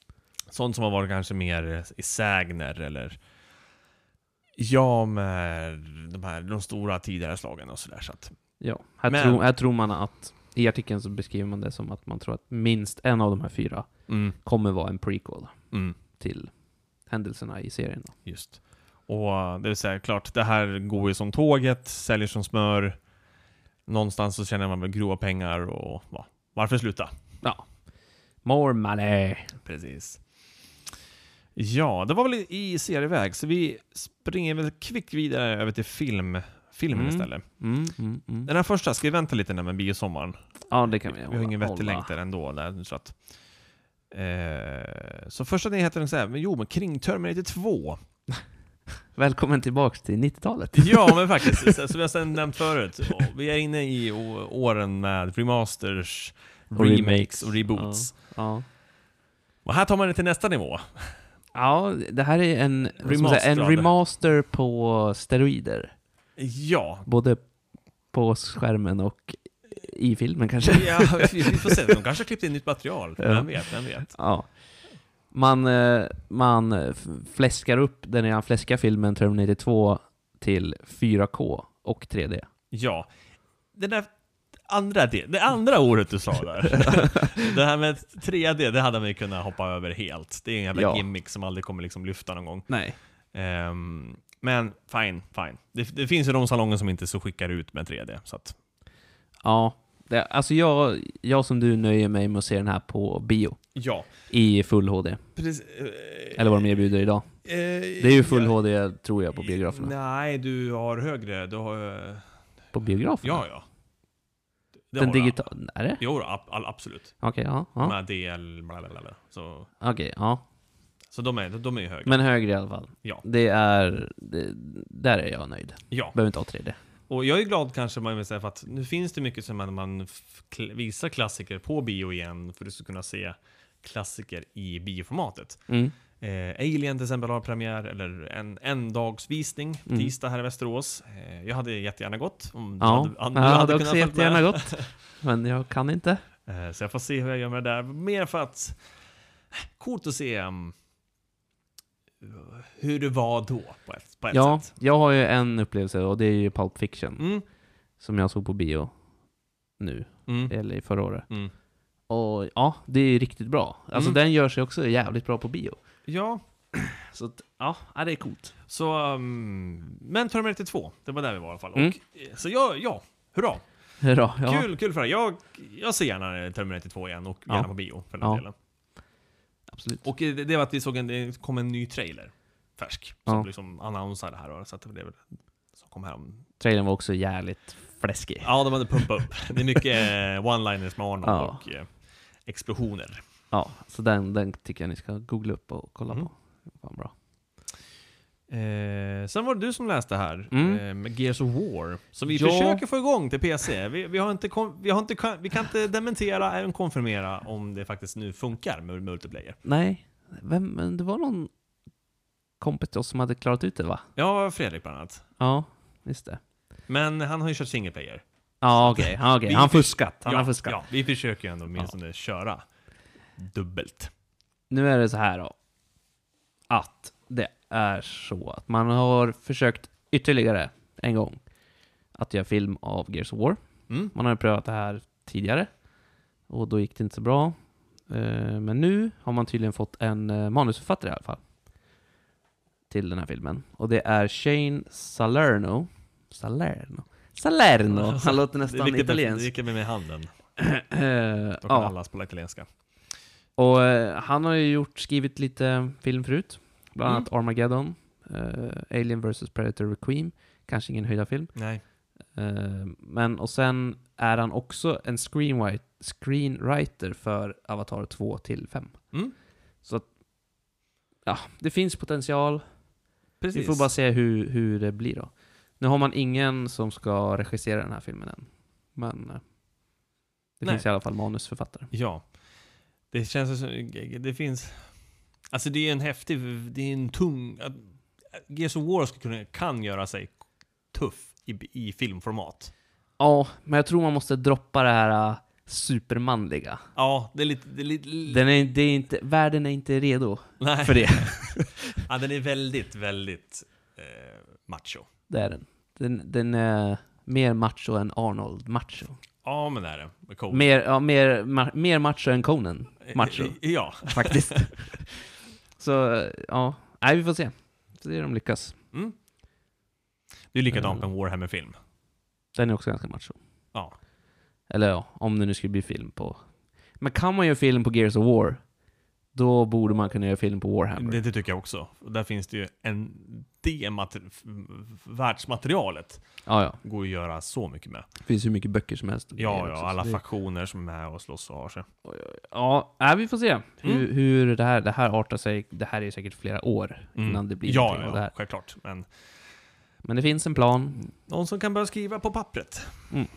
sånt som har varit kanske mer i sägner eller ja, med de här de stora tidigare slagen och sådär. Så att, Ja, här, Men- tro, här tror man att i artikeln så beskriver man det som att man tror att minst en av de här fyra mm, kommer vara en prequel mm, till händelserna i serien. Då. just. Och det vill säga, klart, det här går ju som tåget, säljer som smör. Någonstans så känner man väl grova pengar och va, varför sluta? Ja. More money. Precis. Ja, det var väl i serieväg, så vi springer väl kvickt vidare över till film, filmen Mm. istället. Mm, mm, mm. Den här första, ska vi vänta lite med biosommaren? Ja, det kan vi Vi har ingen vettig hålla. länk där ändå. Där, så, att, eh, så första nyheten är så här, men jo, men kring Terminator två. Välkommen tillbaks till nittiotalet. Ja, men faktiskt, som jag sen nämnt förut. Vi är inne i å- åren med remasters, Och remakes remakes. och reboots. Ja. Och här tar man det till nästa nivå. Ja, det här är en vad ska man säga, en Remasterad. remaster på steroider. Ja, Både på skärmen och i filmen kanske. ja vi, vi får se. De kanske har klippt in nytt material. Ja. Vem vet, vem vet. Ja. Man, eh, man f- fläskar upp den redan fläskiga filmen Terminator två till fyra K och tre D. Ja, det där andra, det, det andra ordet du sa där. Det här med tre D, det hade man ju kunnat hoppa över helt. Det är en jävla Ja. gimmick som aldrig kommer liksom lyfta någon gång. Nej. Ehm, men fine, fine. Det, det finns ju de salonger som inte så skickar ut med tre D. Så att, Ja, det, alltså jag, jag som du nöjer mig med att se den här på bio ja, i full H D. precis. Eller vad de erbjuder idag. Det är ju full H D tror jag på biograferna. Nej, du har högre. Du har, eh, På biograferna? ja, ja. Det Den har du. digitala? Är det? Jo, ab- all, absolut. Okej, ja. ja. Med D L, blablabla. Så, Okej, ja. så de är, de är ju högre. Men högre i alla fall. Ja. Det är... Det, där är jag nöjd. Ja. Behöver inte ha tre D. Och jag är glad kanske man vill säga för att nu finns det mycket som man, man f- kl- visar klassiker på bio igen för att du ska kunna se klassiker i bioformatet. Mm. Eh, Alien till exempel har premiär, eller en endagsvisning Mm. tisdag här i Västerås. Eh, jag hade jättegärna gått om Ja, du hade, om jag du hade kunnat också följt jättegärna med. gått. Men jag kan inte. Eh, så jag får se hur jag gör med det där. Mer för att coolt att se um, hur det var då på ett, på ett Ja, sätt. jag har ju en upplevelse och det är ju Pulp Fiction. Mm. Som jag såg på bio nu, Mm. eller förra året. Mm. Och ja, det är riktigt bra. Alltså Mm. den gör sig också jävligt bra på bio. Ja, Så att, ja, ja, det är coolt. så... Um, men Terminator två, det var där vi var i alla fall. Mm. Och, eh, så ja, ja, hurra! Bra, ja. Kul, kul för det. Jag, jag ser gärna Terminator två igen och gärna Ja. på bio för den Ja. delen. Absolut. Och eh, det, det var att vi såg en, det kom en ny trailer, färsk, som Ja. liksom annonsade det här. Och så att det blev som kom här om... Trailern var också jävligt fläskig. Ja, de hade pumpat upp. Det är mycket eh, one-liners med Arnold Ja. och eh, explosioner. Ja, så den, den tycker jag ni ska googla upp och kolla Mm. på. Fan bra. Eh, sen var det du som läste här, Mm. eh, med Gears of War. Så vi Ja. försöker få igång till P C. Vi, vi, har inte kom, vi, har inte, vi kan inte dementera, även konfirmera om det faktiskt nu funkar med multiplayer. Nej, vem, men det var någon kompis till oss som hade klarat ut det va? Ja, Fredrik bland annat. Ja, just det. Men han har ju kört single player. Ja, okej. Ja, okej. Vi- Han har fuskat. Han ja, har fuskat. ja, vi försöker ju ändå åtminstone köra dubbelt. Nu är det så här då. Att det är så att man har försökt ytterligare en gång att göra film av Gears of War. Mm. Man har ju prövat det här tidigare och då gick det inte så bra. Eh, Men nu har man tydligen fått en eh, manusförfattare i alla fall till den här filmen. Och det är Shane Salerno. Salerno? Salerno! Han låter Det är nästan viktigt med, det är italiensk. viktigt med handen. Eh, Då kan ja. alla spela italienska. Och eh, han har ju gjort, skrivit lite film förut. Bland Mm. annat Armageddon, eh, Alien versus Predator Requiem. Kanske ingen höjdarfilm. Nej. Eh, men och sen är han också en screenwriter, screenwriter för Avatar två till fem. Mm. Så att, ja, det finns potential. Precis. Vi får bara se hur, hur det blir då. Nu har man ingen som ska regissera den här filmen än. Men eh, det Nej. finns i alla fall manusförfattare. Ja. Det känns som... Det finns... Alltså det är en häftig... Det är en tung... att- Gears of War ska kunna, kan göra sig tuff i, i filmformat. Ja, men jag tror man måste droppa det här uh, supermanliga. Ja, det är lite... Det är lite... Den är, det är inte, världen är inte redo Nej. för det. Ja, den är väldigt, väldigt eh, macho. Det är den. Den, den är mer macho än Arnold macho. Ja, men det är det. Cool. Mer, ja, mer, ma- mer macho än Conan macho, Ja. faktiskt. Så, ja. Nej, vi får se. Så det är de lyckas. Mm. Det är likadant Mm. med en Warhammer-film. Den är också ganska macho. Ja. Eller ja, om det nu skulle bli film på... Men kan man göra film på Gears of War, då borde man kunna göra film på Warhammer. Det, det tycker jag också. Och där finns det ju en... Det mater- världsmaterialet Ja, ja. går att göra så mycket med. Det finns ju mycket böcker som helst. Ja, ja, också, alla så det- faktioner som är med och slåss och har sig. Ja, nej, vi får se hur, Mm. hur det, här, det här artar sig. Det här är säkert flera år innan Mm. det blir Ja, någonting av det ja, här. självklart. Men Men det finns en plan. någon som kan börja skriva på pappret.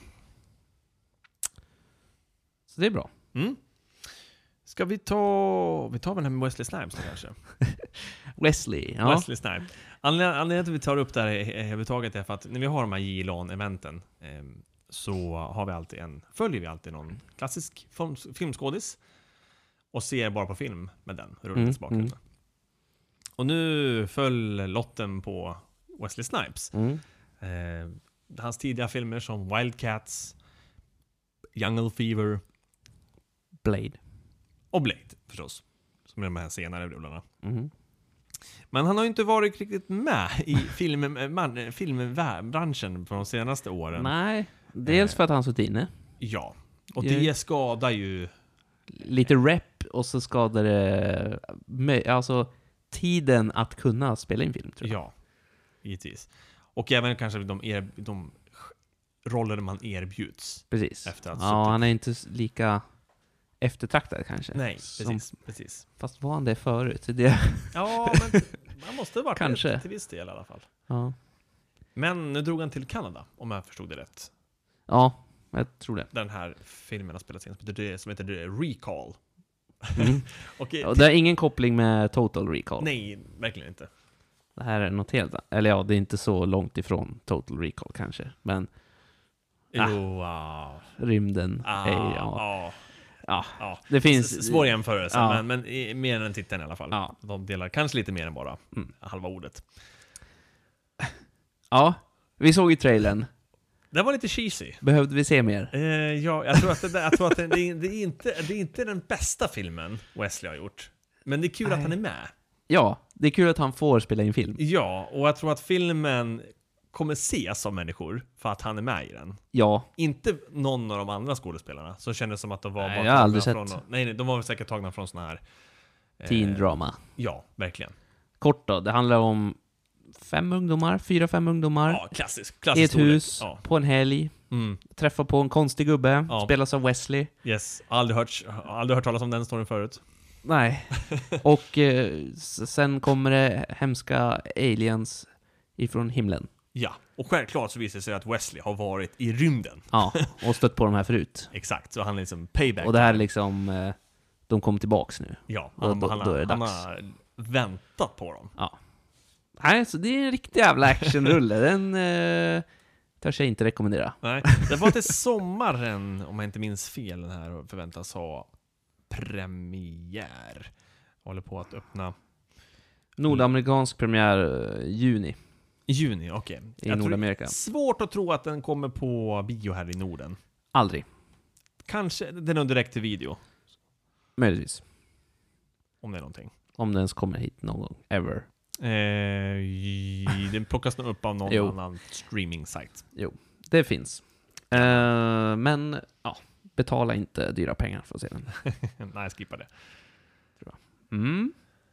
Så det är bra. Mm. Ska vi ta... Vi tar väl den här med Wesley Snipes då kanske? Wesley, ja. Wesley Snipes. Anledningen anledningen till att vi tar upp det här överhuvudtaget är för att när vi har de här J L A N-eventen eh, så har vi alltid en, följer vi alltid någon klassisk film, filmskådis och ser bara på film med den rullandes Mm, bakgrunden. mm. Och nu föll lotten på Wesley Snipes. Mm. Eh, hans tidiga filmer som Wildcats, Jungle Fever Blade. och Blade förstås. Som är de här senare rullarna. Mm. Men han har ju inte varit riktigt med i film, man, filmbranschen på de senaste åren. Nej, dels för att han suttit inne. Ja, och Ja. det skadar ju... Lite rep och så skadar det mö- alltså tiden att kunna spela in film, tror jag. Ja, givetvis. Och även kanske de, er, de roller man erbjuds. Precis. Efter att Ja, suttit- han är inte s- lika eftertraktad kanske. Nej, Som- precis. precis. Fast var han det förut? Det, Ja, men man måste ha varit Kanske. det till viss del i alla fall. ja. Men nu drog han till Kanada, om jag förstod det rätt. ja, jag tror det. Den här filmen har spelats in som heter, som heter Recall. Mm. Och, eh, Och det har ingen koppling med Total Recall. nej, verkligen inte. Det här är något helt... Eller ja, det är inte så långt ifrån Total Recall kanske. Men Ah. Jo, wow. rymden Ah, är... Ja, ja. ja. Ja. Det S- finns... Svår jämförelse, Ja. men, men i- mer än titeln i alla fall. Ja. De delar kanske lite mer än bara Mm. halva ordet. Ja, vi såg ju trailern. Det var lite cheesy. Behövde vi se mer? Eh, ja, jag tror att, det, jag tror att det, det, är, det, är inte, det är inte den bästa filmen Wesley har gjort. Men det är kul Nej. att han är med. Ja, det är kul att han får spela in film. Ja, och jag tror att filmen kommer ses av människor för att han är med i den. Ja, Inte någon av de andra skådespelarna som kändes som att de var Nej, bara jag har aldrig tagna sett. Från, nej, nej, de var väl säkert tagna från såna här... eh, teen drama. Ja, verkligen. Kort då, det handlar om fem ungdomar, fyra, fem ungdomar. Ja, klassisk. I klassisk ett storlek. hus, Ja. på en helg. Mm. Träffar på en konstig gubbe, Ja. spelas av Wesley. Yes, aldrig hört, aldrig hört talas om den storyn förut. Nej. Och eh, s- sen kommer det hemska aliens ifrån himlen. Ja, och självklart så visar det sig att Wesley har varit i rymden. Ja, och stött på de här förut. Exakt, så han är liksom payback. Och det här är liksom, eh, de kommer tillbaks nu. Ja, och han, då- han, då är det han dags. har väntat på dem. Ja. Nej, så det är en riktig jävla actionrulle. Den eh, törs jag inte rekommendera. Nej, det var till sommaren, om jag inte minns fel, den här och förväntas ha premiär. Håller på att öppna Nordamerikansk premiär eh, juni i juni, okej. i Jag tror- Nordamerika. Svårt att tro att den kommer på bio här i Norden. Aldrig. Kanske, den är nog direkt till video, Möjligtvis. om det är någonting. Om den ens kommer hit någon gång. Ever. Eh, i- den plockas nog upp av någon Jo. annan streaming-sajt. Det finns. Eh, men, ja. Betala inte dyra pengar för att se den. Nej, skippa det. Mm.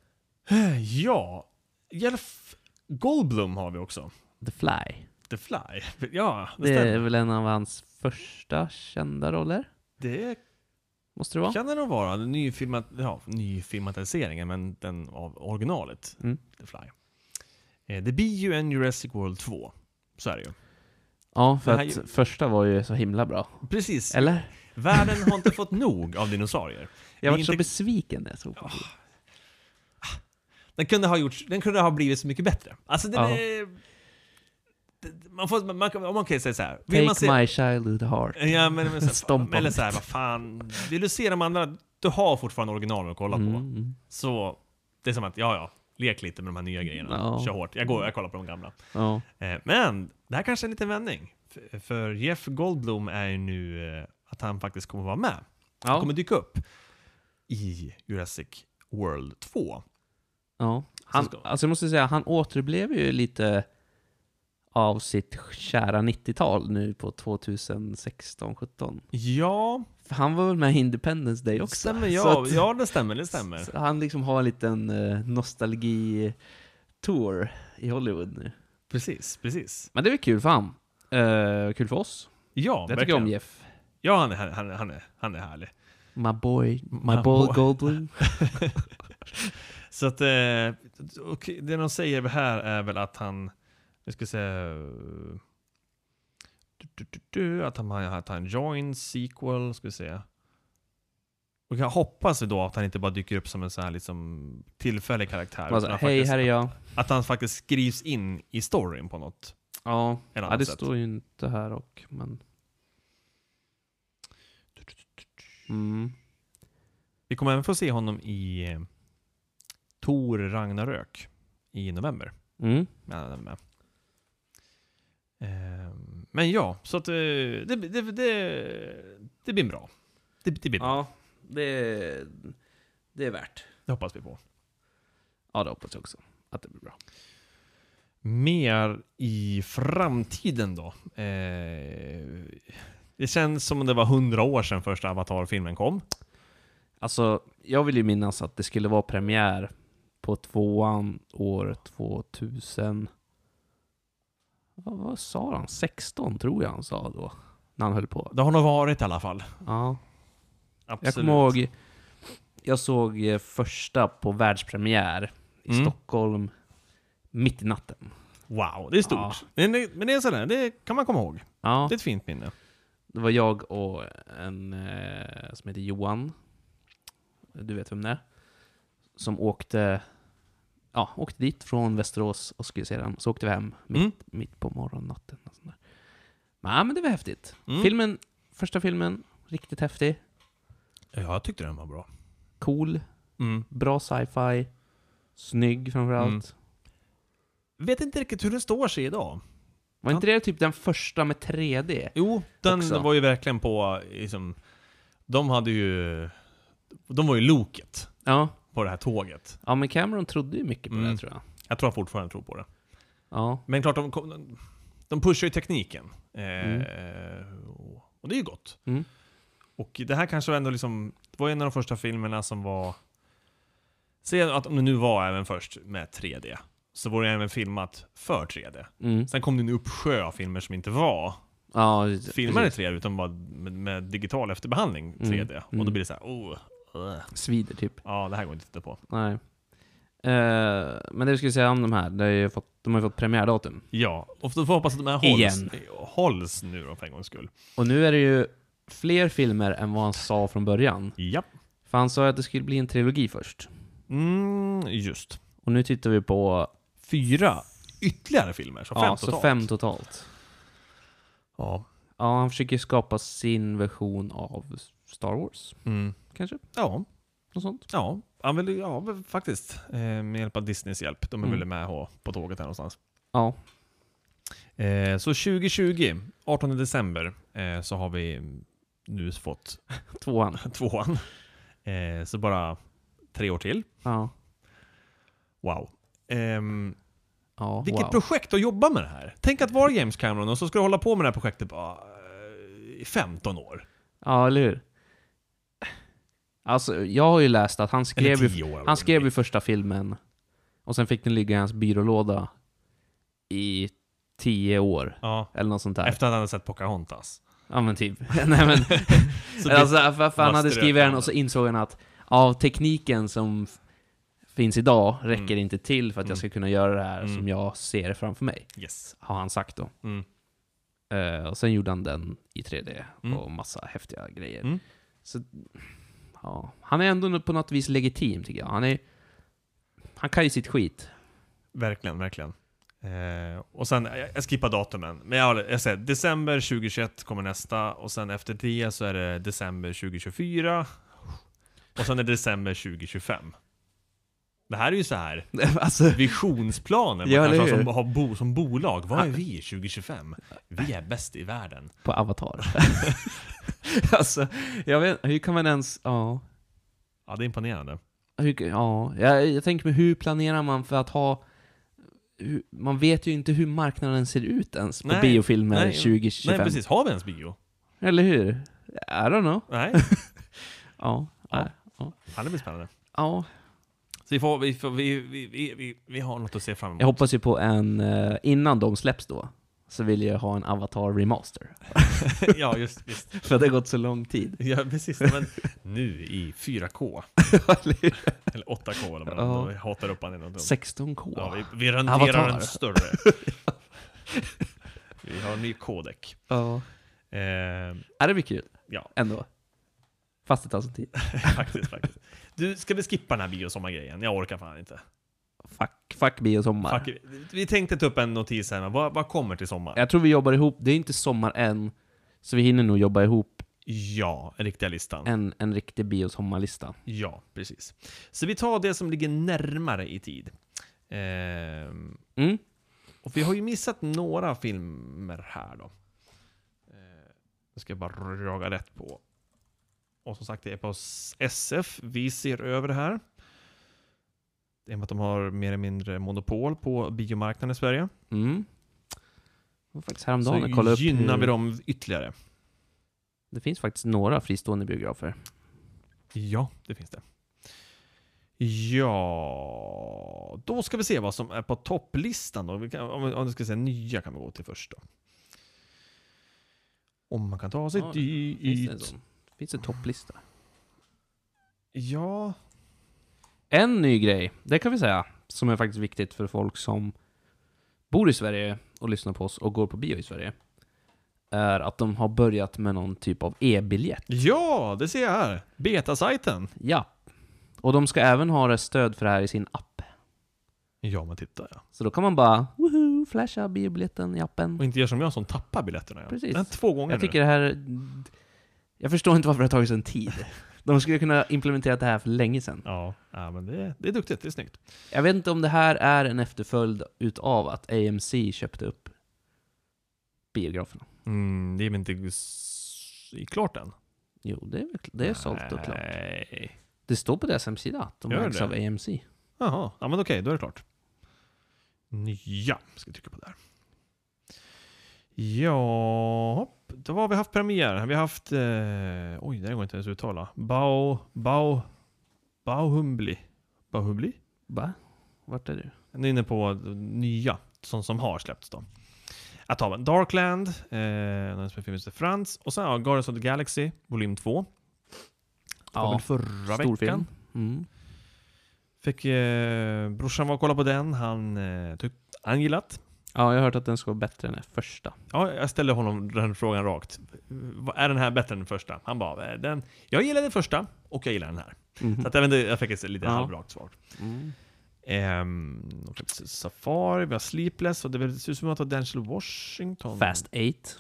Ja, Jeff Goldblum har vi också. The Fly. The Fly. Ja, det, Det är stämmer. väl en av hans första kända roller? Det Måste det vara? kan det nog vara. En ny, filmat, ja, ny filmatiseringen, men den av originalet. Mm. The Fly. Eh, det blir ju en Jurassic World två. Så är det ju. Ja, för Det här att är första var ju så himla bra. Precis. Eller? Världen har inte fått nog av dinosaurier. Jag var Det är så inte- besviken när jag såg på Oh, film. Den kunde ha gjorts, den kunde ha blivit så mycket bättre. Alltså den Ja. är... man får, man, man, om man kan säga så här. Vill Take man se, my childhood heart. ja, men, men, så, Stomp eller on så här, it. vad fan. Vill du se de andra, du har fortfarande originalen att kolla på. Mm. Så det är som att, ja ja, lek lite med de här nya grejerna. Ja. Kör hårt. Jag går jag kollar på de gamla. Ja. Eh, men, det här kanske är en liten vändning. För, för Jeff Goldblum är ju nu eh, att han faktiskt kommer vara med. Han Ja. kommer dyka upp i Jurassic World två. Ja. Han, ska- alltså jag måste säga, han återblev ju lite av sitt kära nittiotal nu på tjugohundrasexton sjutton. Ja, För han var väl med i Independence Day också. stämmer, Så ja, att- ja, det stämmer, det stämmer. så han liksom har en liten uh, nostalgi-tour i Hollywood nu. Precis, precis. Men det är väl kul för han. Uh, kul för oss. Ja, Jag tycker om verkligen. Jeff. Ja, han är, han, är- han, är, han är härlig. My boy, my My boy boy. Goldblum. Så att, eh, och det de säger här är väl att han, jag ska säga, du, du, du, du, att han har att han join sequel, ska vi säga. Och jag hoppas ju då att han inte bara dyker upp som en sån här liksom tillfällig karaktär. Alltså, utan att hej, faktiskt- här är jag. Att han faktiskt skrivs in i storyn på något. Ja, En ja annan det sätt. står ju inte här och, men... Mm. Vi kommer även få se honom i eh, Thor Ragnarök i november. Mm. Ja, den är med. Ehm, men ja, så att eh, det, det, det, det blir bra. Det, det blir bra. Ja, det, det är värt. Det hoppas vi på. Ja, det hoppas jag också. Att det blir bra. Mer i framtiden då. Eh, det känns som om det var hundra år sedan första Avatar-filmen kom. Alltså, jag vill ju minnas att det skulle vara premiär på tvåan år tvåtusen. Vad, vad sa han? sexton tror jag han sa då. När han höll på. Det har nog varit i alla fall. Ja. Absolut. Jag kommer ihåg, jag såg eh, första på världspremiär i Mm. Stockholm mitt i natten. Wow, det är stort. Ja. Men, det, men det är sådär, det kan man komma ihåg. Ja, Det är ett fint minne. det var jag och en eh, som heter Johan. Du vet vem det är. Som åkte, ja, åkte dit från Västerås och skulle se den. Så åkte vi hem mitt, Mm. mitt på morgonnatten. Och sånt där. Men, ja, men det var häftigt. Mm. Filmen, första filmen, riktigt häftig. Ja, jag tyckte den var bra. Cool, Mm. bra sci-fi, snygg framförallt. Mm. Vet inte riktigt hur den står sig idag. Var inte det typ den första med tre D? Jo, den Också. var ju verkligen på, liksom, de hade ju, de var ju loket Ja. på det här tåget. Ja, men Cameron trodde ju mycket på Mm. det, tror jag. Jag tror jag fortfarande tror på det. Ja. Men klart, de, kom- de pushar ju tekniken. Eh, Mm. och- Och det är ju gott. Mm. Och det här kanske var ändå liksom, det var en av de första filmerna som var, se att om det nu var även först med tre D, så var det även filmat för tre D. Mm. Sen kom det en uppsjö av filmer som inte var Ja, filmade i precis. tre D utan bara med, med digital efterbehandling tre D. Mm. Och Mm. då blir det så här, oh, uh. Svider typ. Ja, det här går inte att titta på. Nej. Eh, men det jag skulle säga om de här, det är ju fått, de har ju fått premiärdatum. Ja, och då får jag hoppas att de här hålls, Igen. hålls nu då för en gångs skull. Och nu är det ju fler filmer än vad han sa från början. Ja. För han sa ju att det skulle bli en trilogi först. Mm, just. Och nu tittar vi på... Fyra ytterligare filmer, så fem ja, totalt. så fem totalt. Ja. Ja, han försöker skapa sin version av Star Wars, Mm. kanske? Ja. Något sånt. Ja, han vill, ja, faktiskt. Eh, med hjälp av Disneys hjälp. De är Mm. väl med på, på tåget här någonstans. Ja. Eh, så tjugo tjugo, artonde december, eh, så har vi nu fått Tvåan. tvåan. Eh, så bara tre år till. Ja. Wow. Ehm, Ja, vilket wow. projekt att jobba med det här. Tänk att vara James Cameron och så ska du hålla på med det här projektet bara, eh, i femton år. Ja, eller hur? Alltså, jag har ju läst att han Eller skrev ju, tio år. han skrev ju första filmen och sen fick den ligga i hans byrålåda i tio år. Ja, Eller något sånt där. efter att han hade sett Pocahontas. Ja, men typ. Nej, men... Så det- alltså, för, för han bara hade strök skrivit den han och så den. insåg han att av tekniken som f- finns idag räcker Mm. inte till för att Mm. jag ska kunna göra det här Mm. som jag ser framför mig. Yes. Har han sagt då. Mm. Eh, och sen gjorde han den i tre D Mm. och massa häftiga grejer. Mm. Så, ja. Han är ändå på något vis legitim, tycker jag. Han är... Han kan ju sitt skit. Verkligen, verkligen. Eh, och sen, jag, jag skippar datumen. Men jag, jag säger, december tjugohundratjugoett kommer nästa. Och sen efter det så är det december tjugohundratjugofyra. Och sen är det december tjugohundratjugofem. Det här är ju så här alltså, visionsplaner man ja, kanske har eller hur? som, har bo, som bolag. Vad är vi tjugohundratjugofem? Vi är bäst i världen. på Avatar. alltså, jag vet, hur kan man ens, ja. Ja, det är imponerande. Hur, ja, jag, jag tänker mig, hur planerar man för att ha, hur, man vet ju inte hur marknaden ser ut ens på Nej, biofilmer nej, tjugo tjugofem. Nej, precis. Har vi ens bio? Eller hur? I don't know. Nej. Ja, Ja. nej, ja. Ja, det blir spännande. Ja. Så vi, får, vi, får, vi, vi, vi, vi, vi har något att se fram emot. Jag hoppas ju på en, eh, innan de släpps då, så vill jag ha en Avatar remaster. Ja, just, just. För det har gått så lång tid. Ja, precis. Men nu i fyra K. Eller åtta K eller vad Ja. man hatar upp an i sexton K. Ja, vi, vi renderar Avatar. en större. Vi har en ny kodek. Ja. Eh, Ja, det blir kul. ja, Ändå. Fast det tar sån tid. faktiskt, faktiskt. Du, ska vi skippa den här biosommargrejen? Jag orkar fan inte. Fuck, fuck bio sommar. Fuck, vi tänkte ta upp en notis här, men vad, vad kommer till sommar? Jag tror vi jobbar ihop, det är inte sommar än, så vi hinner nog jobba ihop Ja, en riktiga listan. en, en riktig biosommarlista. Ja, precis. Så vi tar det som ligger närmare i tid. Ehm, Mm. och vi har ju missat några filmer här då. Ehm, jag ska bara jaga rätt på. Och som sagt, det är på S F vi ser över det här. Det är med att de har mer eller mindre monopol på biomarknaden i Sverige. Mm. Och faktiskt häromdagen jag Så kollade upp gynnar hur, vi dem ytterligare. det finns faktiskt några fristående biografer. Ja, det finns det. Ja, då ska vi se vad som är på topplistan då. Vi kan, om, om du ska säga nya kan vi gå till först då. Om man kan ta sig Ja, Finns det en dit. sån? Finns det en topplista? Ja, En ny grej, det kan vi säga, som är faktiskt viktigt för folk som bor i Sverige och lyssnar på oss och går på bio i Sverige, är att de har börjat med någon typ av e-biljett. ja, det ser jag här. Beta-sajten. Ja. Och de ska även ha det stöd för det här i sin app. Ja, men titta ja. Så då kan man bara, woohoo, flasha biobiljetten i appen. Och inte gör som jag som tappar biljetterna. Ja. Precis. Det är två gånger Jag nu. tycker det här, jag förstår inte varför det har tagit sån tid. De skulle kunna implementera det här för länge sedan. Ja, ja men det, det är duktigt, det är snyggt. Jag vet inte om det här är en efterföljd utav att A M C köpte upp biograferna. Mm, det är väl inte s- i klart än? Jo, det är, väl- det är sålt och klart. Nej. Det står på deras hemsida att de Gör ägs det? av A M C. Jaha, ja men okej, då är det klart. Nya, ska jag trycka på där. Ja, då har vi haft premiär. Vi har haft, eh, oj, det går inte ens att uttala. Bao, Bao, Bauhumbli. Bauhumbli? Va? Vart är du? Jag är inne på nya, som, som har släppts då. Att ta Darkland, eh, den som filmen heter Frans, och sen ja, Guardians of the Galaxy, volym två. Det var Ja, väl förra stor veckan. film. Mm. Fick eh, brorsan var och kolla på den, han eh, tyckte han gillat. Ja, jag har hört att den ska vara bättre än den första. Ja, jag ställde honom den frågan rakt. Vad- Är den här bättre än den första? Han bara, eh, den, jag gillar den första och jag gillar den här. Mhm. Så att jag, vet inte, jag fick ett lite Ja. halvrakt svar. Mm. Ehm, Safari, vi har Sleepless och det ser ut som att det var Denzel Washington. Fast eight.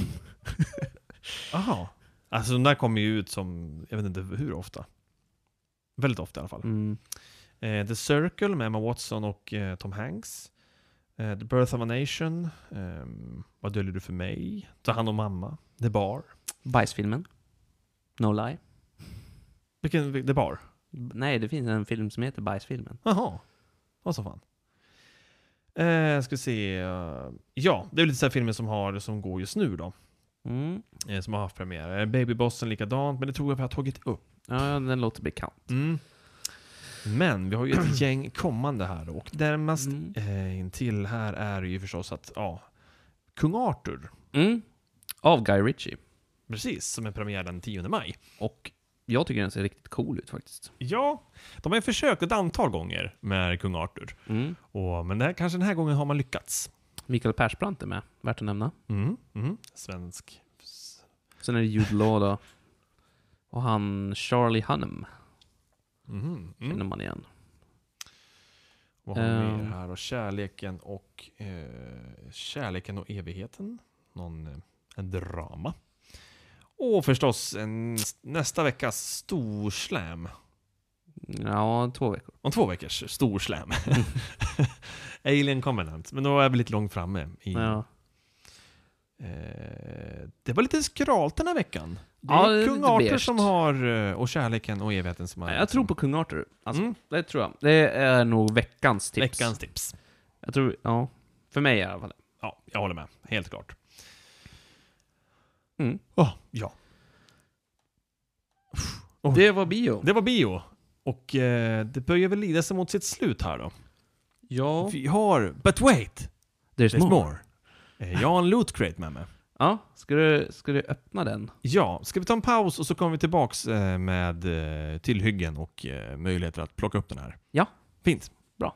Jaha. Alltså de där kommer ju ut som, jag vet inte hur ofta. Väldigt ofta i alla fall. Mm. Eh, The Circle med Emma Watson och eh, Tom Hanks. Eh, The Birth of a Nation. ehm, Vad döljer du för mig? Ta hand om mamma. The Bar. Bajsfilmen. No lie. Vilken? The Bar? B- Nej, det finns en film som heter Bajsfilmen. Jaha. Vad så fan. Eh, ska vi se. eh, ja, det är lite så här filmer som, har, som går just nu då. Mm. Eh, som har haft premiär. Eh, Babybossen likadant, men det tror jag vi har tagit upp. Ja, den låter bekant. Mm. Men vi har ju ett gäng kommande här då. Och närmast Mm. eh, in till här är ju förstås att ja, Kung Arthur. Mm. Av Guy Ritchie. Precis, som är premiär den tionde maj. Och jag tycker den ser riktigt cool ut faktiskt. Ja, de har ju försökt ett antal gånger med Kung Arthur. Mm. Och, men det här, kanske den här gången har man lyckats. Mikael Persbrandt är med, värt att nämna. Mm, mm. Svensk. Sen är det Jude Law då. Och han Charlie Hunnam Mm, känner mm. man igen. Vad har vi Ehm. mer här då? Kärleken och eh, Kärleken och evigheten. Någon eh, en drama. Och förstås en, nästa veckas stor slam. Ja, två veckor. Om två veckors stor slam. Alien Covenant. Men då är vi lite långt framme. I, Ja. eh, det var lite skralt den här veckan. Det Ja, är det är Kung lite Arthur beige. som har, eh, och Kärleken och evigheten som har... Jag tror på Kung Arthur. Alltså, Mm. det tror jag. Det är nog veckans tips. Veckans tips. Jag tror, ja. För mig i alla fall. Ja, jag håller med. Helt klart. Mm. Oh, ja. Oh. Det var bio. Det var bio. Och eh, det börjar väl lida sig mot sitt slut här då. Ja. Vi har... But wait! There's, There's more. more. Eh, jag har en loot crate med mig. Ja, ska du, ska du öppna den? Ja, ska vi ta en paus och så kommer vi tillbaks eh, med eh, tillhyggen och eh, möjligheter att plocka upp den här. Ja. Fint. Bra.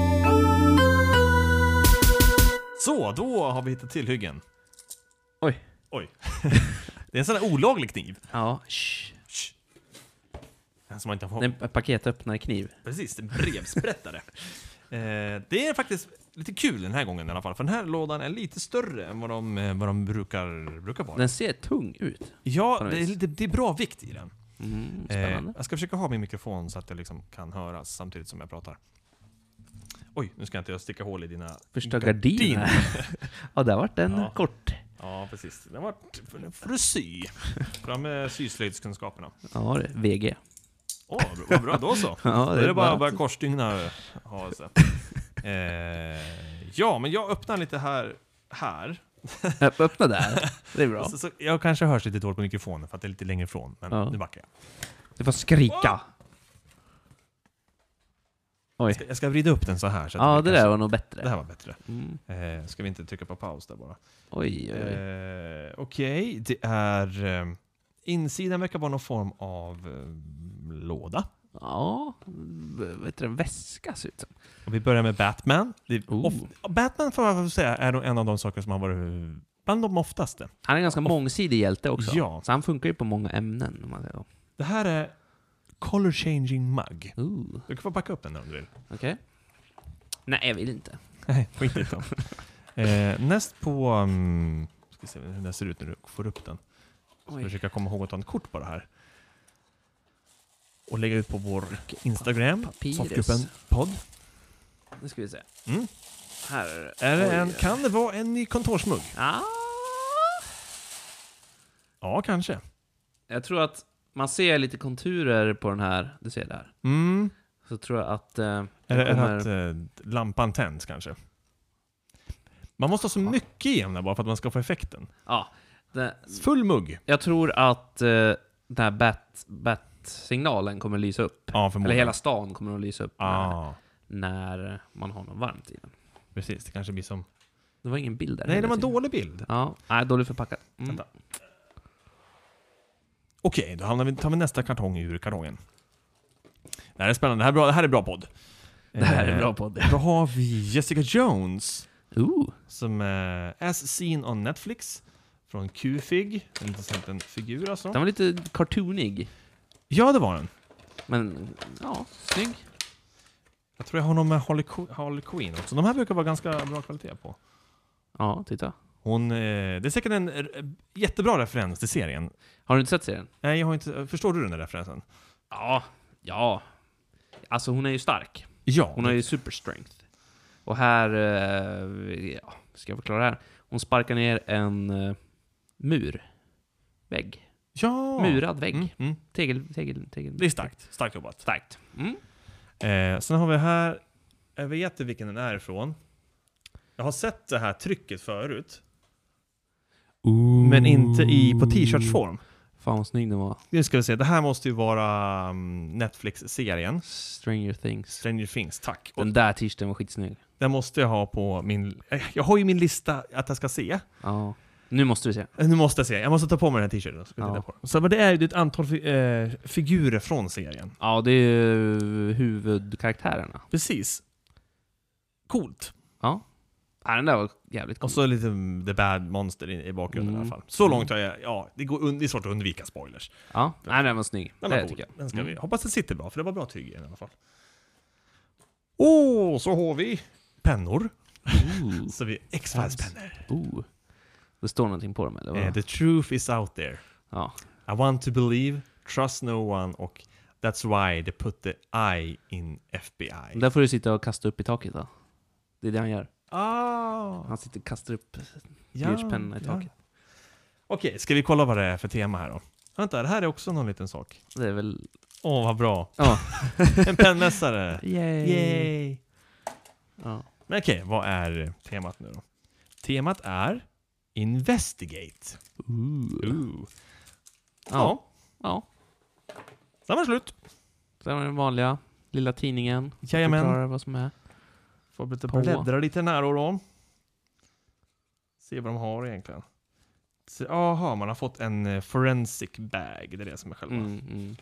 Så, då har vi hittat tillhyggen. Oj. Oj. Det är en sån här olaglig kniv. Ja. Shh. Shh. En som man inte får... Det är en paketöppnarkniv. Precis, en brevsprättare. eh, det är faktiskt lite kul den här gången i alla fall. För den här lådan är lite större än vad de, eh, vad de brukar, brukar vara. Den ser tung ut. Ja, på något det är, vis. lite, det är bra vikt i den. Mm, Eh, spännande. jag ska försöka ha min mikrofon så att det liksom kan höras samtidigt som jag pratar. Oj, nu ska jag inte sticka hål i dina Första gardiner. Ja, där vart den Ja. kort. Ja, precis. Den var för att sy. Fram med syslöjdskunskaperna. Ja, det är V G. Åh, oh, vad bra. Då så. Ja, Då är det bara, bara korsstygna ha sig. Eh, ja, men jag öppnar lite här. här. Öppna där. Det är bra. Så, så, jag kanske hörs lite dåligt på mikrofonen för att det är lite längre ifrån. Men Ja. nu backar jag. Du får skrika. Oj. Jag ska, jag ska vrida upp den så här. Så att Ja, det det kanske- där var nog bättre. Det här var bättre. Mm. Eh, ska vi inte trycka på paus där bara? Oj, oj, oj. Eh, Okej, det är... Eh, insidan verkar vara någon form av eh, låda. Ja, v- vet du, en väska ser ut som. Och vi börjar med Batman. Det är Oh. of- Batman får jag säga är nog en av de saker som har varit bland de oftaste. Han är en ganska mångsidig hjälte också. Ja. Så han funkar ju på många ämnen. Om man säger så. Det här är Color Changing Mug. Ooh, Du kan få backa upp den om du vill. okej. Nej, jag vill inte. Nej, skit i det. eh, Näst på... Um, ska se hur den ser ut när du får upp den. Ska Oj. försöka komma ihåg att ta en kort på det här. Och lägga ut på vår Instagram. Papyrus. Soffgruppen podd. Nu ska vi se. Mm. Här är det. Är det Oj. en, kan det vara en ny kontorsmugg? Ah, Ja, kanske. jag tror att man ser lite konturer på den här. Du ser där. Mm. Så tror jag att... Eh, Är det det kommer... att eh, lampan tänds kanske? Man måste ha så Ja. mycket igen där bara för att man ska få effekten. Ja. Det, Full mugg. jag tror att eh, den här bat, bat-signalen kommer att lysa upp. Ja, Eller förmodligen. hela stan kommer att lysa upp när, Ja, när man har något varmt i den. precis. Det kanske blir som... Det var ingen bild där. Nej, det var en heller, dålig bild. Ja, nej, dåligt förpackat. Mm. Vänta. Okej, då hamnar vi, tar vi nästa kartong ur kartongen. Det här är spännande. Det här är bra, det här är bra podd. Det här är Eh, bra podd. Då har vi Jessica Jones. Ooh. Som är As Seen on Netflix. Från Q-Fig. En liten, liten figur alltså. Den var lite cartoonig. Ja, det var den. Men, ja, snygg. Jag tror jag har någon med Harley, Qu- Harley Quinn också. De här brukar vara ganska bra kvalitet på. Ja, titta. Hon, eh, det är säkert en eh, jättebra referens till serien. Har du inte sett serien? Nej, jag har inte... Förstår du den där referensen? Ja, ja. Alltså hon är ju stark. Ja. Hon har ju super strength. Och här, eh, ja, ska jag förklara det här. Hon sparkar ner en eh, mur. Vägg. Ja. Murad vägg. Mm, mm. Tegel, tegel, tegel. Det är starkt. Starkt jobbat. Starkt. Mm. Eh, sen har vi här... Jag vet inte vilken den är ifrån. Jag har sett det här trycket förut. Men inte i på t-shirtsform. Fan vad snygg den var. Nu ska vi se. Det här måste ju vara um, Netflix-serien. Stranger Things. Stranger Things, tack. Och Den där t-shirten var skitsnygg. den måste jag ha på min... Jag har ju min lista att jag ska se. Ja. Nu måste du se. Nu måste jag se. Jag måste ta på mig den här t-shirten. och ska Ja. titta på den. Så men det är ju ett antal fi- eh, figurer från serien. Ja, det är ju huvudkaraktärerna. Precis. Coolt. Ja. Ja, den där var jävligt cool. Och så lite mm, The Bad Monster i, i bakgrunden Mm. i alla fall. Så långt har jag... Ja, det, går un, det är svårt att undvika spoilers. Ja, nej, den var snygg. Den det var cool. tycker jag. Den ska Mm. vi, hoppas det sitter bra, för det var bra tyg i den i alla fall. Åh, oh, så har vi pennor. Ooh. Så vi X-Files-pennor. Ooh. Det står någonting på dem, eller vad? Uh, the truth is out there. Ja. I want to believe, trust no one och that's why they put the I in F B I. Där får du sitta och kasta upp i taket då. Det är det han gör. Ah. Han sitter och kastar upp Ja, blyertspennorna i taket. ja. Okej, ska vi kolla vad det är för tema här då? Vänta, det här är också någon liten sak. Det är väl... Åh, oh, vad bra. Ja. En pennmässare. Yay! Yay! Ja. Men okej, vad är temat nu då? Temat är Investigate. Ooh. Ooh. Ja. Ja. Sen var det slut. Sen var den vanliga lilla tidningen. Jajamän. Förklarar vad som är. Får lite På. bläddra lite nära och då. Se vad de har egentligen. Jaha, man har fått en uh, forensic bag. Det är det som är själva. Mm, mm.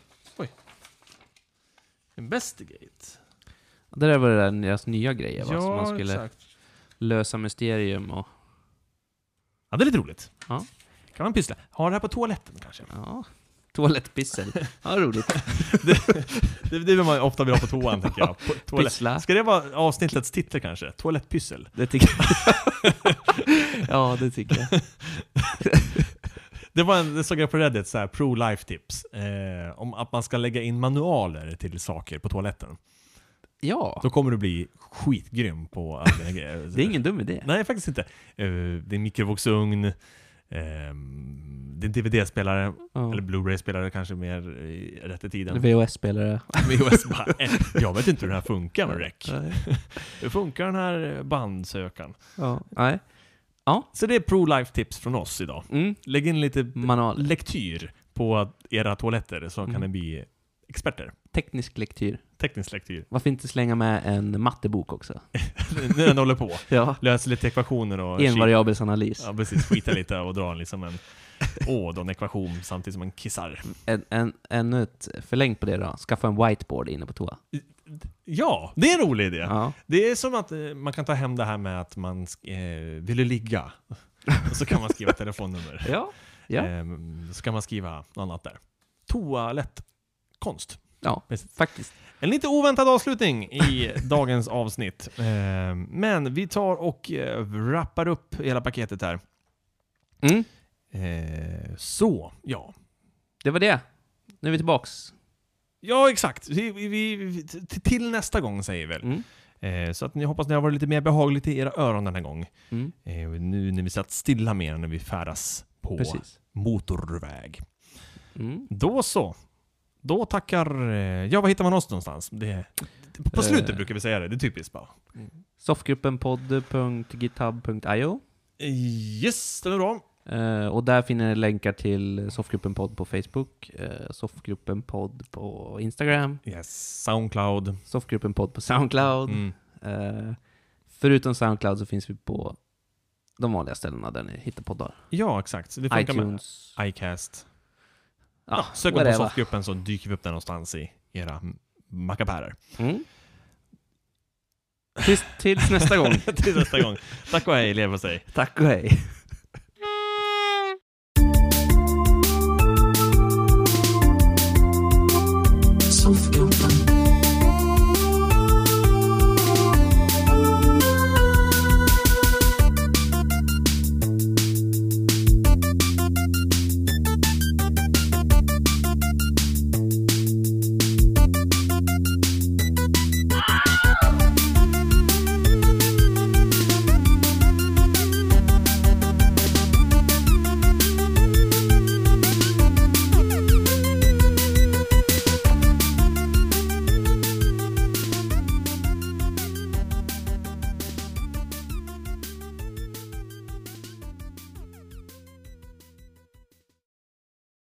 Investigate. Det där var det där deras nya grejer, va? Ja, Som man skulle exakt. lösa mysterium och... Ja, det är lite roligt. Ja. Kan man pyssla. Ha det här på toaletten kanske. Ja. Toalettpissel. Ja, roligt. det, det, det vill man ofta vill ha på toan, tänker jag. På, toalett. Pyssla. Ska det vara avsnittets titel kanske? Toalettpyssel. Det tycker jag. Ja, det tycker jag. Det var en, det såg jag på Reddit, så här, pro-life tips. Eh, om att man ska lägga in manualer till saker på toaletten. Ja. Då kommer du bli skitgrym på alla dina grejer. Det är ingen dum idé. Nej, faktiskt inte. Uh, det är en mikrovågsugn, uh, det är en D V D-spelare, Ja. eller Blu-ray-spelare kanske mer i rätt i tiden. V H S-spelare. V H S bara, eh, jag vet inte hur den här funkar med rec. Nej. Hur funkar den här bandsökaren? Ja. Nej. Ja. Så det är pro-life tips från oss idag. Mm. Lägg in lite Manual. lektyr på era toaletter så Mm. kan ni bli experter. Teknisk lektyr. Teknisk lektyr. Varför inte slänga med en mattebok också? När den håller på. Ja. Löser lite ekvationer och... Envariabelsanalys. Ja, precis. Skita lite och dra liksom en... Åh, då en ekvation samtidigt som man kissar. En, en, ännu ett förlängt på det då. Skaffa en whiteboard inne på toa. Ja, det är en rolig idé. Ja. Det är som att eh, man kan ta hem det här med att man eh, vill ligga. Och så kan man skriva telefonnummer. Ja. Ja. Eh, så kan man skriva något annat där. Toalettkonst. Ja, Precis. faktiskt. En lite oväntad avslutning i dagens avsnitt. Eh, men vi tar och eh, wrappar upp hela paketet här. Mm. Eh, så, ja. Det var det. Nu är vi tillbaks. Ja, exakt. Vi, vi, vi, till nästa gång säger vi väl. Mm. Eh, så att ni hoppas ni har varit lite mer behagligt i era öron den här gången. Mm. Eh, nu när vi satt stilla mer när vi färdas på Precis. motorväg. Mm. Då så. Då tackar... Eh, ja, vad hittar man oss någonstans? Det, på slutet Eh. brukar vi säga det. Det är typiskt bara. Soffgruppenpodd punkt github punkt io. Yes, det är bra. Uh, och där finner ni länkar till Soffgruppen Podd på Facebook, uh, Soffgruppen Podd på Instagram, Yes, Soundcloud. Soffgruppen Podd på Soundcloud. Mm. Uh, förutom Soundcloud så finns vi på de vanliga ställena där ni hittar poddar. Ja, exakt. Så det funkar iTunes. med iCast. Ja, Ja, sök på whatever. soffgruppen så dyker vi upp där någonstans i era m- mackapärer. Mm. Tills, tills nästa gång. Till nästa gång. Tack och hej, lev och säg. Tack och hej. Soffgruppen.